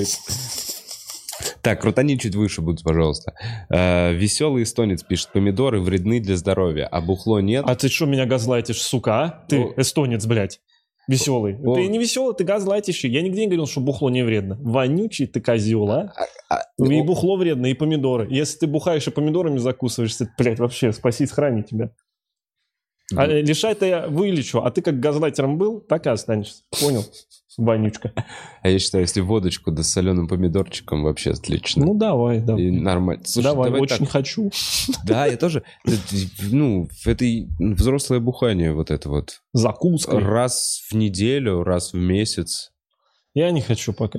A: Так, крутани чуть выше будут, пожалуйста. Веселый эстонец пишет, помидоры вредны для здоровья, а бухло нет.
B: А ты что меня газлайтишь, сука, а? Ты эстонец, блядь. Веселый. Ты не веселый, ты газлайтишь. Я нигде не говорил, что бухло не вредно. Вонючий ты козел, а? И бухло вредно, и помидоры. Если ты бухаешь и помидорами закусываешься, блядь, вообще, спаси, сохрани тебя. А лишай-то я вылечу, а ты как газлайтером был, так и останешься. Понял? Вонючка.
A: А я считаю, если водочку да с соленым помидорчиком, вообще отлично.
B: Ну, давай.
A: И нормально.
B: Слушай, давай очень так. Хочу.
A: Да, я тоже. Ну, это взрослое бухание вот это вот.
B: Закуска.
A: Раз в неделю, раз в месяц.
B: Я не хочу пока.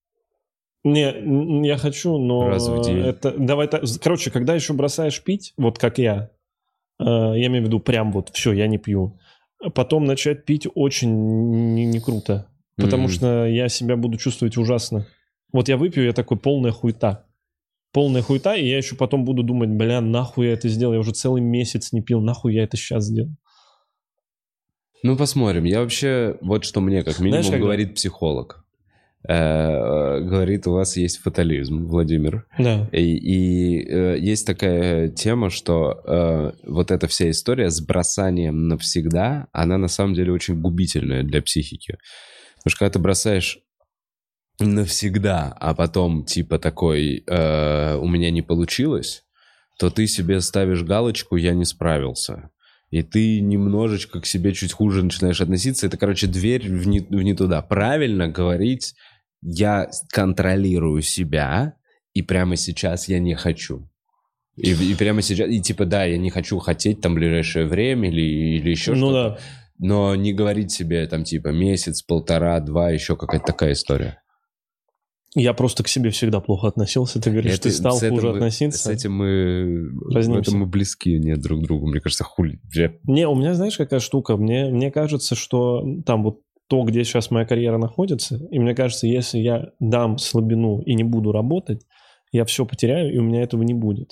B: Не, я хочу, но...
A: Раз в день.
B: Короче, когда еще бросаешь пить, вот как я имею в виду прям вот все, я не пью. Потом начать пить очень не круто. Потому что я себя буду чувствовать ужасно. Вот я выпью, я такой полная хуета. Полная хуета, и я еще потом буду думать, бля, нахуй я это сделал? Я уже целый месяц не пил, нахуй я это сейчас сделал?
A: Ну, посмотрим. Я вообще, вот что мне как минимум говорит психолог. Говорит, у вас есть фатализм, Владимир.
B: Да.
A: И есть такая тема, что вот эта вся история с бросанием навсегда, она на самом деле очень губительная для психики. Потому что когда ты бросаешь навсегда, а потом типа такой «у меня не получилось», то ты себе ставишь галочку «я не справился». И ты немножечко к себе чуть хуже начинаешь относиться. Это, короче, дверь в не туда. Правильно говорить «я контролирую себя, и прямо сейчас я не хочу». И прямо сейчас... И типа, да, я не хочу хотеть там в ближайшее время или еще что-то.
B: Да.
A: Но не говорить себе там типа месяц, полтора, два, еще какая-то такая история.
B: Я просто к себе всегда плохо относился. Ты говоришь, ты стал хуже относиться.
A: С этим мы близки не друг к другу. Мне кажется, хули.
B: У меня, знаешь, какая штука? Мне кажется, что там вот то, где сейчас моя карьера находится, и мне кажется, если я дам слабину и не буду работать, я все потеряю, и у меня этого не будет.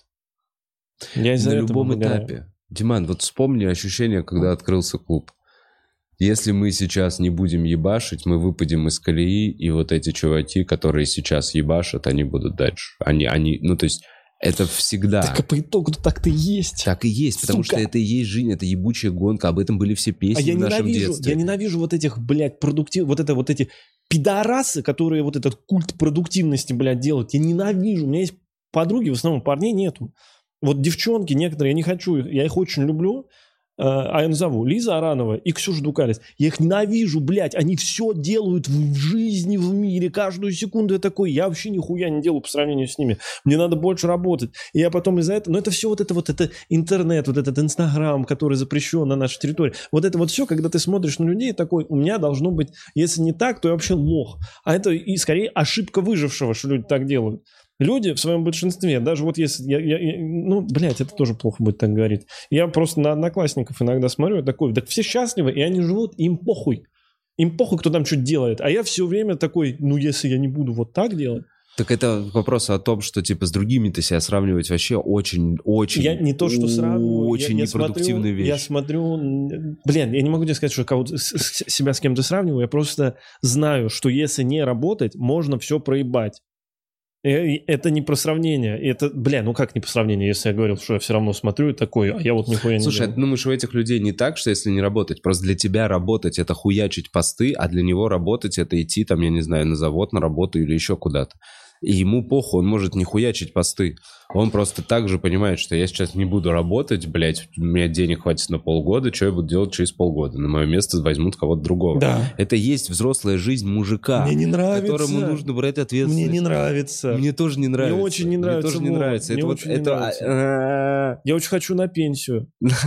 B: Я из-за этого
A: любом этапе. Диман, вот вспомни ощущение, когда открылся клуб. Если мы сейчас не будем ебашить, мы выпадем из колеи, и вот эти чуваки, которые сейчас ебашат, они будут дальше. Они, ну, то есть, это всегда...
B: Так по итогу так-то и есть.
A: Так и есть, потому что это и есть жизнь, это ебучая гонка, об этом были все песни в нашем детстве.
B: Я ненавижу вот этих, блядь, вот эти пидорасы, которые вот этот культ продуктивности, блядь, делают. Я ненавижу. У меня есть подруги, в основном парней нету. Вот девчонки некоторые, я не хочу их, я их очень люблю. А я назову Лиза Аранова и Ксюша Дукалис. Я их ненавижу, блядь. Они все делают в жизни, в мире. Каждую секунду я такой, я вообще нихуя не делаю по сравнению с ними. Мне надо больше работать. И я потом из-за этого... Но это все вот это интернет, вот этот Инстаграм, который запрещен на нашей территории. Вот это вот все, когда ты смотришь на людей, такой, у меня должно быть... Если не так, то я вообще лох. А это и скорее ошибка выжившего, что люди так делают. Люди в своем большинстве, даже вот если... ну, блядь, это тоже плохо будет так говорить. Я просто на одноклассников иногда смотрю, я такой, так все счастливы, и они живут, им похуй. Им похуй, кто там что-то делает. А я все время такой, ну, если я не буду вот так делать...
A: Так это вопрос о том, что, типа, с другими-то себя сравнивать вообще очень-очень...
B: Я не то, что сравниваю.
A: Очень непродуктивная вещь.
B: Я смотрю... Блин, я не могу тебе сказать, что себя с кем-то сравниваю. Я просто знаю, что если не работать, можно все проебать. Это не про сравнение. Это, ну как не про сравнение, если я говорил, что я все равно смотрю и такой, а я вот нихуя не
A: Слушай,
B: делаю.
A: а ты думаешь, у этих людей не так, что если не работать, просто для тебя работать — это хуячить посты, а для него работать — это идти там, я не знаю, на завод, на работу или еще куда-то. И ему похуй, он может не хуячить посты. Он просто так же понимает, что я сейчас не буду работать, блядь, у меня денег хватит на полгода, что я буду делать через полгода? На мое место возьмут кого-то другого.
B: Да.
A: Это есть взрослая жизнь мужика,
B: мне не нравится.
A: Которому нужно брать ответственность.
B: Мне не нравится.
A: Мне тоже не нравится.
B: Мне очень не нравится.
A: Мне тоже не нравится.
B: Мне очень не нравится. Я очень хочу на пенсию.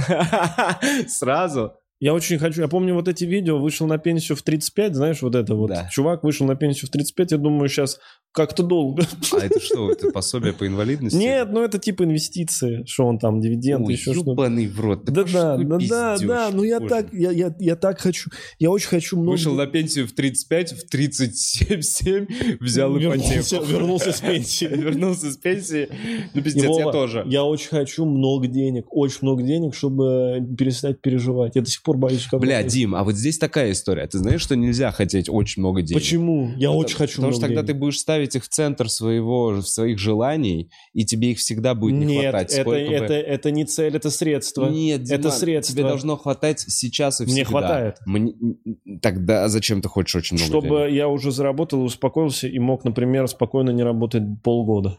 A: Сразу?
B: Я очень хочу. Я помню вот эти видео, вышел на пенсию в 35, знаешь, вот это вот. Да. Чувак вышел на пенсию в 35, я думаю, сейчас как-то долго.
A: А это что, это пособие по инвалидности?
B: Нет, ну это типа инвестиции, что он там, дивиденды, еще что-то.
A: Ебаный в рот.
B: Да, ну я так хочу, я очень хочу много...
A: Вышел на пенсию в 35, в 37 взял ипотеку.
B: Вернулся с пенсии.
A: Вернулся с пенсии. Ну, пиздец, я тоже.
B: Я очень хочу много денег, чтобы перестать переживать. Я до сих пор боюсь.
A: Бля, Дим, а вот здесь такая история. Ты знаешь, что нельзя хотеть очень много денег?
B: Почему? Я очень хочу много денег.
A: Потому что тогда ты будешь ставить их в центр своих желаний, и тебе их всегда будет не хватать.
B: Это не цель, это средство.
A: Нет, Дима,
B: это средство.
A: Тебе должно хватать сейчас и всегда.
B: Мне хватает.
A: Тогда зачем ты хочешь очень много денег?
B: Чтобы я уже заработал, успокоился и мог, например, спокойно не работать полгода.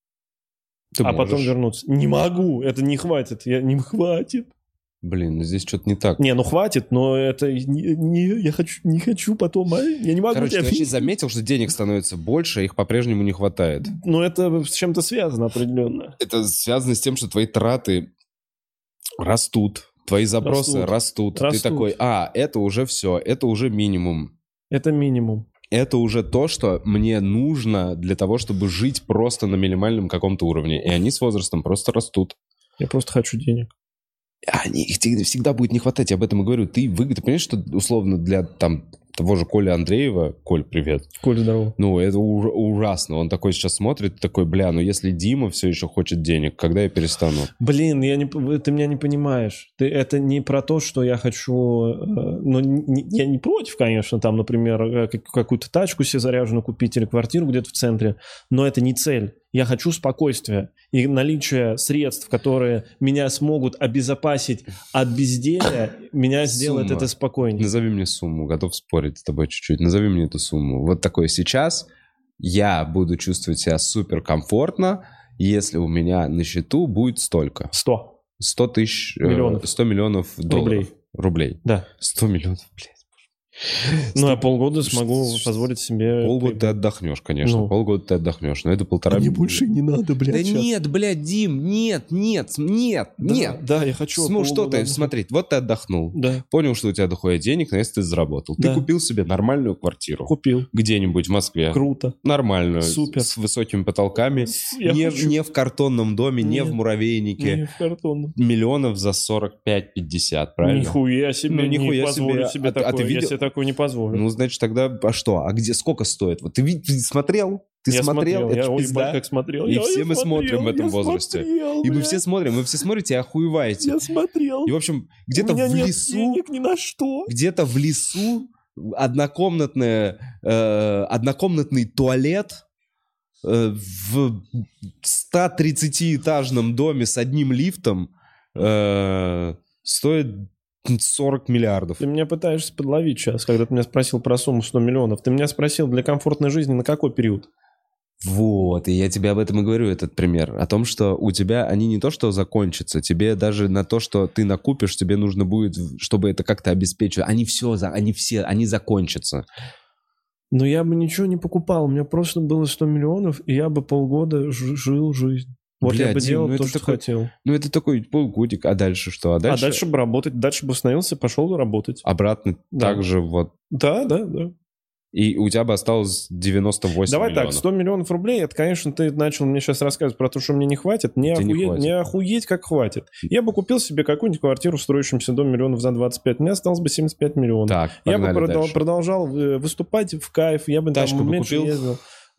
B: Потом вернуться. Не могу, это не хватит. Не хватит.
A: Блин, ну здесь что-то не так.
B: Не, ну хватит, но это я не хочу потом, я не могу.
A: Короче, ты вообще заметил, что денег становится больше, а их по-прежнему не хватает?
B: Ну это с чем-то связано определенно.
A: Это связано с тем, что твои траты растут, твои запросы растут. Ты такой, это уже все, это уже минимум.
B: Это минимум.
A: Это уже то, что мне нужно для того, чтобы жить просто на минимальном каком-то уровне. И они с возрастом просто растут.
B: Я просто хочу денег.
A: Их всегда будет не хватать, я об этом и говорю. Ты понимаешь, что условно для того же Коли Андреева, Коль, привет.
B: Коль, здорово.
A: Ну, это ужасно. Он такой сейчас смотрит, такой, бля, ну если Дима все еще хочет денег, когда я перестану?
B: Блин, ты меня не понимаешь. Это не про то, что я хочу... я не против, конечно, там, например, какую-то тачку себе заряженную купить или квартиру где-то в центре, но это не цель. Я хочу спокойствия и наличие средств, которые меня смогут обезопасить от безделия, меня сделает это спокойнее.
A: Назови мне сумму, готов спорить с тобой чуть-чуть. Назови мне эту сумму. Вот такой сейчас я буду чувствовать себя суперкомфортно, если у меня на счету будет столько. 100 тысяч...
B: Миллионов.
A: 100 миллионов долларов. Рублей.
B: Да.
A: 100 миллионов, блядь.
B: Ну, я полгода смогу позволить себе...
A: Полгода ты отдохнешь, конечно. Полгода ты отдохнешь. Но это полтора...
B: Мне больше не надо, блядь.
A: Да нет, блядь, Дим, нет.
B: Да, я хочу...
A: Что ты, смотри, вот ты отдохнул.
B: Да.
A: Понял, что у тебя дохуя денег, наконец ты заработал.
B: Да.
A: Ты купил себе нормальную квартиру.
B: Купил.
A: Где-нибудь в Москве.
B: Круто.
A: Нормальную.
B: Супер.
A: С высокими потолками. Не в картонном доме, не в муравейнике.
B: Не в картонном.
A: Миллионов за 45-50, правильно?
B: Нихуя себе, не позволю себе такое. Я себе такое не позволю.
A: Ну, значит, тогда, что? А где, сколько стоит? Вот ты смотрел? Ты смотрел? Это
B: я
A: пизда.
B: как смотрел.
A: И все мы смотрим в этом возрасте. И вы все смотрим, вы все смотрите и охуеваете.
B: Я смотрел.
A: И, в общем, где-то в лесу...
B: денег ни на что.
A: Где-то в лесу однокомнатный туалет в 130-этажном доме с одним лифтом стоит 40 миллиардов.
B: Ты меня пытаешься подловить сейчас, когда ты меня спросил про сумму 100 миллионов. Ты меня спросил для комфортной жизни на какой период?
A: Вот, и я тебе об этом и говорю, этот пример. О том, что у тебя они не то что закончатся, тебе даже на то, что ты накупишь, тебе нужно будет, чтобы это как-то обеспечивать. Они закончатся.
B: Но я бы ничего не покупал. У меня просто было 100 миллионов, и я бы полгода жил жизнь. Вот я бы делал то, что хотел.
A: Ну, это такой полгодик, а дальше что? А
B: дальше бы работать, дальше бы остановился, пошел бы работать.
A: Обратно так же вот.
B: Да.
A: И у тебя бы осталось 98
B: Давай
A: миллионов.
B: Так, 100 миллионов рублей, это, конечно, ты начал мне сейчас рассказывать про то, что мне не хватит. Не охуеть, как хватит. Я бы купил себе какую-нибудь квартиру в строящемся доме миллионов за 25. У меня осталось бы 75 миллионов.
A: Так,
B: я бы продолжал выступать в кайф, я бы
A: тачку
B: там
A: бы
B: меньше
A: купил?
B: ездил.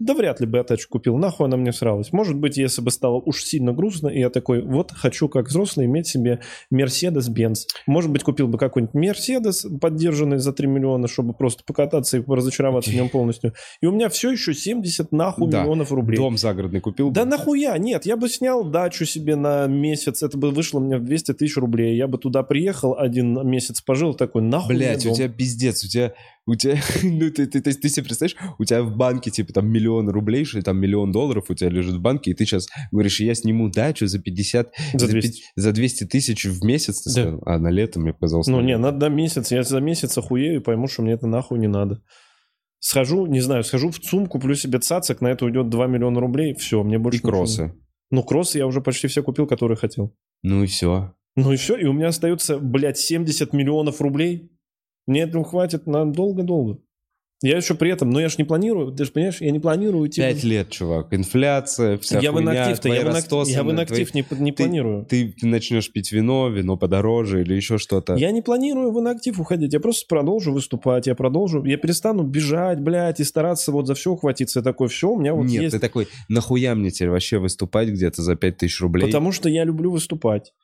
B: Да вряд ли бы я тачку купил, нахуй она мне всралась. Может быть, если бы стало уж сильно грустно, и я такой, вот хочу как взрослый иметь себе Mercedes-Benz. Может быть, купил бы какой-нибудь Mercedes, поддержанный за 3 миллиона, чтобы просто покататься и разочароваться в нем полностью. И у меня все еще 70 нахуй миллионов рублей.
A: Дом загородный купил бы?
B: Да нахуя? Нет, я бы снял дачу себе на месяц, это бы вышло мне в 200 тысяч рублей. Я бы туда приехал, 1 месяц пожил, такой, нахуй.
A: Блять, у тебя пиздец, у тебя ну ты себе представляешь, у тебя в банке типа там 1 000 000 рублей, или там $1 000 000 у тебя лежит в банке, и ты сейчас говоришь, я сниму дачу за 50, за 200 тысяч в месяц,
B: да.
A: А на лето мне показалось...
B: Ну не, надо месяц, я за месяц охуею и пойму, что мне это нахуй не надо. Схожу в ЦУМ, куплю себе цацик, на это уйдет 2 миллиона рублей, все, мне больше...
A: И кроссы.
B: Ничего. Ну кроссы я уже почти все купил, которые хотел.
A: Ну и все.
B: Ну и все, и у меня остается, блядь, 70 миллионов рублей. Мне этого хватит на долго-долго. Я еще при этом, но я же не планирую, ты же понимаешь, я не планирую... Типа...
A: 5 лет, чувак, инфляция, вся
B: я
A: хуйня,
B: я в инактив не планирую.
A: Ты начнешь пить вино подороже или еще что-то.
B: Я не планирую в инактив уходить, я просто продолжу выступать, я перестану бежать, блядь, и стараться вот за все ухватиться. Я такой, все, у меня вот
A: Нет,
B: есть...
A: ты такой, нахуя мне теперь вообще выступать где-то за 5000 рублей?
B: Потому что я люблю выступать.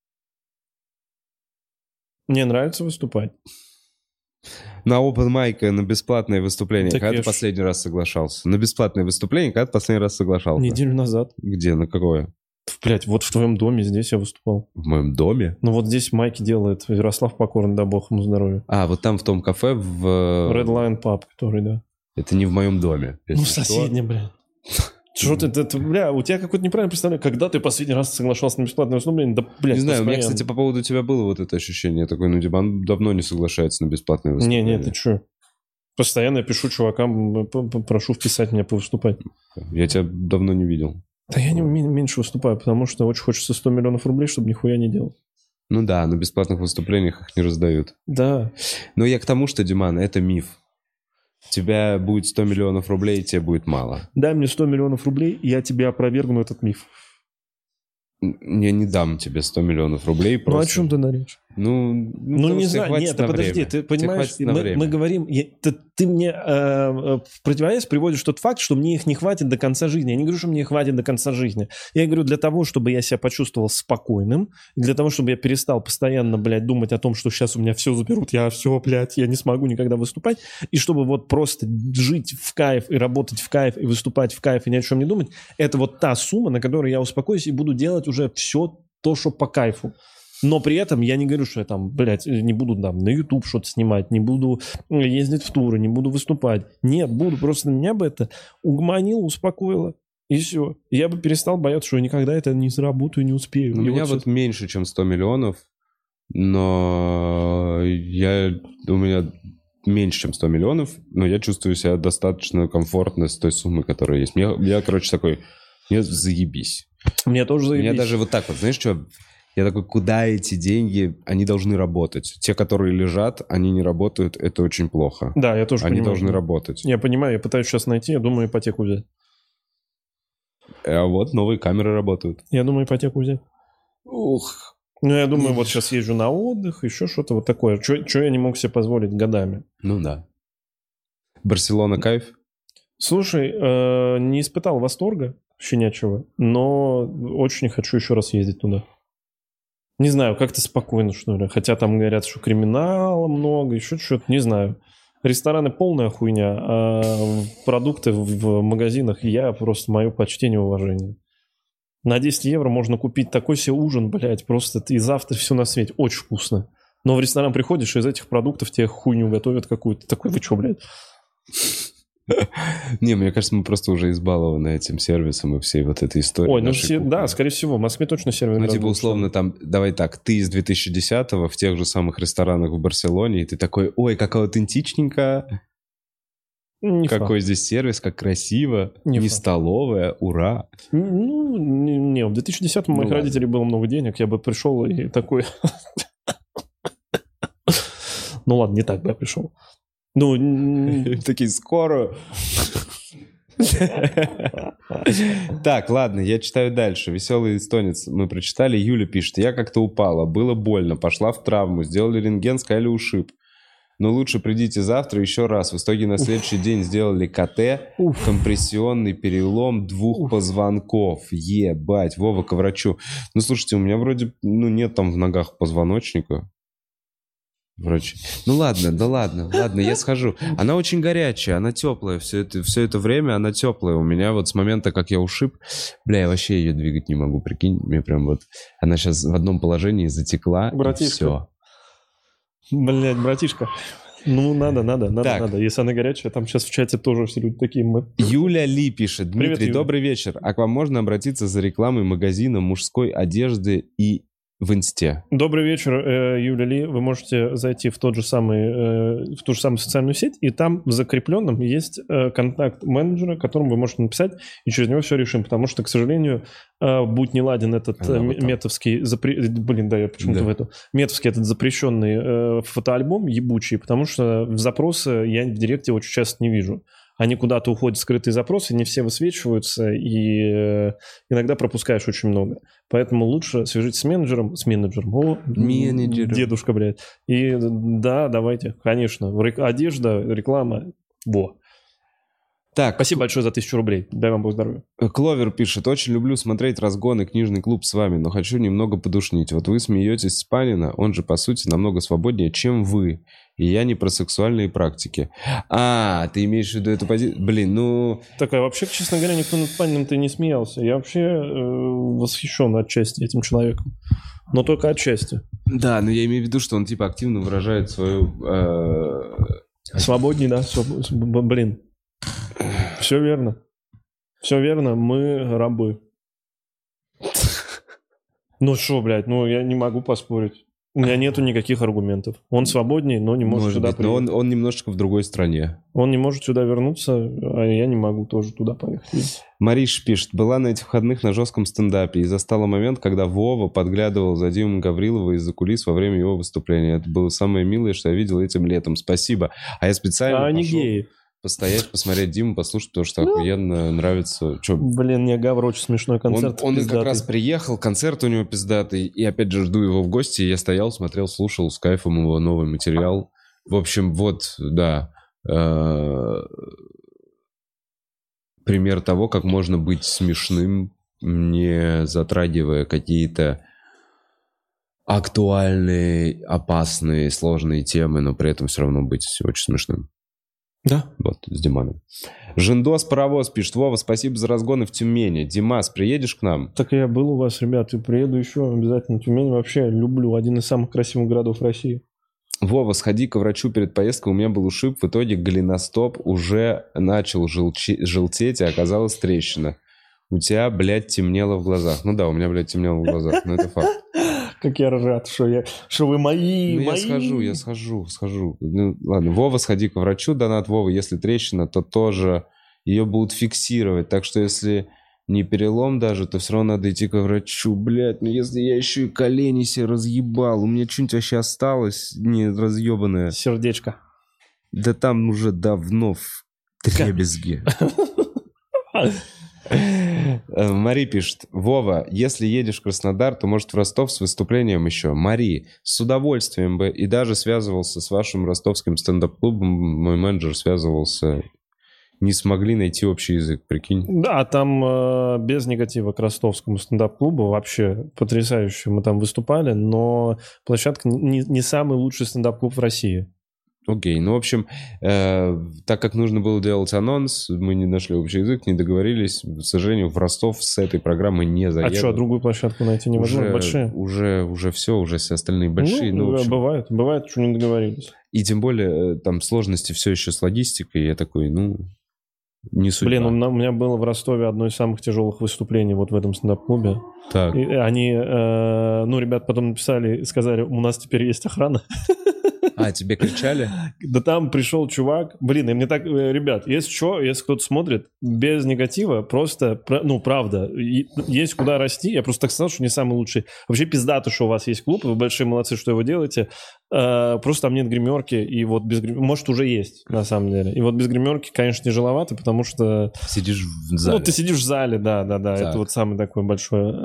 B: Мне нравится выступать.
A: На open mic, на бесплатное выступление,
B: так
A: когда ты последний раз соглашался? На бесплатное выступление, когда ты последний раз соглашался?
B: Неделю назад.
A: Где, на какое?
B: Блядь, вот в твоем доме здесь я выступал.
A: В моем доме?
B: Ну вот здесь Майки делает, Ярослав Покорный, да бог ему здоровья.
A: А, вот там в том кафе в...
B: Red Lion Pub, который, да.
A: Это не в моем доме.
B: Ну, в соседнем, блядь. Что ты, бля, у тебя какое-то неправильное представление. Когда ты последний раз соглашался на бесплатное выступление? Да, блядь,
A: не знаю,
B: постоянно.
A: у меня, кстати, по поводу тебя было вот это ощущение. Такое, ну, Диман давно не соглашается на бесплатное выступление.
B: Не, ты что? Постоянно я пишу чувакам, прошу вписать меня повыступать.
A: Я тебя давно не видел.
B: Да я не меньше выступаю, потому что очень хочется 100 миллионов рублей, чтобы нихуя не делал.
A: Ну да, на бесплатных выступлениях их не раздают.
B: Да.
A: Но я к тому, что, Диман, это миф. У тебя будет 100 миллионов рублей, и тебе будет мало.
B: Дай мне 100 миллионов рублей, и я тебе опровергну этот миф.
A: Я не дам тебе 100 миллионов рублей. Просто...
B: Ну, о чем ты наречь?
A: Ну
B: не знаю, нет, подожди, ты понимаешь, мы говорим, ты мне в противовес приводишь тот факт, что мне их не хватит до конца жизни. Я не говорю, что мне их хватит до конца жизни. Я говорю, для того, чтобы я себя почувствовал спокойным, для того, чтобы я перестал постоянно, блядь, думать о том, что сейчас у меня все заберут, я не смогу никогда выступать, и чтобы вот просто жить в кайф и работать в кайф, и выступать в кайф, и ни о чем не думать, это вот та сумма, на которой я успокоюсь и буду делать уже все то, что по кайфу. Но при этом я не говорю, что я там, блядь, не буду там на YouTube что-то снимать, не буду ездить в туры, не буду выступать. Нет, буду. Просто меня бы это угомонило, успокоило. И все. Я бы перестал бояться, что я никогда это не заработаю, не успею.
A: У меня вот меньше, чем 100 миллионов, но у меня меньше, чем 100 миллионов, но я чувствую себя достаточно комфортно с той суммой, которая есть. Я короче, такой, мне заебись.
B: Мне тоже заебись.
A: Меня даже вот так вот, знаешь, что... Я такой, куда эти деньги? Они должны работать. Те, которые лежат, они не работают, это очень плохо.
B: Да, я тоже понимаю.
A: Они должны работать.
B: Я понимаю, я пытаюсь сейчас найти, я думаю, ипотеку взять.
A: А вот новые камеры работают.
B: Я думаю, ипотеку взять.
A: Ух.
B: Ну, я думаю, вот сейчас езжу на отдых, еще что-то вот такое. Что я не мог себе позволить годами.
A: Ну да. Барселона кайф?
B: Слушай, не испытал восторга щенячьего, но очень хочу еще раз ездить туда. Не знаю, как-то спокойно, что ли. Хотя там говорят, что криминала много, еще что-то, не знаю. Рестораны полная хуйня, а продукты в магазинах я просто мое почтение и уважение. На 10 евро можно купить такой себе ужин, блядь, просто и завтра все на свете. Очень вкусно. Но в ресторан приходишь, и из этих продуктов тебе хуйню готовят какую-то. Такой, вы что, блядь?
A: Не, мне кажется, мы просто уже избалованы этим сервисом и всей вот этой историей.
B: Ой, ну да, скорее всего, в Москве точно сервис.
A: Ну, типа, условно, там, давай так, ты из 2010-го в тех же самых ресторанах в Барселоне, и ты такой, ой, как аутентичненько, какой здесь сервис, как красиво, не столовая, ура.
B: Ну, не, в 2010-м у моих родителей было много денег, я бы пришел и такой... Ну ладно, не так бы я пришел. Ну,
A: такие, скоро. Так, ладно, я читаю дальше. Веселый эстонец мы прочитали. Юля пишет. Я как-то упала, было больно, пошла в травму, сделали рентген, сказали ушиб. но лучше придите завтра еще раз. В итоге на следующий день сделали КТ, компрессионный перелом 2 позвонков. Ебать, Вова, к врачу. Ну, слушайте, у меня вроде, нет там в ногах позвоночника. Врачи. Ну ладно, я схожу. Она очень горячая, она теплая. Все это время она теплая. У меня вот с момента, как я ушиб, я вообще ее двигать не могу, прикинь. Мне прям вот... Она сейчас в одном положении затекла, братишка. И все.
B: Блядь, братишка. Ну, надо. Если она горячая, там сейчас в чате тоже все люди такие.
A: Юля Ли пишет. Дмитрий,
B: привет,
A: добрый вечер. А к вам можно обратиться за рекламой магазина мужской одежды и в инсте?
B: Добрый вечер, Юля Ли. Вы можете зайти в ту же самую социальную сеть, и там в закрепленном есть контакт менеджера, которому вы можете написать, и через него все решим. Потому что, к сожалению, будь не ладен этот метовский... Метовский этот запрещенный фотоальбом ебучий, потому что запросы я в директе очень часто не вижу. Они куда-то уходят в скрытые запросы, не все высвечиваются, и иногда пропускаешь очень много. Поэтому лучше свяжитесь с менеджером.
A: Менеджером.
B: Дедушка, блядь. И да, давайте, конечно. Одежда, реклама.
A: Так.
B: Спасибо большое за 1000 рублей. Дай вам Бог здоровья.
A: Кловер пишет. Очень люблю смотреть разгоны, книжный клуб с вами, но хочу немного подушнить. Вот вы смеетесь с Панина, он же, по сути, намного свободнее, чем вы. И я не про сексуальные практики. Ты имеешь в виду эту позицию?
B: Так, а вообще, честно говоря, никто над Паниным-то не смеялся. Я вообще восхищен отчасти этим человеком. Но только отчасти.
A: Да, но я имею в виду, что он типа активно выражает свою...
B: Свободней, да? Все верно. Все верно, мы рабы. Ну что, блядь, я не могу поспорить. У меня нету никаких аргументов. Он свободней, но не может сюда приехать.
A: Но он немножечко в другой стране.
B: Он не может сюда вернуться, а я не могу тоже туда поехать.
A: Мариш пишет. Была на этих выходных на жестком стендапе и застала момент, когда Вова подглядывал за Димой Гаврилова из-за кулис во время его выступления. Это было самое милое, что я видел этим летом. Спасибо. А я специально
B: они геи.
A: Постоять, посмотреть Диму, послушать, потому что охуенно нравится.
B: Не Гавр, очень смешной концерт.
A: Он как раз приехал, концерт у него пиздатый, и опять же жду его в гости. Я стоял, смотрел, слушал с кайфом его новый материал. В общем, да. Пример того, как можно быть смешным, не затрагивая какие-то актуальные, опасные, сложные темы, но при этом все равно быть очень смешным.
B: Да.
A: Вот, с Диманом. Жендос Паровоз пишет. Вова, спасибо за разгоны в Тюмени. Димас, приедешь к нам?
B: Так я был у вас, ребят, и приеду еще обязательно. Тюмень вообще люблю. Один из самых красивых городов России.
A: Вова, сходи к врачу перед поездкой. У меня был ушиб. В итоге голеностоп уже начал желтеть, а оказалась трещина. У тебя, блядь, темнело в глазах. Ну да, у меня, блядь, темнело в глазах. Но это факт.
B: Как я рад, что вы мои.
A: Я схожу. Ну, ладно, Вова, сходи к врачу, донат Вова. Если трещина, то тоже ее будут фиксировать. Так что если не перелом даже, то все равно надо идти к врачу. Блядь, если я еще и колени себе разъебал, у меня что-нибудь вообще осталось не разъебанное.
B: Сердечко.
A: Да там уже давно в дребезге. Мари пишет. Вова, если едешь в Краснодар, то, может, в Ростов с выступлением еще. Мари, с удовольствием бы. И даже связывался с вашим ростовским стендап-клубом. Мой менеджер связывался. Не смогли найти общий язык, прикинь.
B: Да, там без негатива к ростовскому стендап-клубу. Вообще потрясающе. Мы там выступали, но площадка не самый лучший стендап-клуб в России.
A: Окей, ну, в общем, так как нужно было делать анонс, мы не нашли общий язык, не договорились. К сожалению, в Ростов с этой программой не заеду.
B: А что, другую площадку найти невозможно? Большие?
A: Уже все остальные большие.
B: Ну бывает, что не договорились.
A: И тем более, там сложности все еще с логистикой. Я такой, не судьба.
B: Блин, у меня было в Ростове одно из самых тяжелых выступлений вот в этом стендап-клубе.
A: Так.
B: И они, ребят потом написали и сказали, у нас теперь есть охрана.
A: А, тебе кричали?
B: Да там пришел чувак. Блин, и мне так... Ребят, если кто-то смотрит, без негатива, просто... правда, есть куда расти. Я просто так сказал, что не самый лучший. Вообще пиздато, что у вас есть клуб. Вы большие молодцы, что его делаете. Просто там нет гримерки. И вот без гримерки... Может, уже есть, на самом деле. И вот без гримерки, конечно, тяжеловато, потому что...
A: Сидишь в зале.
B: Ты сидишь в зале, да. Так. Это вот самый такой большой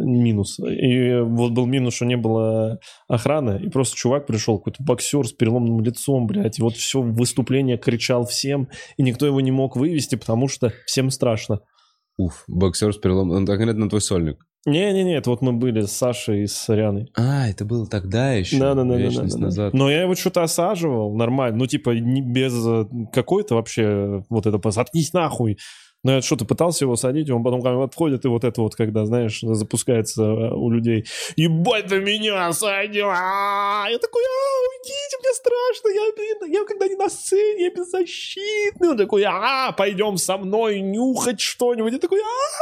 B: минус. И вот был минус, что не было охраны, и просто чувак пришел, какой-то боксер с переломанным лицом, блядь, и вот все выступление кричал всем, и никто его не мог вывести, потому что всем страшно.
A: Уф, боксер с переломанным... Он конкретно твой сольник.
B: Не-не-не, это вот мы были с Сашей и с Арианой.
A: Это было тогда еще?
B: Да.
A: Назад.
B: Но я его что-то осаживал нормально, ну типа не без какой-то вообще вот это «заткнись нахуй». Но я что-то пытался его садить, он потом отходит, и вот это вот, когда, знаешь, запускается у людей. «Ебать, ты меня садил!» Я такой: уйдите, мне страшно, я когда не на сцене, я беззащитный. Он такой: пойдем со мной нюхать что-нибудь. Я такой: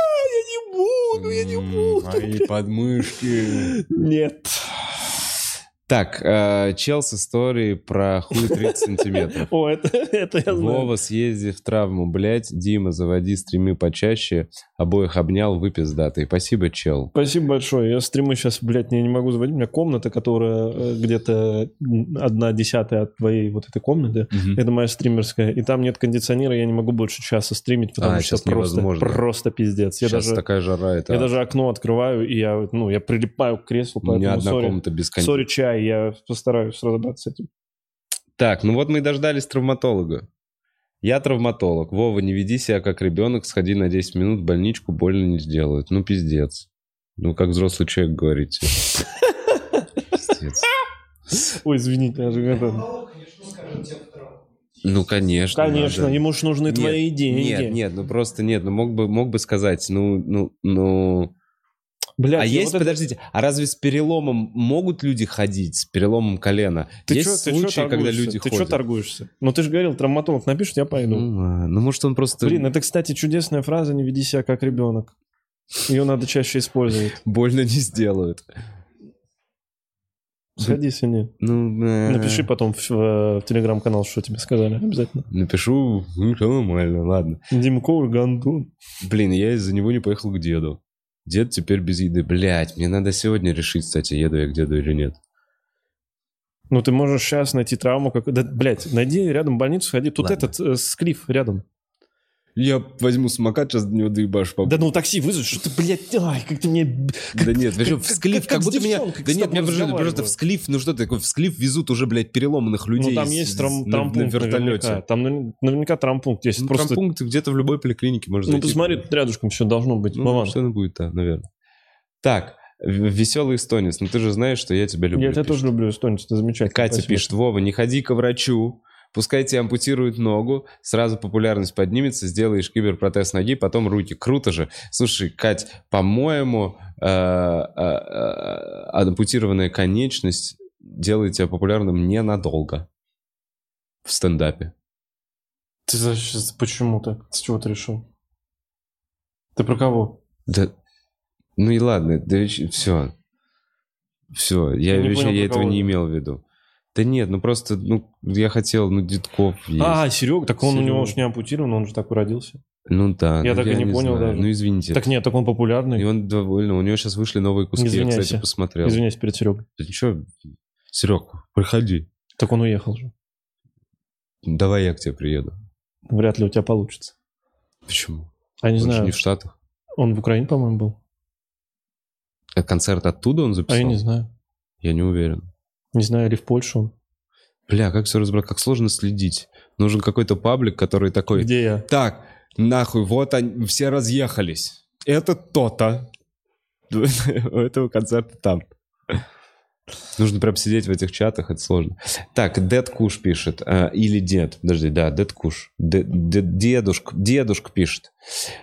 B: я не буду.
A: Мои подмышки.
B: Нет.
A: Так, чел с историей про хуй 30 сантиметров.
B: О, это я знаю.
A: Вова, съезди в травму, блядь. Дима, заводи стримы почаще. Обоих обнял, вы пиздатые. Спасибо, чел.
B: Спасибо большое. Я стримы сейчас, блядь, не могу заводить. У меня комната, которая где-то 1/10 от твоей вот этой комнаты. Это моя стримерская. И там нет кондиционера, я не могу больше часа стримить, потому что просто пиздец.
A: Сейчас такая жара.
B: Я даже окно открываю, и я прилипаю к креслу.
A: У меня одна комната без кондиционера.
B: Сори, чай, я постараюсь разобраться с этим.
A: Так, ну вот мы и дождались травматолога. Я травматолог. Вова, не веди себя как ребенок, сходи на 10 минут в больничку, больно не сделают. Ну, пиздец. Ну, как взрослый человек говорите. Пиздец.
B: Ой, извините, я же это...
A: Ну, конечно.
B: Конечно, ему ж нужны твои идеи.
A: Нет, ну просто нет. Ну, мог бы сказать,
B: Блядь,
A: есть, подождите, а разве с переломом могут люди ходить, с переломом колена? Есть случаи, когда люди ходят?
B: Ты что торгуешься? Ну, ты же говорил, травматолог напишет, я пойду.
A: Ну, может, он просто...
B: Блин, это, кстати, чудесная фраза: не веди себя как ребенок. Ее надо чаще использовать.
A: Больно не сделают.
B: Сходи, сиди. Напиши потом в телеграм-канал, что тебе сказали, обязательно.
A: Напишу, все нормально, ладно.
B: Димко Гандун.
A: Блин, я из-за него не поехал к деду. Дед теперь без еды. Блять, мне надо сегодня решить, кстати, еду я к деду или нет.
B: Ну, ты можешь сейчас найти травму. Блять, найди рядом больницу, сходи. Тут этот склиф рядом.
A: Я возьму самокат, сейчас до него доебашь.
B: Да ну такси вызови, что ты, блядь, как ты мне...
A: Да нет, вообще в склиф, как будто меня... Да нет, меня просто в склиф, ну что такое, в склиф везут уже, блядь, переломанных людей.
B: Ну там есть травмпункт на вертолете. Там наверняка травмпункт есть.
A: Травмпункт где-то в любой поликлинике можно зайти.
B: Ну посмотри, тут рядышком все должно быть.
A: Ну, что оно будет, да, наверное. Так, веселый эстонец, ну ты же знаешь, что я тебя люблю.
B: Я тебя тоже люблю, эстонец, ты замечательный.
A: Катя пишет: Вова, не ходи к врачу. Пускай тебе ампутируют ногу, сразу популярность поднимется, сделаешь киберпротез ноги, потом руки. Круто же. Слушай, Кать, по-моему, ампутированная конечность делает тебя популярным ненадолго в стендапе.
B: Ты почему так? С чего ты решил? Ты про кого?
A: Да, ну и ладно, да все. Все, я этого не имел в виду. Да нет, ну просто, я хотел, Дедков есть.
B: Серега, так он у него уж не ампутирован, он же такой родился.
A: Ну да.
B: Я так и не понял даже.
A: Ну извините.
B: Так нет, так он популярный.
A: И он довольно, у него сейчас вышли новые куски, я, кстати, посмотрел.
B: Извиняюсь перед Серегой.
A: Да ничего, Серег, приходи.
B: Так он уехал же.
A: Давай я к тебе приеду.
B: Вряд ли у тебя получится.
A: Почему?
B: Не знаю.
A: Он же не в Штатах. Он
B: в Украине, по-моему, был.
A: А концерт оттуда он записал?
B: Я не знаю.
A: Я не уверен.
B: Не знаю, или в Польшу.
A: Бля, как все разобрать, как сложно следить. Нужен какой-то паблик, который такой...
B: Где я?
A: Так, нахуй, вот они, все разъехались. Это то-то. У этого концерта там. Нужно прям сидеть в этих чатах, это сложно. Так, Дед Куш пишет. Или дед. Подожди, да, Дед Куш. Дедушка пишет.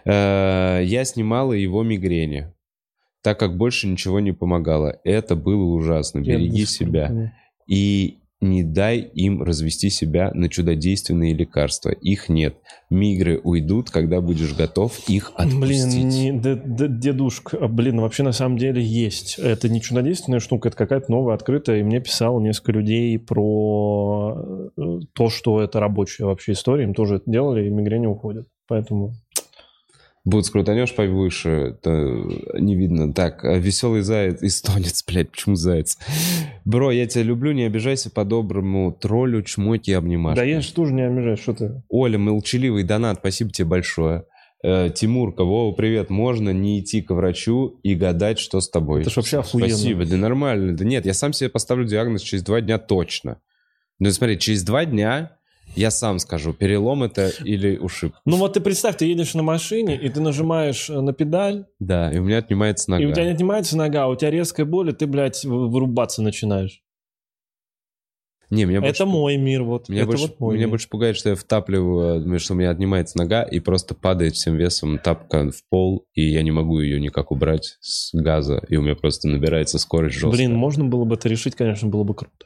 A: Я снимала его мигрени, так как больше ничего не помогало. Это было ужасно. Береги себя. И не дай им развести себя на чудодейственные лекарства. Их нет. Мигры уйдут, когда будешь готов их отпустить.
B: Дедушка, вообще на самом деле есть. Это не чудодейственная штука, это какая-то новая, открытая. И мне писало несколько людей про то, что это рабочая вообще история. Им тоже это делали, и мигрени уходят. Поэтому...
A: Будут скрутанешь повыше, это не видно. Так, веселый заяц, эстонец, блядь, почему заяц? Бро, я тебя люблю, не обижайся по-доброму. Троллю, чмоки, обнимашки.
B: Да я же тоже не обижаюсь, что ты...
A: Оля, молчаливый донат, спасибо тебе большое. Тимурка, Вова, привет. Можно не идти к врачу и гадать, что с тобой.
B: Это ж вообще охуенно.
A: Спасибо, да нормально. Да нет, я сам себе поставлю диагноз через 2 дня точно. Ну смотри, через 2 дня я сам скажу, перелом это или ушиб.
B: Ну вот ты представь, ты едешь на машине, и ты нажимаешь на педаль.
A: Да, и у меня отнимается нога.
B: И у тебя не отнимается нога, у тебя резкая боль, и ты, блядь, вырубаться начинаешь.
A: Не, меня
B: это мой мир, вот.
A: Меня больше пугает, что я втапливаю, что у меня отнимается нога и просто падает всем весом тапка в пол, и я не могу ее никак убрать с газа, и у меня просто набирается скорость жесткая.
B: Блин, можно было бы это решить, конечно, было бы круто.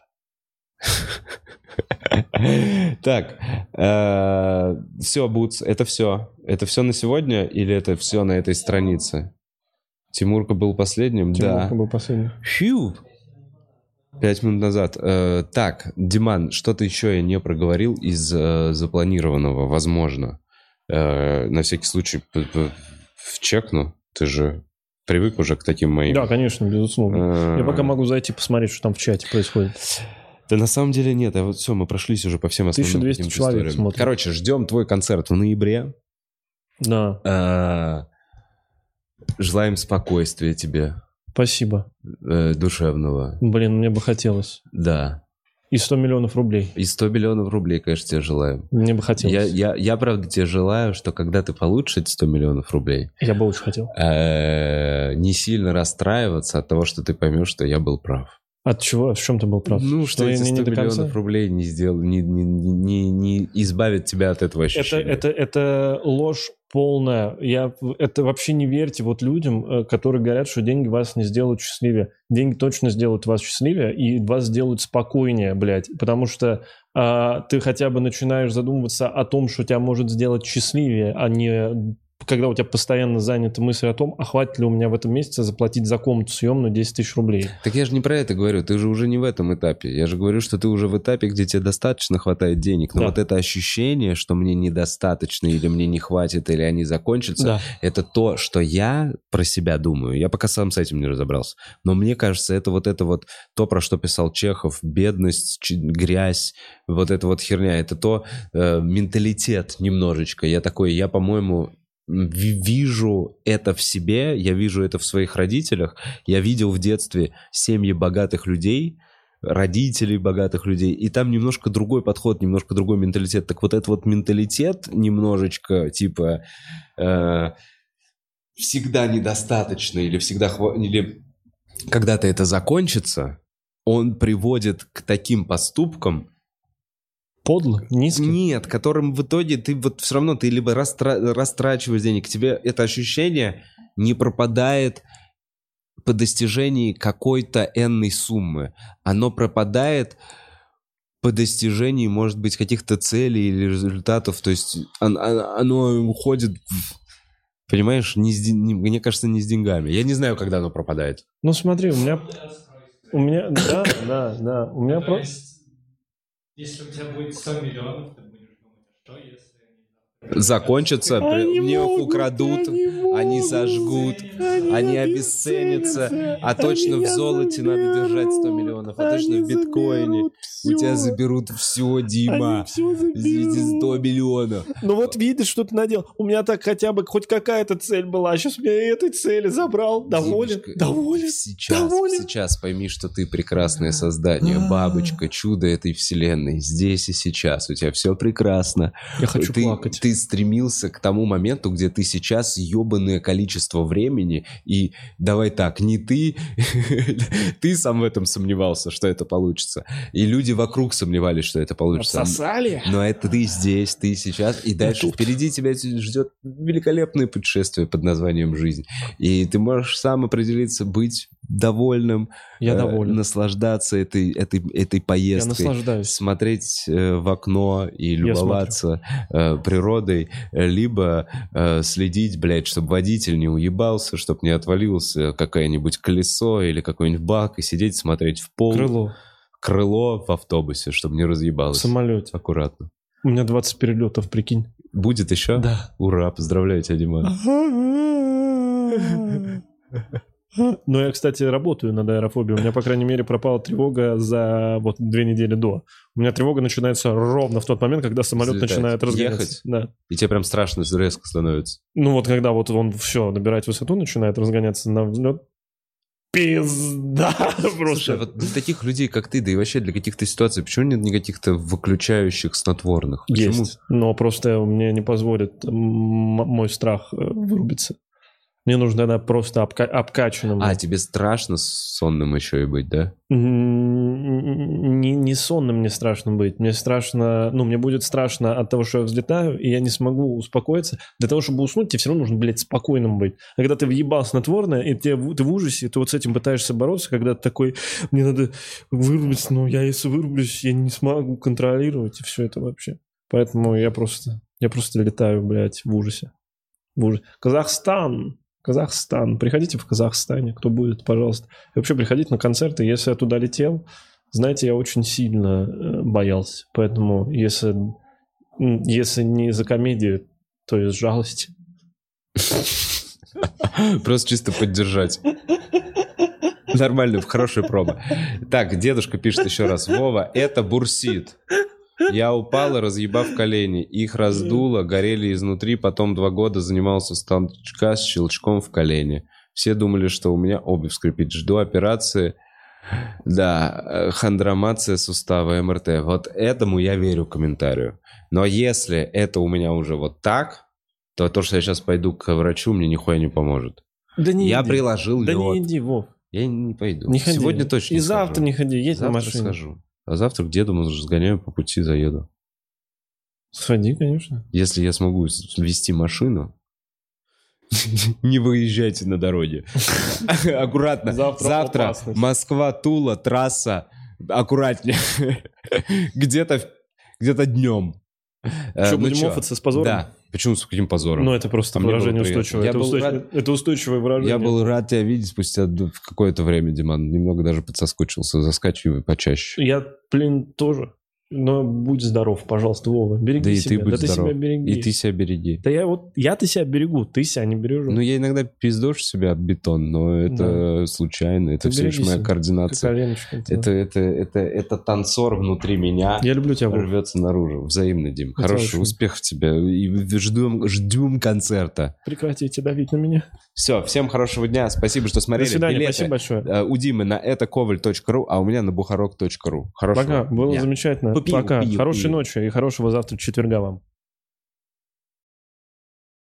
A: Так, все, Буц, это все. Это все на сегодня или это все на этой странице? Тимурка был последним?
B: Тимурка был последним.
A: Фью! 5 минут назад. Так, Диман, что-то еще я не проговорил из запланированного, возможно. На всякий случай чекну. Ты же привык уже к таким моим...
B: Да, конечно, безусловно. Я пока могу зайти посмотреть, что там в чате происходит.
A: Да на самом деле нет. А вот все, мы прошлись уже по всем основным
B: 1200 человек смотрят.
A: Короче, ждем твой концерт в ноябре.
B: Да.
A: Желаем спокойствия тебе.
B: Спасибо.
A: Душевного.
B: Блин, мне бы хотелось.
A: Да.
B: И 100 миллионов рублей.
A: И 100 миллионов рублей, конечно, тебе желаю.
B: Мне бы хотелось.
A: Я правда тебе желаю, что когда ты получишь эти 100 миллионов рублей...
B: Я бы очень хотел.
A: Не сильно расстраиваться от того, что ты поймешь, что я был прав.
B: От чего? В чем ты был прав?
A: Ну, что эти 100 миллионов рублей не избавит тебя от этого ощущения.
B: Это ложь полная. Это вообще не верьте вот людям, которые говорят, что деньги вас не сделают счастливее. Деньги точно сделают вас счастливее и вас сделают спокойнее, блядь. Потому что ты хотя бы начинаешь задумываться о том, что тебя может сделать счастливее, а не... Когда у тебя постоянно занята мысль о том, а хватит ли у меня в этом месяце заплатить за комнату съемную 10 тысяч рублей.
A: Так я же не про это говорю, ты же уже не в этом этапе. Я же говорю, что ты уже в этапе, где тебе достаточно хватает денег. Но вот это ощущение, что мне недостаточно, или мне не хватит, или они закончатся, это то, что я про себя думаю. Я пока сам с этим не разобрался. Но мне кажется, это вот то, про что писал Чехов, бедность, грязь, вот эта вот херня, это то менталитет немножечко. Я, по-моему... вижу это в себе, я вижу это в своих родителях. Я видел в детстве семьи богатых людей, родителей богатых людей, и там немножко другой подход, немножко другой менталитет. Так вот этот вот менталитет немножечко типа всегда недостаточно или всегда или когда-то это закончится, он приводит к таким поступкам,
B: подло, низко?
A: Нет, которым в итоге ты вот все равно ты либо растрачиваешь денег, тебе это ощущение не пропадает по достижении какой-то энной суммы. Оно пропадает по достижении, может быть, каких-то целей или результатов. То есть оно уходит, понимаешь, мне кажется, не с деньгами. Я не знаю, когда оно пропадает.
B: Ну смотри, у меня да, у меня просто...
D: Если у тебя будет 100 миллионов, ты будешь думать, что если
A: закончатся, мне их украдут, они сожгут, они обесценятся, а точно в золоте надо держать 100 миллионов, а точно в биткоине у тебя заберут все, Дима, 100 миллионов.
B: Ну вот видишь, что ты наделал. У меня так хотя бы хоть какая-то цель была, а сейчас у меня этой цели забрал. Доволен?
A: Димочка,
B: Доволен?
A: Сейчас пойми, что ты прекрасное создание, бабочка, чудо этой вселенной. Здесь и сейчас у тебя все прекрасно.
B: Я хочу плакать.
A: Ты стремился к тому моменту, где ты сейчас ебаное количество времени, и давай так, не ты, ты сам в этом сомневался, что это получится, и люди вокруг сомневались, что это получится.
B: Отсосали?
A: Но это ты здесь, ты сейчас, и дальше впереди тебя ждет великолепное путешествие под названием «Жизнь». И ты можешь сам определиться, быть довольным,
B: я доволен,
A: наслаждаться этой поездкой,
B: я наслаждаюсь,
A: смотреть в окно и любоваться природой, либо следить, блядь, чтобы водитель не уебался, чтобы не отвалился какое-нибудь колесо или какой-нибудь бак, и сидеть смотреть в пол. Крыло в автобусе, чтобы не разъебалось.
B: В самолете.
A: Аккуратно.
B: У меня 20 перелетов, прикинь.
A: Будет еще?
B: Да.
A: Ура, поздравляю тебя, Диман.
B: Но я, кстати, работаю над аэрофобией. У меня, по крайней мере, пропала тревога за 2 недели до. У меня тревога начинается ровно в тот момент, когда самолет начинает разгоняться.
A: Ехать?
B: Да.
A: И тебе прям страшно резко становится.
B: Когда он все, набирать высоту, начинает разгоняться на взлет. Пизда!
A: Слушай, вот для таких людей, как ты, да и вообще для каких-то ситуаций, почему нет никаких-то выключающих снотворных? Почему?
B: Есть, но просто мне не позволит мой страх вырубиться. Мне нужно просто обкачанным.
A: Тебе страшно сонным еще и быть, да?
B: Не сонным мне страшно быть. Мне страшно... мне будет страшно от того, что я взлетаю, и я не смогу успокоиться. Для того, чтобы уснуть, тебе все равно нужно, спокойным быть. А когда ты въебал снотворное, и ты в ужасе, ты с этим пытаешься бороться, когда ты такой, мне надо вырубиться, но если вырублюсь, я не смогу контролировать, и все это вообще. Поэтому я просто летаю, блядь, в ужасе. Казахстан. Приходите в Казахстане, кто будет, пожалуйста. И вообще приходите на концерты. Если я туда летел, знаете, я очень сильно боялся. Поэтому если не из-за комедии, то из жалости.
A: Просто чисто поддержать. Нормально, хорошая проба. Так, дедушка пишет еще раз. Вова, это бурсит. Я упал, разъебав колени. Их раздуло, горели изнутри. Потом 2 года занимался с толчка с щелчком в колени. Все думали, что у меня обувь скрипит. Жду операции. Да, хондромация сустава, МРТ. Вот этому я верю комментарию. Но если это у меня уже вот так, то что я сейчас пойду к врачу, мне нихуя не поможет.
B: Да не
A: я
B: иди.
A: приложил лед.
B: Да не иди, Вов.
A: Я не пойду.
B: Не ходи.
A: Сегодня точно
B: и
A: не
B: завтра
A: схожу.
B: Не ходи, едь
A: завтра
B: на машине.
A: Схожу. А завтра к деду мы сгоняем по пути, заеду.
B: Сходи, конечно.
A: Если я смогу вести машину, не выезжайте на дороге. Аккуратно. Завтра Москва-Тула, трасса. Аккуратнее. Где-то днем.
B: Что, будем офаться с позором?
A: Да. Почему с каким позором?
B: Это просто выражение устойчивое. Это устойчивое выражение.
A: Я был рад тебя видеть спустя какое-то время, Диман. Немного даже подсоскучился. Заскачивай почаще.
B: Я, тоже. Но будь здоров, пожалуйста, Вова. Береги себя.
A: И ты будь здоров.
B: Ты себя береги.
A: И ты себя береги.
B: Да я-то себя берегу, ты себя не бережешь.
A: Я иногда пиздошь себя об бетон, но это случайно. Это всего лишь моя координация. Это танцор внутри меня.
B: Я люблю тебя, Вова.
A: Рвется наружу. Взаимно, Дим. Хорошего успеха тебе. И ждем концерта.
B: Прекратите давить на меня.
A: Все, всем хорошего дня. Спасибо, что смотрели.
B: До свидания,
A: Билеты
B: спасибо большое.
A: у Димы на etokovalь.ru, а у меня на bухарок.ru. Хорошего
B: Пока, было
A: дня.
B: замечательно. Пока. Хорошей ночи и хорошего завтра четверга вам.